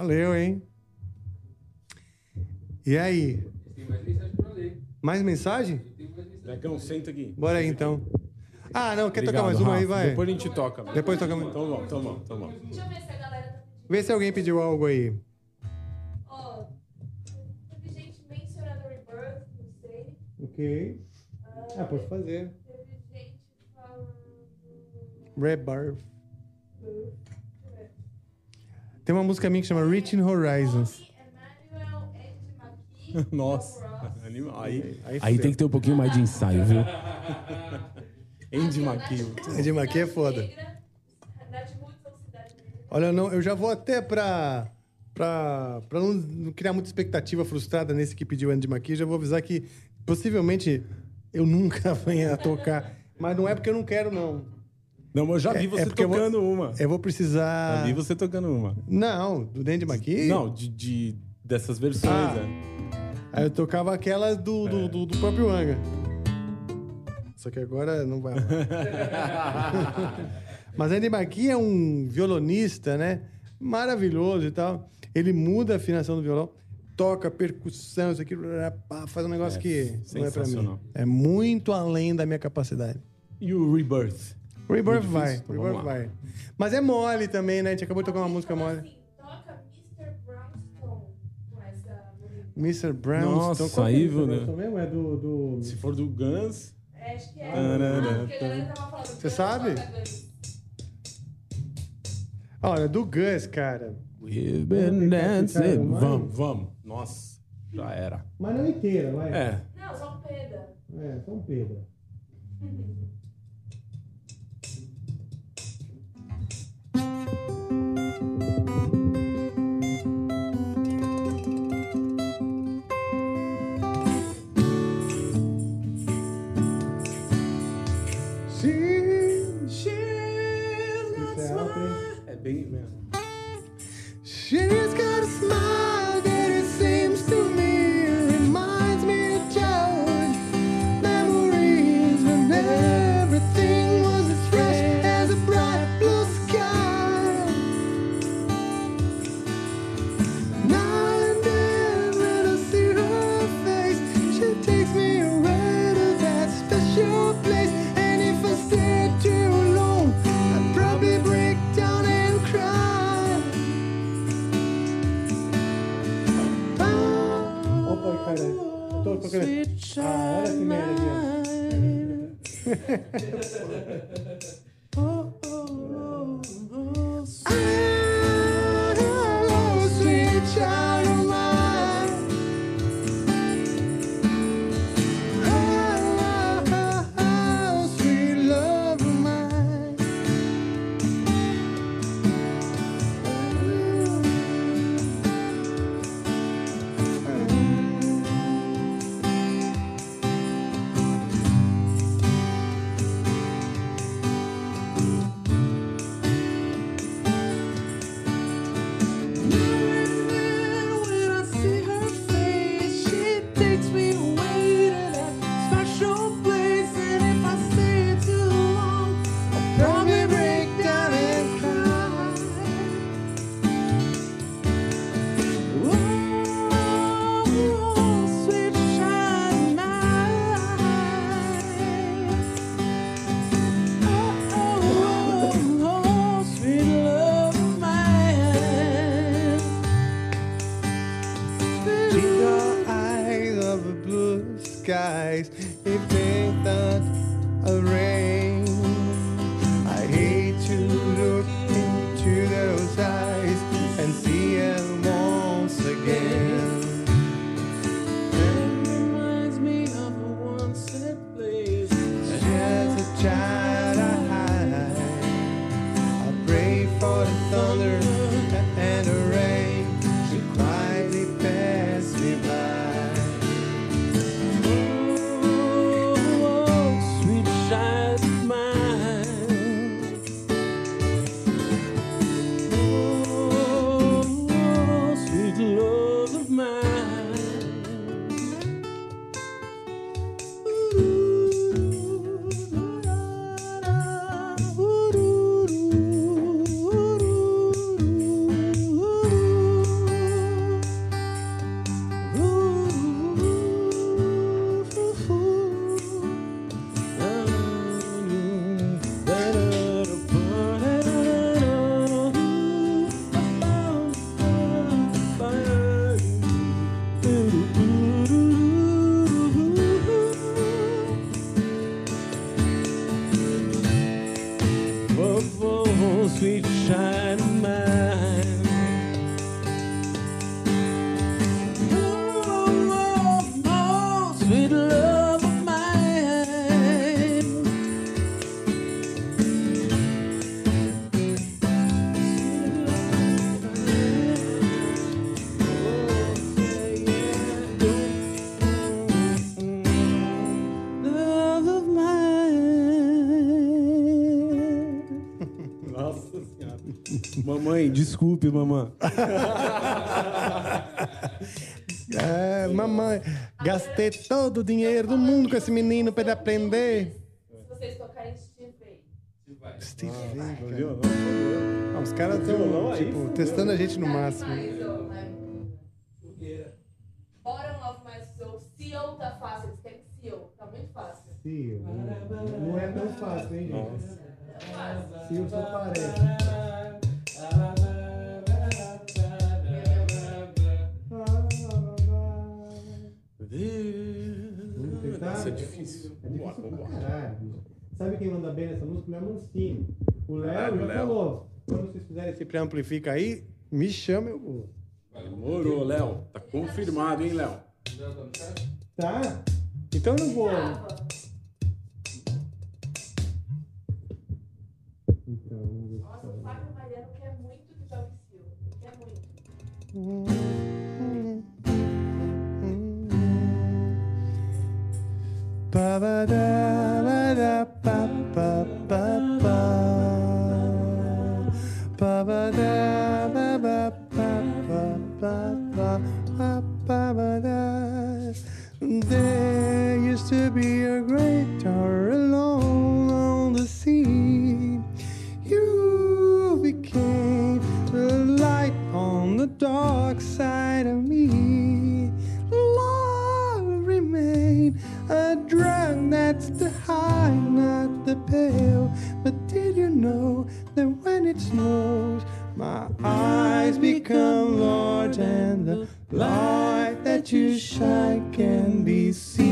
Valeu, hein? E aí? Tem mais mensagem pra ler. Mais mensagem? Necão, senta aqui. Bora aí, então. Ah, não, quer Obrigado, tocar mais uma aí, Rafa. vai? Depois a gente toca. Mano. Depois toca mais. Então vamos. Deixa eu ver se a galera tá pedindo. Vê se alguém pediu algo aí. Ó, teve gente mencionando Rebirth, não sei. Ok. Posso fazer. Teve gente falando... Rebirth. Tem uma música minha que chama Reaching Horizons. Emmanuel, Ed McKee, Nossa, Ross. animal. Aí Aí tem que ter um pouquinho mais de ensaio, viu? Andy McKee. Ed McKee é foda. Nath Hudson, Cidade Negra. Olha, eu já vou até pra não criar muita expectativa frustrada nesse que pediu Andy McKee, já vou avisar que possivelmente eu nunca venha a tocar. Mas não é porque eu não quero, não. Não, mas eu já vi você tocando uma. Eu vou precisar... Já vi você tocando uma. Não, do Andy McKee? Não, dessas versões, Aí eu tocava aquela do próprio Anga. Só que agora não vai. Mas Andy McKee é um violonista, né? Maravilhoso e tal. Ele muda a afinação do violão, toca percussão, isso aqui, faz um negócio que não é pra mim. É muito além da minha capacidade. E o Rebirth? Rebirth vai. Então, Rebirth vai. Mas é mole também, né? A gente acabou de tocar uma música mole. Assim, toca Mr. Brownstone com essa... Mr. Brownstone. Nossa, aí, viu, né? Mesmo? É do... Se for do Guns... Acho que é. Porque a galera tava falando. Você sabe? Olha, do Gus, cara. We've been dancing. Vamos. Nossa, já era. Mas não inteira, vai. É. Não, só um peda. Só um peda. É bem mesmo. She's got a smile that it seems to me reminds me of childhood memories when everything was as fresh as a bright blue sky. Now and then when I see her face, she takes me away to that special place. And if I stay too long, I'd probably break down and cry. Opa, cara, eu tô tocando. Olha que merda aqui. Sweet child of mine. Sweet love of mine. When I see her face, she takes me away to that special place. And if I stay too long, I'll probably break down and cry. Oh, sweet shining night. Oh, sweet love of mine. In your eyes of the blue skies, if they thought of rain, I hate to look into those eyes and see them once again. It reminds me of a once-set place. As a child I pray for the thunder and the rain. She quietly passed me by. Oh, sweet child Mamãe, desculpe, mamãe. Mamãe, gastei todo o dinheiro do mundo com esse menino pra ele aprender. Se vocês tocarem Steve Vai. Steve Vai. Os caras estão, tipo, testando a gente no máximo. Bottom of my soul. Seal tá fácil. Eles querem Seal. Tá muito fácil. Seal. Não é tão fácil, hein, gente? Seal só parece. Isso é difícil. Caralho. Sabe quem manda bem nessa música? O Léo Mancini. O Léo já falou. Quando vocês fizerem esse pré-amplifica aí, me chama, eu vou. Demorou, Léo. Tá confirmado, hein, Léo? Tá? Então eu não vou. Então, nossa, o Fábio Mariano quer muito que jogue Seal. Quer muito. Ba ba da ba da ba ba ba ba ba ba da ba ba ba ba ba ba ba da. There used to be a great tower alone on the sea. You became the light on the dark side of me. Love remained a drug that's the high, not the pill. But did you know that when it snows, my eyes become large and the light that you shine can be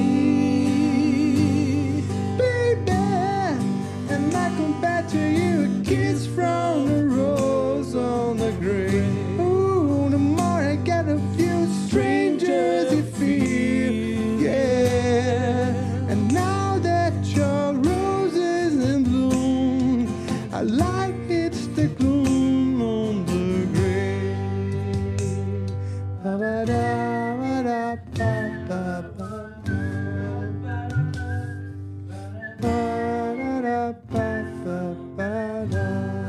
seen, baby? And I compare to you a kiss from the rose on the grave. Ooh, the more I get of you, strangers you feel, yeah. And now that your rose is in bloom, I like it's the gloom on the grave. Ba ba da ba da ba ba ba. Ba da da ba ba ba da.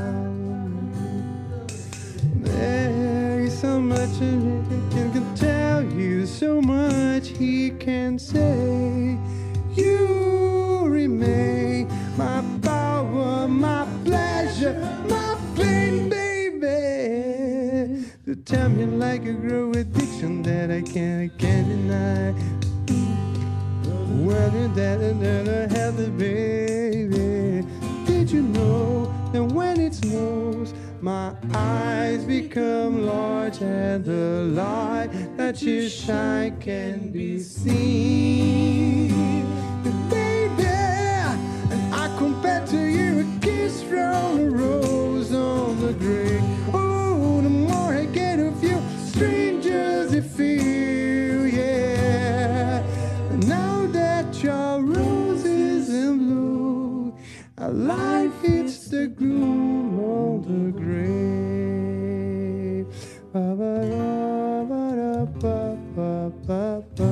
There is so much he can tell you, so much he can say. You remain my power, my pleasure, my pain, baby. To tell me like a grow addiction that I can't deny. Well, you're dead and I have the baby. Did you know that when it snows, my eyes become large and the light that you shine can be seen, baby? And I compare to you a kiss from a rose on the grave. Oh, the more I get of you, strangers you feel, yeah. And now that your rose is in bloom, our life hits the gloom on the grave. Ba ba da ba da ba ba ba ba.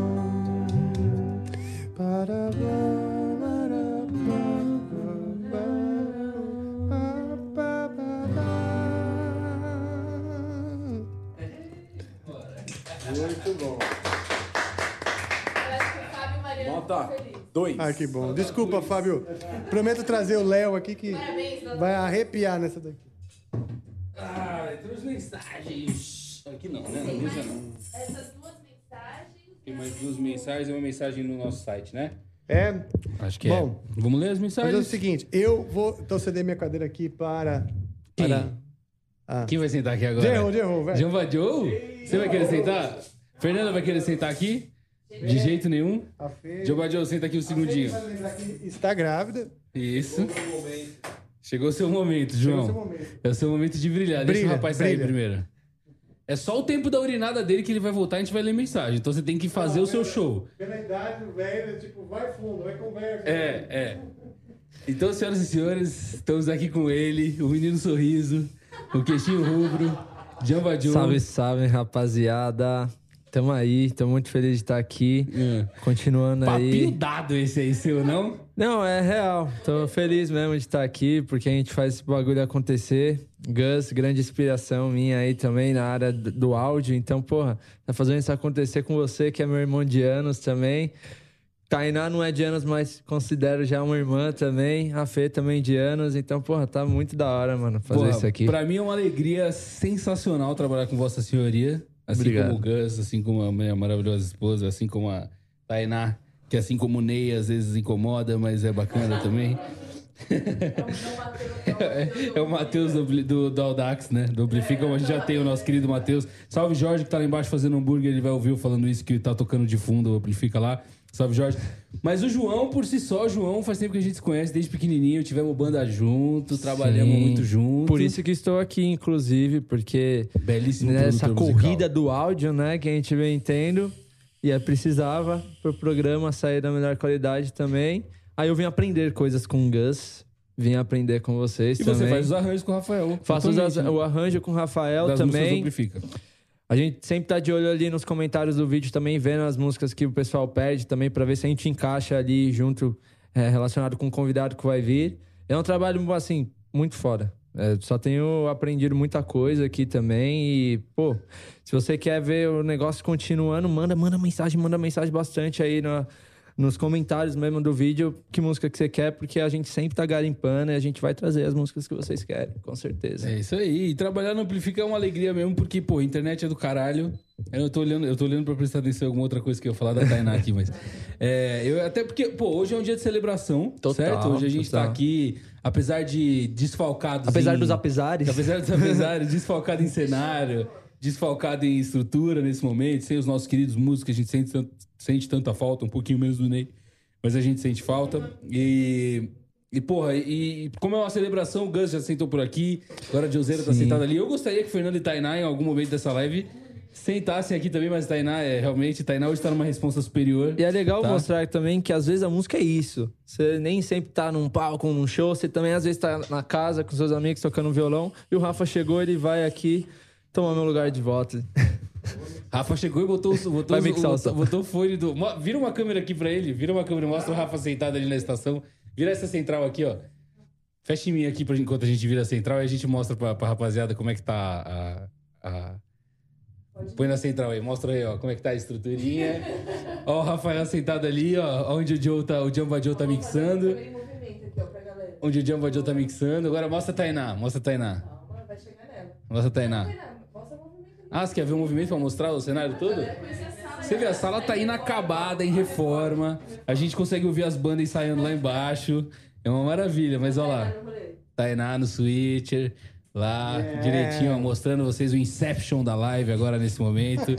Ba da ba ba da ba ba ba ba ba. Muito bom. Parece que o Fábio e o Mariano Nota ficam felizes. 2. Ai, que bom. Desculpa, Fábio. Prometo trazer o Léo aqui que vai arrepiar nessa daqui. Tem as mensagens. Aqui não, né? Tem Não usa mais não. essas duas mensagens. Tem mais 2 mensagens e uma mensagem no nosso site, né? É? Acho que Bom, é. Vamos ler as mensagens? Mas é o seguinte, eu vou então ceder minha cadeira aqui para... Quem vai sentar aqui agora? Gerro, velho. Jamba Joe? Você vai querer sentar? Fernanda vai querer sentar aqui? De jeito nenhum? Jamba Joe, senta aqui um segundinho. Está grávida. Isso. Chegou o seu momento, João. É o seu momento de brilhar. Deixa o rapaz sair primeiro. É só o tempo da urinada dele que ele vai voltar e a gente vai ler mensagem. Então você tem que fazer o seu show. Pela idade do velho, tipo, vai fundo, vai conversa. Então, senhoras e senhores, estamos aqui com ele, o menino sorriso, o queixinho rubro, Jamba Joe. Salve, salve, rapaziada. Tamo aí, tô muito feliz de estar aqui. Continuando aí. Papinho dado esse aí seu, não? Não, é real. Tô feliz mesmo de estar aqui, porque a gente faz esse bagulho acontecer. Gus, grande inspiração minha aí também na área do áudio. Então, porra, tá fazendo isso acontecer com você, que é meu irmão de anos também. Tainá não é de anos, mas considero já uma irmã também. A Fê também de anos. Então, porra, tá muito da hora, mano, fazer isso aqui. Pra mim é uma alegria sensacional trabalhar com Vossa Senhoria. Assim Obrigado. como o Gus, assim como a minha maravilhosa esposa, assim como a Tainá, que assim como o Ney às vezes incomoda, mas é bacana também. É o Matheus do Audax, né? Do Amplifica, a gente já tem o nosso querido Matheus. Salve Jorge, que tá lá embaixo fazendo hambúrguer, ele vai ouvir eu falando isso, que tá tocando de fundo o Amplifica lá. Salve Jorge. Mas o João, por si só, o João faz tempo que a gente se conhece, desde pequenininho, tivemos banda junto, trabalhamos muito junto. Por isso que estou aqui, inclusive, porque belíssimo nessa produtor corrida musical do áudio, né, que a gente vem tendo, e precisava pro programa sair da melhor qualidade também. Aí eu vim aprender coisas com o Gus, vim aprender com vocês e também. E você faz os arranjos com o Rafael. Faço o arranjo com o Rafael das também. Amplifica. A gente sempre tá de olho ali nos comentários do vídeo também, vendo as músicas que o pessoal pede também, pra ver se a gente encaixa ali junto, relacionado com o convidado que vai vir. É um trabalho, assim, muito foda. Só tenho aprendido muita coisa aqui também e, pô, se você quer ver o negócio continuando, manda mensagem bastante aí nos comentários mesmo do vídeo, que música que você quer, porque a gente sempre tá garimpando e a gente vai trazer as músicas que vocês querem, com certeza. É isso aí. E trabalhar no Amplifica é uma alegria mesmo, porque, pô, a internet é do caralho. Eu tô olhando pra prestar atenção em alguma outra coisa que eu ia falar da Tainá aqui, mas... até porque, pô, hoje é um dia de celebração, certo? Hoje a gente tá aqui, apesar de desfalcados... Apesar dos apesares. Apesar dos apesares, desfalcado em cenário, desfalcado em estrutura nesse momento, sem os nossos queridos músicos, a gente sente tanta falta, um pouquinho menos do Ney, mas a gente sente falta. E porra, como é uma celebração, o Gus já sentou por aqui, agora a Joseira tá sentada ali. Eu gostaria que o Fernando e Tainá, em algum momento dessa live, sentassem aqui também, mas Tainá hoje tá numa responsa superior. E é legal mostrar também que às vezes a música é isso. Você nem sempre tá num palco, num show, você também às vezes tá na casa com seus amigos tocando violão, e o Rafa chegou, ele vai aqui tomar meu lugar de volta. Rafa chegou e botou o fone do... Vira uma câmera aqui pra ele. Vira uma câmera, mostra o Rafa sentado ali na estação. Vira essa central aqui, ó. Fecha em mim aqui enquanto a gente vira a central e a gente mostra pra rapaziada como é que tá Põe na central aí, mostra aí, ó, como é que tá a estruturinha. Ó o Rafael sentado ali, ó, onde o Jamba Joe tá mixando. Onde o Jamba Joe tá mixando. Agora mostra a Tainá, Calma, vai chegar nela. Mostra a Tainá. Você quer ver o movimento pra mostrar o cenário todo? Você vê, a sala tá inacabada, em reforma. A gente consegue ouvir as bandas ensaiando lá embaixo. É uma maravilha, mas olha lá. Tainá no switcher, lá, direitinho, ó, mostrando vocês o Inception da live agora nesse momento.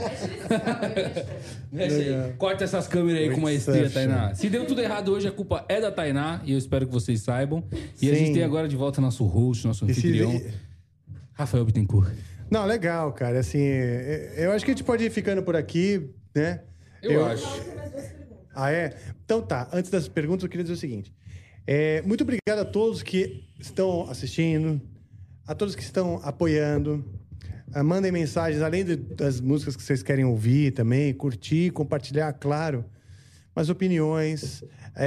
Corta essas câmeras aí com maestria, Tainá. Se deu tudo errado hoje, a culpa é da Tainá e eu espero que vocês saibam. E a gente tem agora de volta nosso host, nosso anfitrião, Rafael Bittencourt. Não, legal, cara. Assim, eu acho que a gente pode ir ficando por aqui, né? Eu acho. Ah, é? Então tá. Antes das perguntas, eu queria dizer o seguinte. Muito obrigado a todos que estão assistindo, a todos que estão apoiando. Mandem mensagens, além das músicas que vocês querem ouvir também, curtir, compartilhar, claro, as opiniões.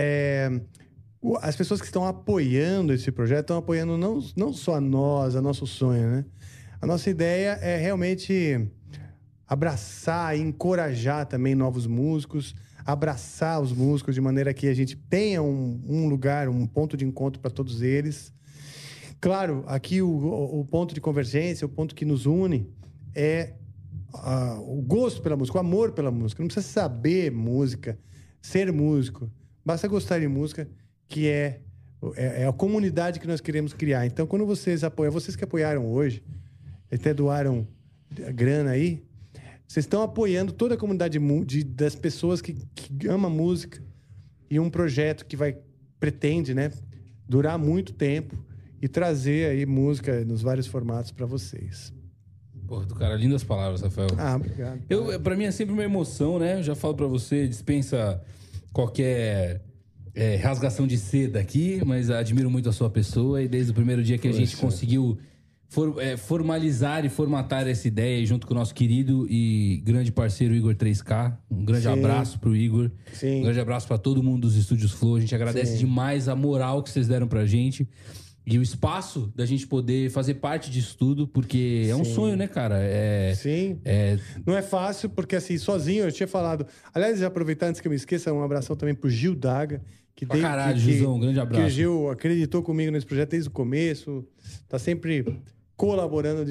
As pessoas que estão apoiando esse projeto estão apoiando não só a nós, a nosso sonho, né? A nossa ideia é realmente abraçar e encorajar também novos músicos, abraçar os músicos de maneira que a gente tenha um lugar, um ponto de encontro para todos eles. Claro, aqui o ponto de convergência, o ponto que nos une é o gosto pela música, o amor pela música. Não precisa saber música, ser músico. Basta gostar de música, que é a comunidade que nós queremos criar. Então, quando vocês apoiam, vocês que apoiaram hoje, até doaram grana aí, vocês estão apoiando toda a comunidade das pessoas que amam música e um projeto que pretende, né, durar muito tempo e trazer aí música nos vários formatos para vocês. Porra, do cara, lindas palavras, Rafael. Obrigado. Pra mim é sempre uma emoção, né? Eu já falo pra você, dispensa qualquer rasgação de seda aqui, mas admiro muito a sua pessoa e desde o primeiro dia que a gente conseguiu formalizar e formatar essa ideia junto com o nosso querido e grande parceiro Igor 3K. Um grande abraço pro Igor. Sim. Um grande abraço pra todo mundo dos Estúdios Flow. A gente agradece demais a moral que vocês deram pra gente e o espaço da gente poder fazer parte disso tudo, porque é um sonho, né, cara? Sim. Não é fácil, porque assim, sozinho, eu tinha falado... Aliás, já aproveitar antes que eu me esqueça, um abração também pro Gil Daga. Gilzão, um grande abraço. Que o Gil acreditou comigo nesse projeto desde o começo. Tá sempre colaborando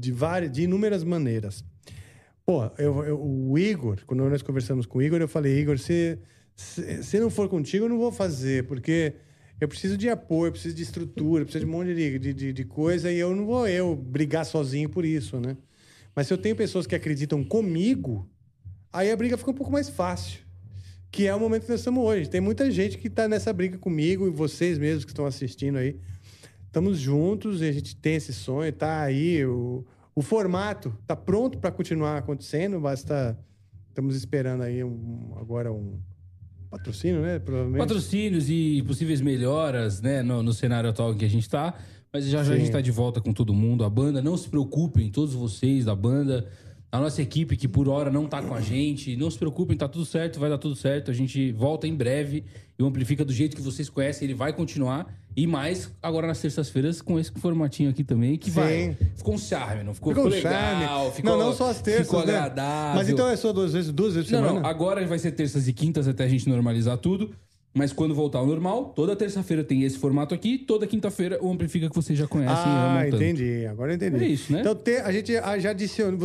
de inúmeras maneiras. Pô, o Igor, quando nós conversamos com o Igor, eu falei, Igor, se não for contigo, eu não vou fazer, porque eu preciso de apoio, eu preciso de estrutura, eu preciso de um monte de coisa, e eu não vou brigar sozinho por isso, né? Mas se eu tenho pessoas que acreditam comigo, aí a briga fica um pouco mais fácil. Que é o momento que nós estamos hoje. Tem muita gente que está nessa briga comigo, e vocês mesmos que estão assistindo aí. Estamos juntos e a gente tem esse sonho, tá aí. O formato tá pronto para continuar acontecendo, basta... Estamos esperando aí agora um patrocínio, né? Provavelmente. Patrocínios e possíveis melhoras, né? No cenário atual em que a gente tá. Mas já a gente tá de volta com todo mundo. A banda, não se preocupem, todos vocês da banda... A nossa equipe, que por hora não tá com a gente, não se preocupem, tá tudo certo, vai dar tudo certo. A gente volta em breve e o Amplifica do jeito que vocês conhecem, ele vai continuar. E mais agora nas terças-feiras com esse formatinho aqui também, que vai. Ficou um charme, não ficou legal? Ficou, não só as terças, ficou né? agradável. Mas então é só duas vezes por semana? Não, agora vai ser terças e quintas até a gente normalizar tudo. Mas quando voltar ao normal, toda terça-feira tem esse formato aqui, toda quinta-feira o Amplifica que vocês já conhecem. Entendi. Agora eu entendi. É isso, né? Então a gente já adicionou,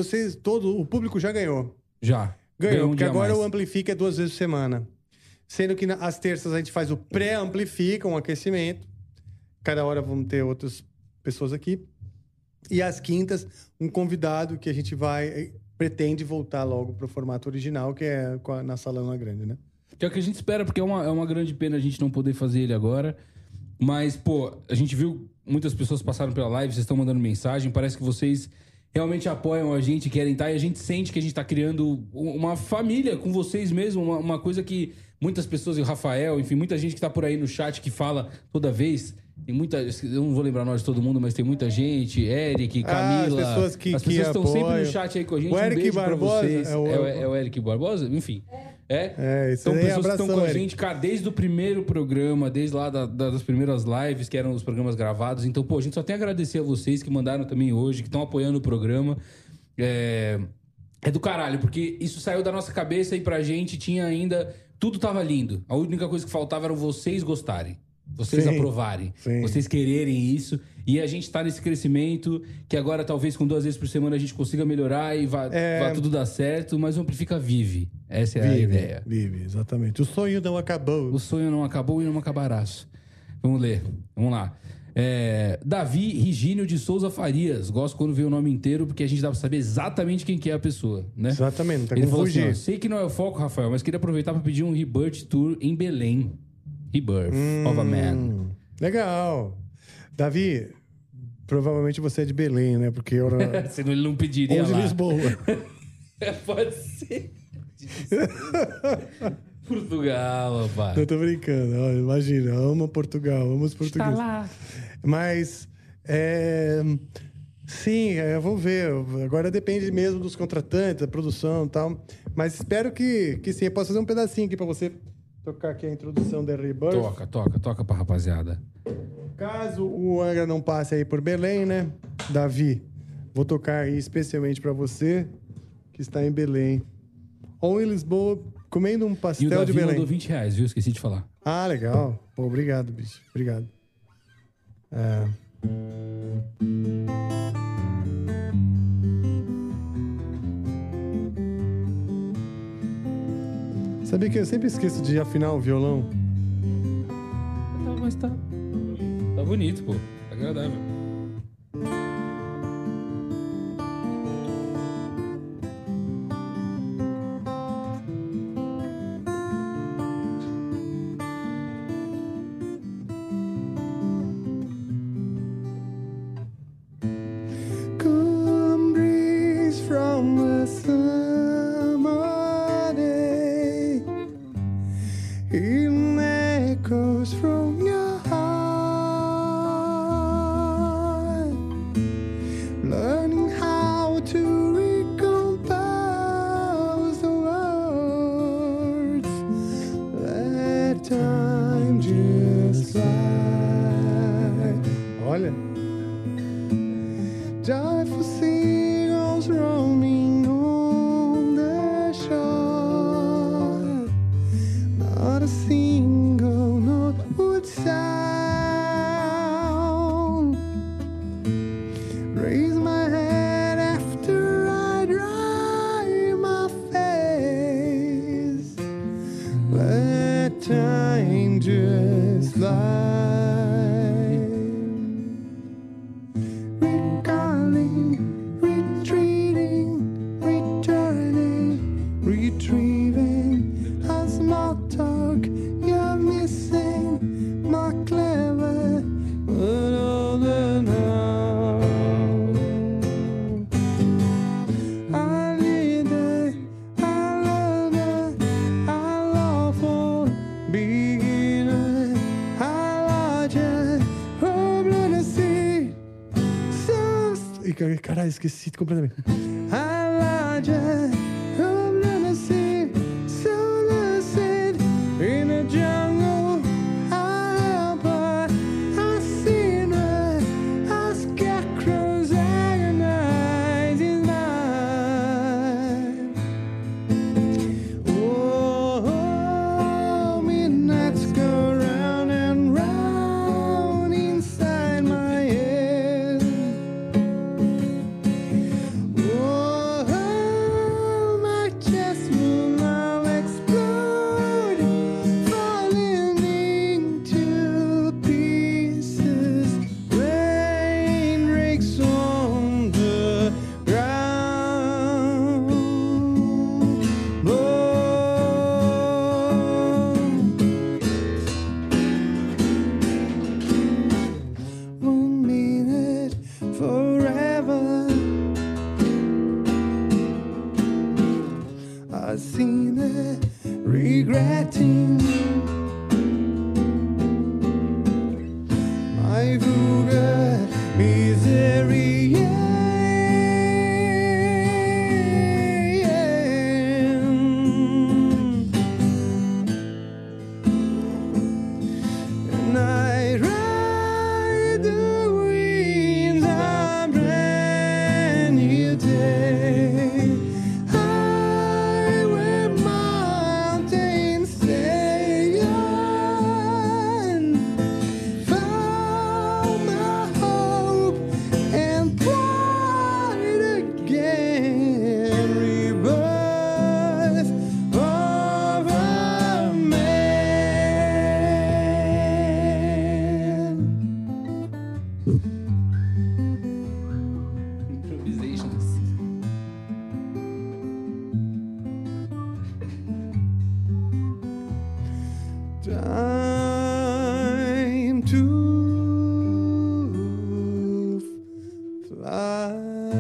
o público já ganhou. Já. Ganhou, porque agora o Amplifica é 2 vezes por semana. Sendo que às terças a gente faz o pré-Amplifica, um aquecimento. Cada hora vamos ter outras pessoas aqui. E às quintas, um convidado que a gente pretende voltar logo pro formato original, que é na Salão Grande, né? Que é o que a gente espera, porque é uma grande pena a gente não poder fazer ele agora. Mas, pô, a gente viu muitas pessoas passaram pela live, vocês estão mandando mensagem, parece que vocês realmente apoiam a gente, querem estar, e a gente sente que a gente está criando uma família com vocês mesmo, uma coisa que muitas pessoas, e o Rafael, enfim, muita gente que está por aí no chat que fala toda vez... Tem muita, eu não vou lembrar o nome de todo mundo, mas tem muita gente, Eric, Camila... as pessoas que estão sempre no chat aí com a gente. O Eric Barbosa. É o Eric Barbosa? Enfim. Isso São aí, pessoas que estão com a Eric. gente, cara, desde o primeiro programa, desde lá das primeiras lives, que eram os programas gravados. Então, pô, a gente só tem a agradecer a vocês que mandaram também hoje, que estão apoiando o programa. É do caralho, porque isso saiu da nossa cabeça e pra gente tinha ainda... Tudo tava lindo. A única coisa que faltava era vocês gostarem. Vocês aprovarem, vocês quererem isso. E a gente tá nesse crescimento que agora talvez com 2 vezes por semana a gente consiga melhorar e vá tudo dar certo, mas o Amplifica vive. Essa é a ideia. Vive, exatamente. O sonho não acabou. O sonho não acabou e não acabará. Vamos ler, vamos lá. Davi Rigínio de Souza Farias. Gosto quando vê o nome inteiro, porque a gente dá pra saber exatamente quem que é a pessoa, né? Exatamente, não tá Ele como falou fugir. assim, sei que não é o foco, Rafael, mas queria aproveitar pra pedir um Rebirth Tour em Belém. Rebirth of a Man. Legal. Davi, provavelmente você é de Belém, né? Porque eu... Senão ele não pediria Ou de lá. Lisboa. Pode ser. Portugal, rapaz. Eu tô brincando. Ó, imagina, amo Portugal, amo os portugueses. Tá lá. Mas, sim, eu vou ver. Agora depende mesmo dos contratantes, da produção e tal. Mas espero que sim. Eu posso fazer um pedacinho aqui pra você tocar aqui a introdução da Rebirth. Toca pra rapaziada. Caso o Angra não passe aí por Belém, né? Davi, vou tocar aí especialmente pra você, que está em Belém. Ou em Lisboa, comendo um E o pastel Davi de Belém. mandou R$20, viu? Esqueci de falar. Ah, legal. Pô, obrigado, bicho. Obrigado. Sabia que eu sempre esqueço de afinar o violão? Mas tá bonito, pô. Tá agradável. Cool breeze from a summer day, in echoes from your heart. esqueci completamente. Elijah, I'm gonna see, so lucid, in a jungle, I help her, I seen her, I scarecrows agonize in mine. Oh, midnights go round and round inside my head. Oh, my chest will now explode, falling into pieces. Rain breaks on the ground. Oh, 1 minute forever. I've seen it regretting my vulgar misery. And I ride the winds of brand new day. I where mountains stay on. Found my hope and tried again. Rebirth of a man. Improvisations. Time to fly.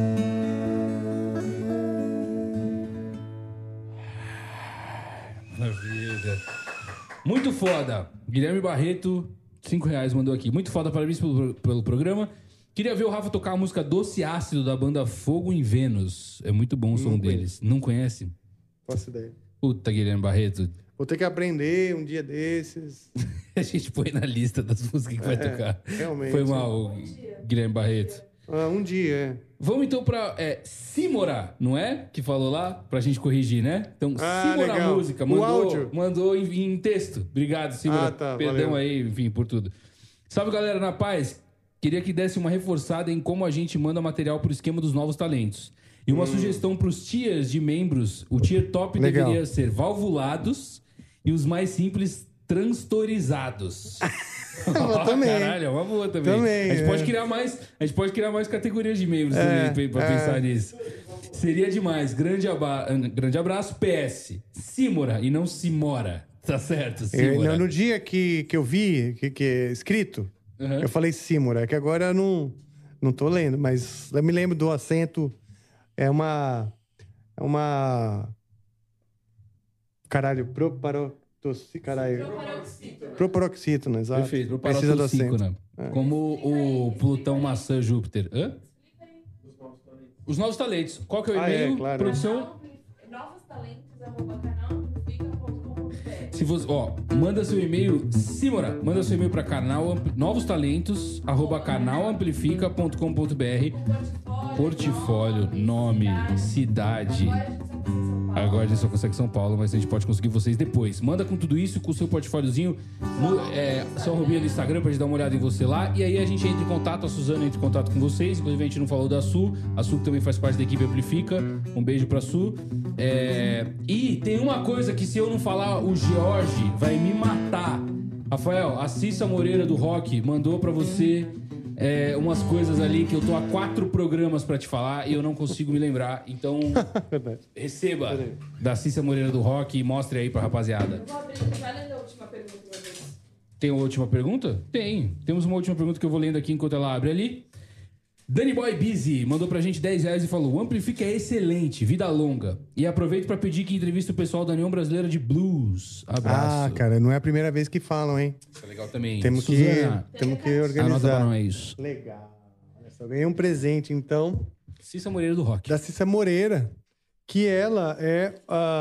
Maravilha. Muito foda. Guilherme Barreto, R$5 mandou aqui. Muito foda, parabéns pelo programa. Queria ver o Rafa tocar a música Doce Ácido da banda Fogo em Vênus. É muito bom o som deles. Não conhece? Faço ideia. Puta, Guilherme Barreto. Vou ter que aprender um dia desses. A gente põe na lista das músicas que vai tocar. Realmente. Foi mal, Guilherme Barreto. Um dia, Vamos então pra Simora, não é? Que falou lá, pra gente corrigir, né? Então, Simora legal. Música, O áudio. mandou em texto. Obrigado, Simora. Perdão valeu. aí, enfim, por tudo. Salve, galera, na paz. Queria que desse uma reforçada em como a gente manda material pro esquema dos novos talentos. E uma sugestão pros tiers de membros. O tier top Legal. deveria ser valvulados e os mais simples, transtorizados. Também. Caralho, é uma boa também. Também, a gente pode criar mais categorias de membros também pra pensar nisso. Seria demais. Grande abraço. PS. Simora e não Simora. Tá certo, Simora. No dia que eu vi que é escrito, eu falei Simora, que agora eu não tô lendo, mas eu me lembro do acento. É uma caralho, proparoxítona, exato. Perfeito, Precisa do acento. proparoxícona. Como o Plutão, Maçã, Júpiter. Hã? Os novos talentos. Qual que é o e-mail? Claro. Produção? novostalentos@canalamplifica.com.br. Se você, manda seu e-mail, Simora, manda seu e-mail para novostalentos@canalamplifica.com.br. Portfólio, nome, cidade. Agora a gente só consegue São Paulo, mas a gente pode conseguir vocês depois. Manda com tudo isso, com o seu portfóliozinho, seu arrobinha no Instagram pra gente dar uma olhada em você lá. E aí a gente entra em contato, a Suzana entra em contato com vocês. Inclusive a gente não falou da Su. A Su que também faz parte da equipe Amplifica. Um beijo pra Su. E tem uma coisa que se eu não falar, o George vai me matar. Rafael, a Cissa Moreira do Rock mandou pra você umas coisas ali que eu tô há 4 programas pra te falar e eu não consigo me lembrar. Então, receba da Cissa Moreira do Rock e mostre aí pra rapaziada. Já lendo a última pergunta uma vez. Tem uma última pergunta? Tem. Temos uma última pergunta que eu vou lendo aqui enquanto ela abre ali. Danny Boy Busy mandou pra gente R$10 e falou: o Amplifica é excelente, vida longa. E aproveito pra pedir que entrevista o pessoal da União Brasileira de Blues. Abraço. Cara, não é a primeira vez que falam, hein? Isso é legal também. Temos Suzana, que organizar. anota pra nós. Legal. Olha só, ganhei um presente, então. Cissa Moreira do rock. Da Cissa Moreira, que ela é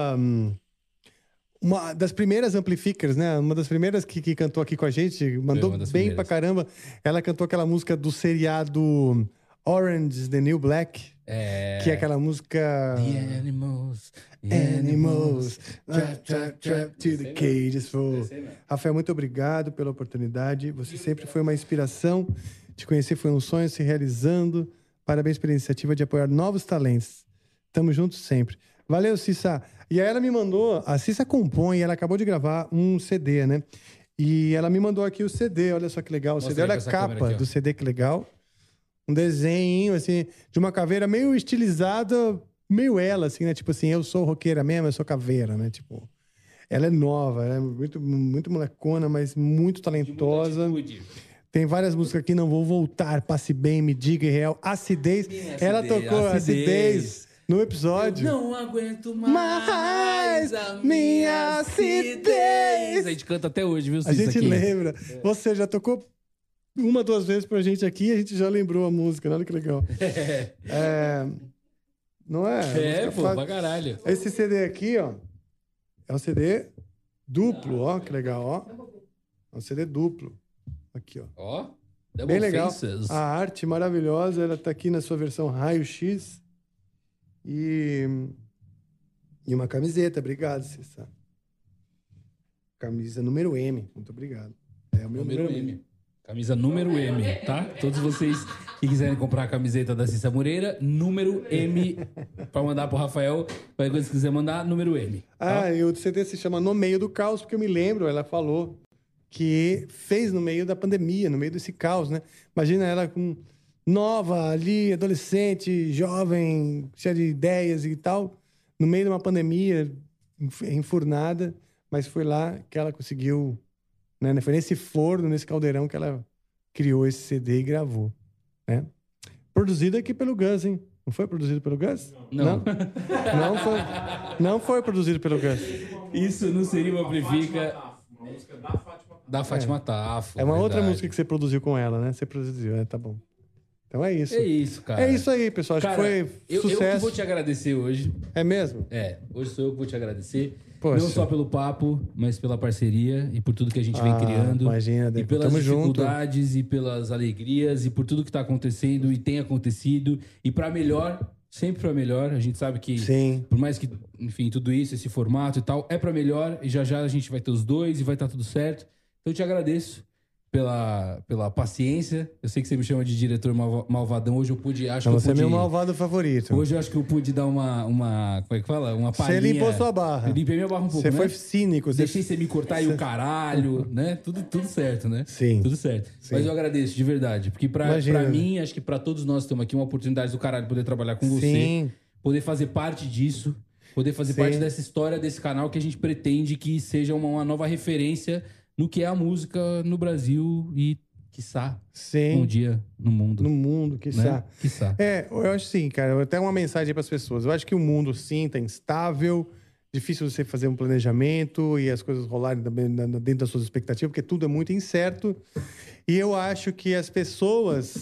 uma das primeiras amplificers, né? Uma das primeiras que cantou aqui com a gente, mandou bem primeiras. pra caramba. Ela cantou aquela música do seriado Orange is the New Black, que é aquela música... The animals, trap to the cages full. Rafael, muito obrigado pela oportunidade. Você sempre foi uma inspiração. Te conhecer foi um sonho se realizando. Parabéns pela iniciativa de apoiar novos talentos. Tamo juntos sempre. Valeu, Cissa. E aí ela me mandou... A Cissa compõe, ela acabou de gravar um CD, né? E ela me mandou aqui o CD. Olha só que legal o CD. Olha a capa do CD, que legal. Um desenho, assim, de uma caveira meio estilizada, meio ela, assim, né? Tipo assim, eu sou roqueira mesmo, eu sou caveira, né? Tipo, ela é nova, ela é muito, muito molecona, mas muito talentosa. Tem várias músicas aqui, Não Vou Voltar, Passe Bem, Me Diga e Real, Acidez. Ela tocou Acidez no episódio. Eu não aguento mais a minha acidez. A gente canta até hoje, viu, Cissa? A gente lembra. Você já tocou 1, 2 vezes pra gente aqui e a gente já lembrou a música, olha que legal. Não é? Pra caralho. Esse CD aqui, ó, é um CD duplo, ó, que legal, ó. É um CD duplo. Aqui, ó. Ó, bem legal. Faces. A arte maravilhosa, ela tá aqui na sua versão raio-x. E uma camiseta, obrigado, Cissa. Camisa número M, muito obrigado. É o meu número M. Camisa número M, tá? Todos vocês que quiserem comprar a camiseta da Cissa Moreira, número M, pra mandar pro Rafael. Qualquer coisa que quiser mandar, número M. Tá? E o CD se chama No Meio do Caos, porque eu me lembro, ela falou que fez no meio da pandemia, no meio desse caos, né? Imagina ela com nova ali, adolescente, jovem, cheia de ideias e tal, no meio de uma pandemia, enfurnada, mas foi lá que ela conseguiu, né? Foi nesse forno, nesse caldeirão que ela criou esse CD e gravou, né? Produzido aqui pelo Gus, hein? Não foi produzido pelo Gus? Não. Não foi produzido pelo Gus. Isso não seria uma amplifica... Da Fátima Tafo. É uma outra música que você produziu com ela, né? Você produziu, tá bom. Então é isso. É isso, cara. É isso aí, pessoal. Acho que foi sucesso. Eu que vou te agradecer hoje. É mesmo? Hoje sou eu que vou te agradecer. Poxa. Não só pelo papo, mas pela parceria e por tudo que a gente vem criando. Imagina, e pelas Tamo dificuldades junto. E pelas alegrias e por tudo que tá acontecendo e tem acontecido. E pra melhor, sempre pra melhor. A gente sabe que, sim, por mais que, enfim, tudo isso, esse formato e tal, é pra melhor. E já já a gente vai ter os dois e vai estar tudo certo. Então eu te agradeço pela paciência. Eu sei que você me chama de diretor malvadão. Hoje eu pude... Você é meu malvado favorito. Hoje eu acho que eu pude dar uma como é que fala? Uma palhinha. Você limpou sua barra. Eu limpei minha barra um pouco, Você foi cínico. Deixei você me cortar e o caralho, né? Tudo certo, né? Sim. Tudo certo. Sim. Mas eu agradeço, de verdade. Porque pra mim, acho que pra todos nós que estamos aqui, uma oportunidade do caralho poder trabalhar com você. Poder fazer parte disso. Poder fazer parte dessa história, desse canal que a gente pretende que seja uma nova referência no que é a música no Brasil e, quiçá, um dia no mundo. No mundo, quiçá. Né? Quiçá. Eu acho sim, cara. Até uma mensagem aí pras pessoas. Eu acho que o mundo, sim, tá instável. Difícil você fazer um planejamento e as coisas rolarem dentro das suas expectativas, porque tudo é muito incerto. E eu acho que as pessoas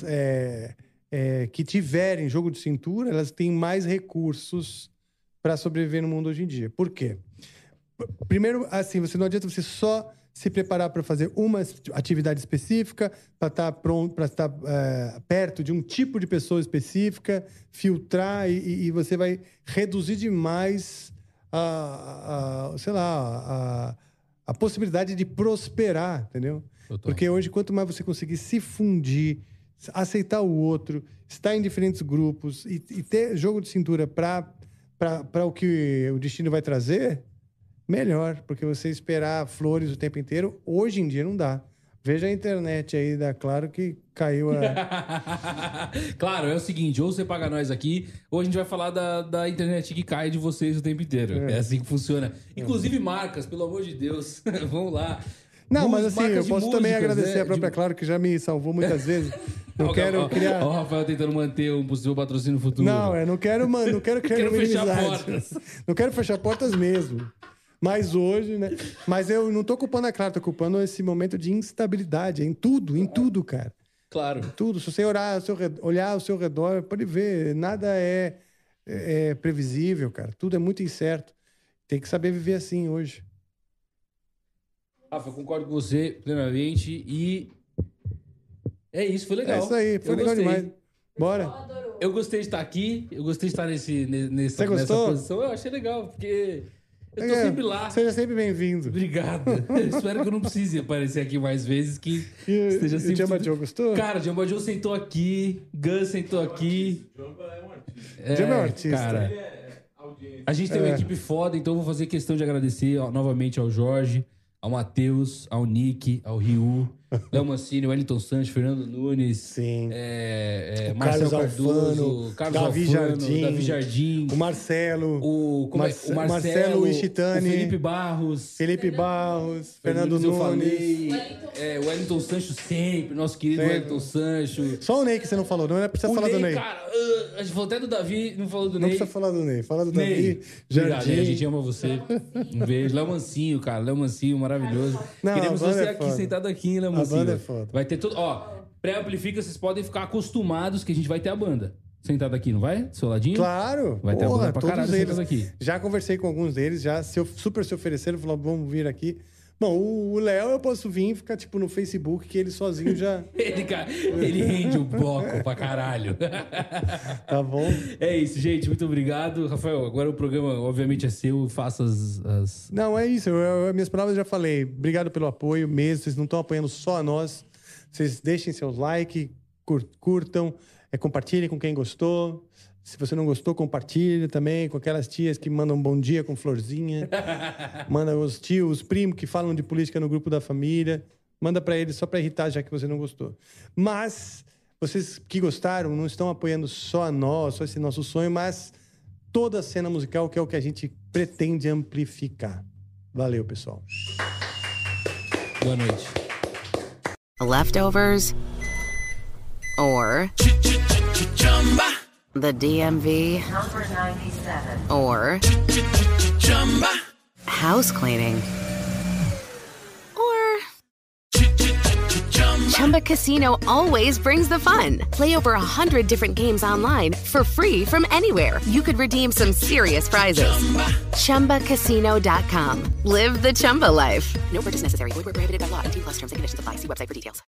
que tiverem jogo de cintura, elas têm mais recursos para sobreviver no mundo hoje em dia. Por quê? Primeiro, assim, não adianta você só se preparar para fazer uma atividade específica, para estar pronto, para estar perto de um tipo de pessoa específica, filtrar e você vai reduzir demais a possibilidade de prosperar, entendeu? Total. Porque hoje, quanto mais você conseguir se fundir, aceitar o outro, estar em diferentes grupos e ter jogo de cintura para o que o destino vai trazer, melhor, porque você esperar flores o tempo inteiro, hoje em dia não dá. Veja a internet aí, dá claro que caiu a... Claro, é o seguinte, ou você paga nós aqui, ou a gente vai falar da internet que cai de vocês o tempo inteiro. É assim que funciona. Inclusive marcas, pelo amor de Deus, vamos lá. Não, mas assim, eu posso também agradecer a própria Claro, que já me salvou muitas vezes. Não quero criar... Ó, o Rafael tentando manter um possível patrocínio futuro. Não, eu não quero criar fechar portas. Não quero fechar portas mesmo. Mas hoje, né? Mas eu não tô culpando a Claro, tô culpando esse momento de instabilidade em tudo, cara. Claro. Tudo. Se você olhar ao seu redor, pode ver, nada é previsível, cara. Tudo é muito incerto. Tem que saber viver assim hoje. Rafa, eu concordo com você plenamente e é isso, foi legal. É isso aí, foi legal demais. Bora. Eu gostei de estar aqui, eu gostei de estar nessa posição. Eu achei legal, porque eu tô sempre lá. Seja sempre bem-vindo. Obrigado. Espero que eu não precise aparecer aqui mais vezes, que esteja sempre... E o Jamba Joe gostou? Cara, o Jamba Joe sentou aqui, Gus sentou aqui. Jamba é um artista. Jamba é um artista. Cara, a gente tem uma equipe foda, então eu vou fazer questão de agradecer novamente ao Jorge, ao Matheus, ao Nick, ao Ryu, Léo Mancini, Wellington Santos, Fernando Nunes, Sim. Marcelo Cardoso, Carlos Davi Jardim, o Marcelo, o Marcelo Ishitani, o Felipe Barros, Fernando Nunes, o Wellington Sancho sempre, nosso querido Wellington Sancho. Só o Ney que você não falou, não era pra você falar do Ney. Cara, a gente falou até do Davi, não falou do Ney. Não precisa falar do Ney, fala do Ney. Davi, Obrigado, a gente ama você. Um beijo. Léo Mancinho, cara, Léo Mancinho, maravilhoso. Não, queremos você aqui, foda. sentado aqui, Léo Mancinho. A banda é foda. Vai ter tudo. Pré-amplifica, vocês podem ficar acostumados que a gente vai ter a banda. Sentado aqui, não vai? Do seu ladinho? Claro. Vai ter a banda pra caralho sentado aqui. Já conversei com alguns deles, já super se ofereceram, falaram, vamos vir aqui. Bom, o Léo eu posso vir e ficar, tipo, no Facebook, que ele sozinho já... ele rende o bloco pra caralho. Tá bom. É isso, gente. Muito obrigado. Rafael, agora o programa, obviamente, é seu. Faça as... Não, é isso. Minhas palavras eu já falei. Obrigado pelo apoio mesmo. Vocês não estão apoiando só a nós. Vocês deixem seus likes, curtam, compartilhem com quem gostou. Se você não gostou, compartilhe também com aquelas tias que mandam bom dia com florzinha. Manda os tios, os primos que falam de política no grupo da família. Manda pra eles só pra irritar, já que você não gostou. Mas vocês que gostaram não estão apoiando só a nós, só esse nosso sonho, mas toda a cena musical, que é o que a gente pretende amplificar. Valeu, pessoal. Boa noite. Leftovers or the DMV Number 97 or house cleaning or Chumba Casino always brings the fun. Play over 100 different games online for free from anywhere. You could redeem some serious prizes. ChumbaCasino.com. Live the Chumba life. No purchase necessary. Void where prohibited by law. 18+ terms and conditions apply. See website for details.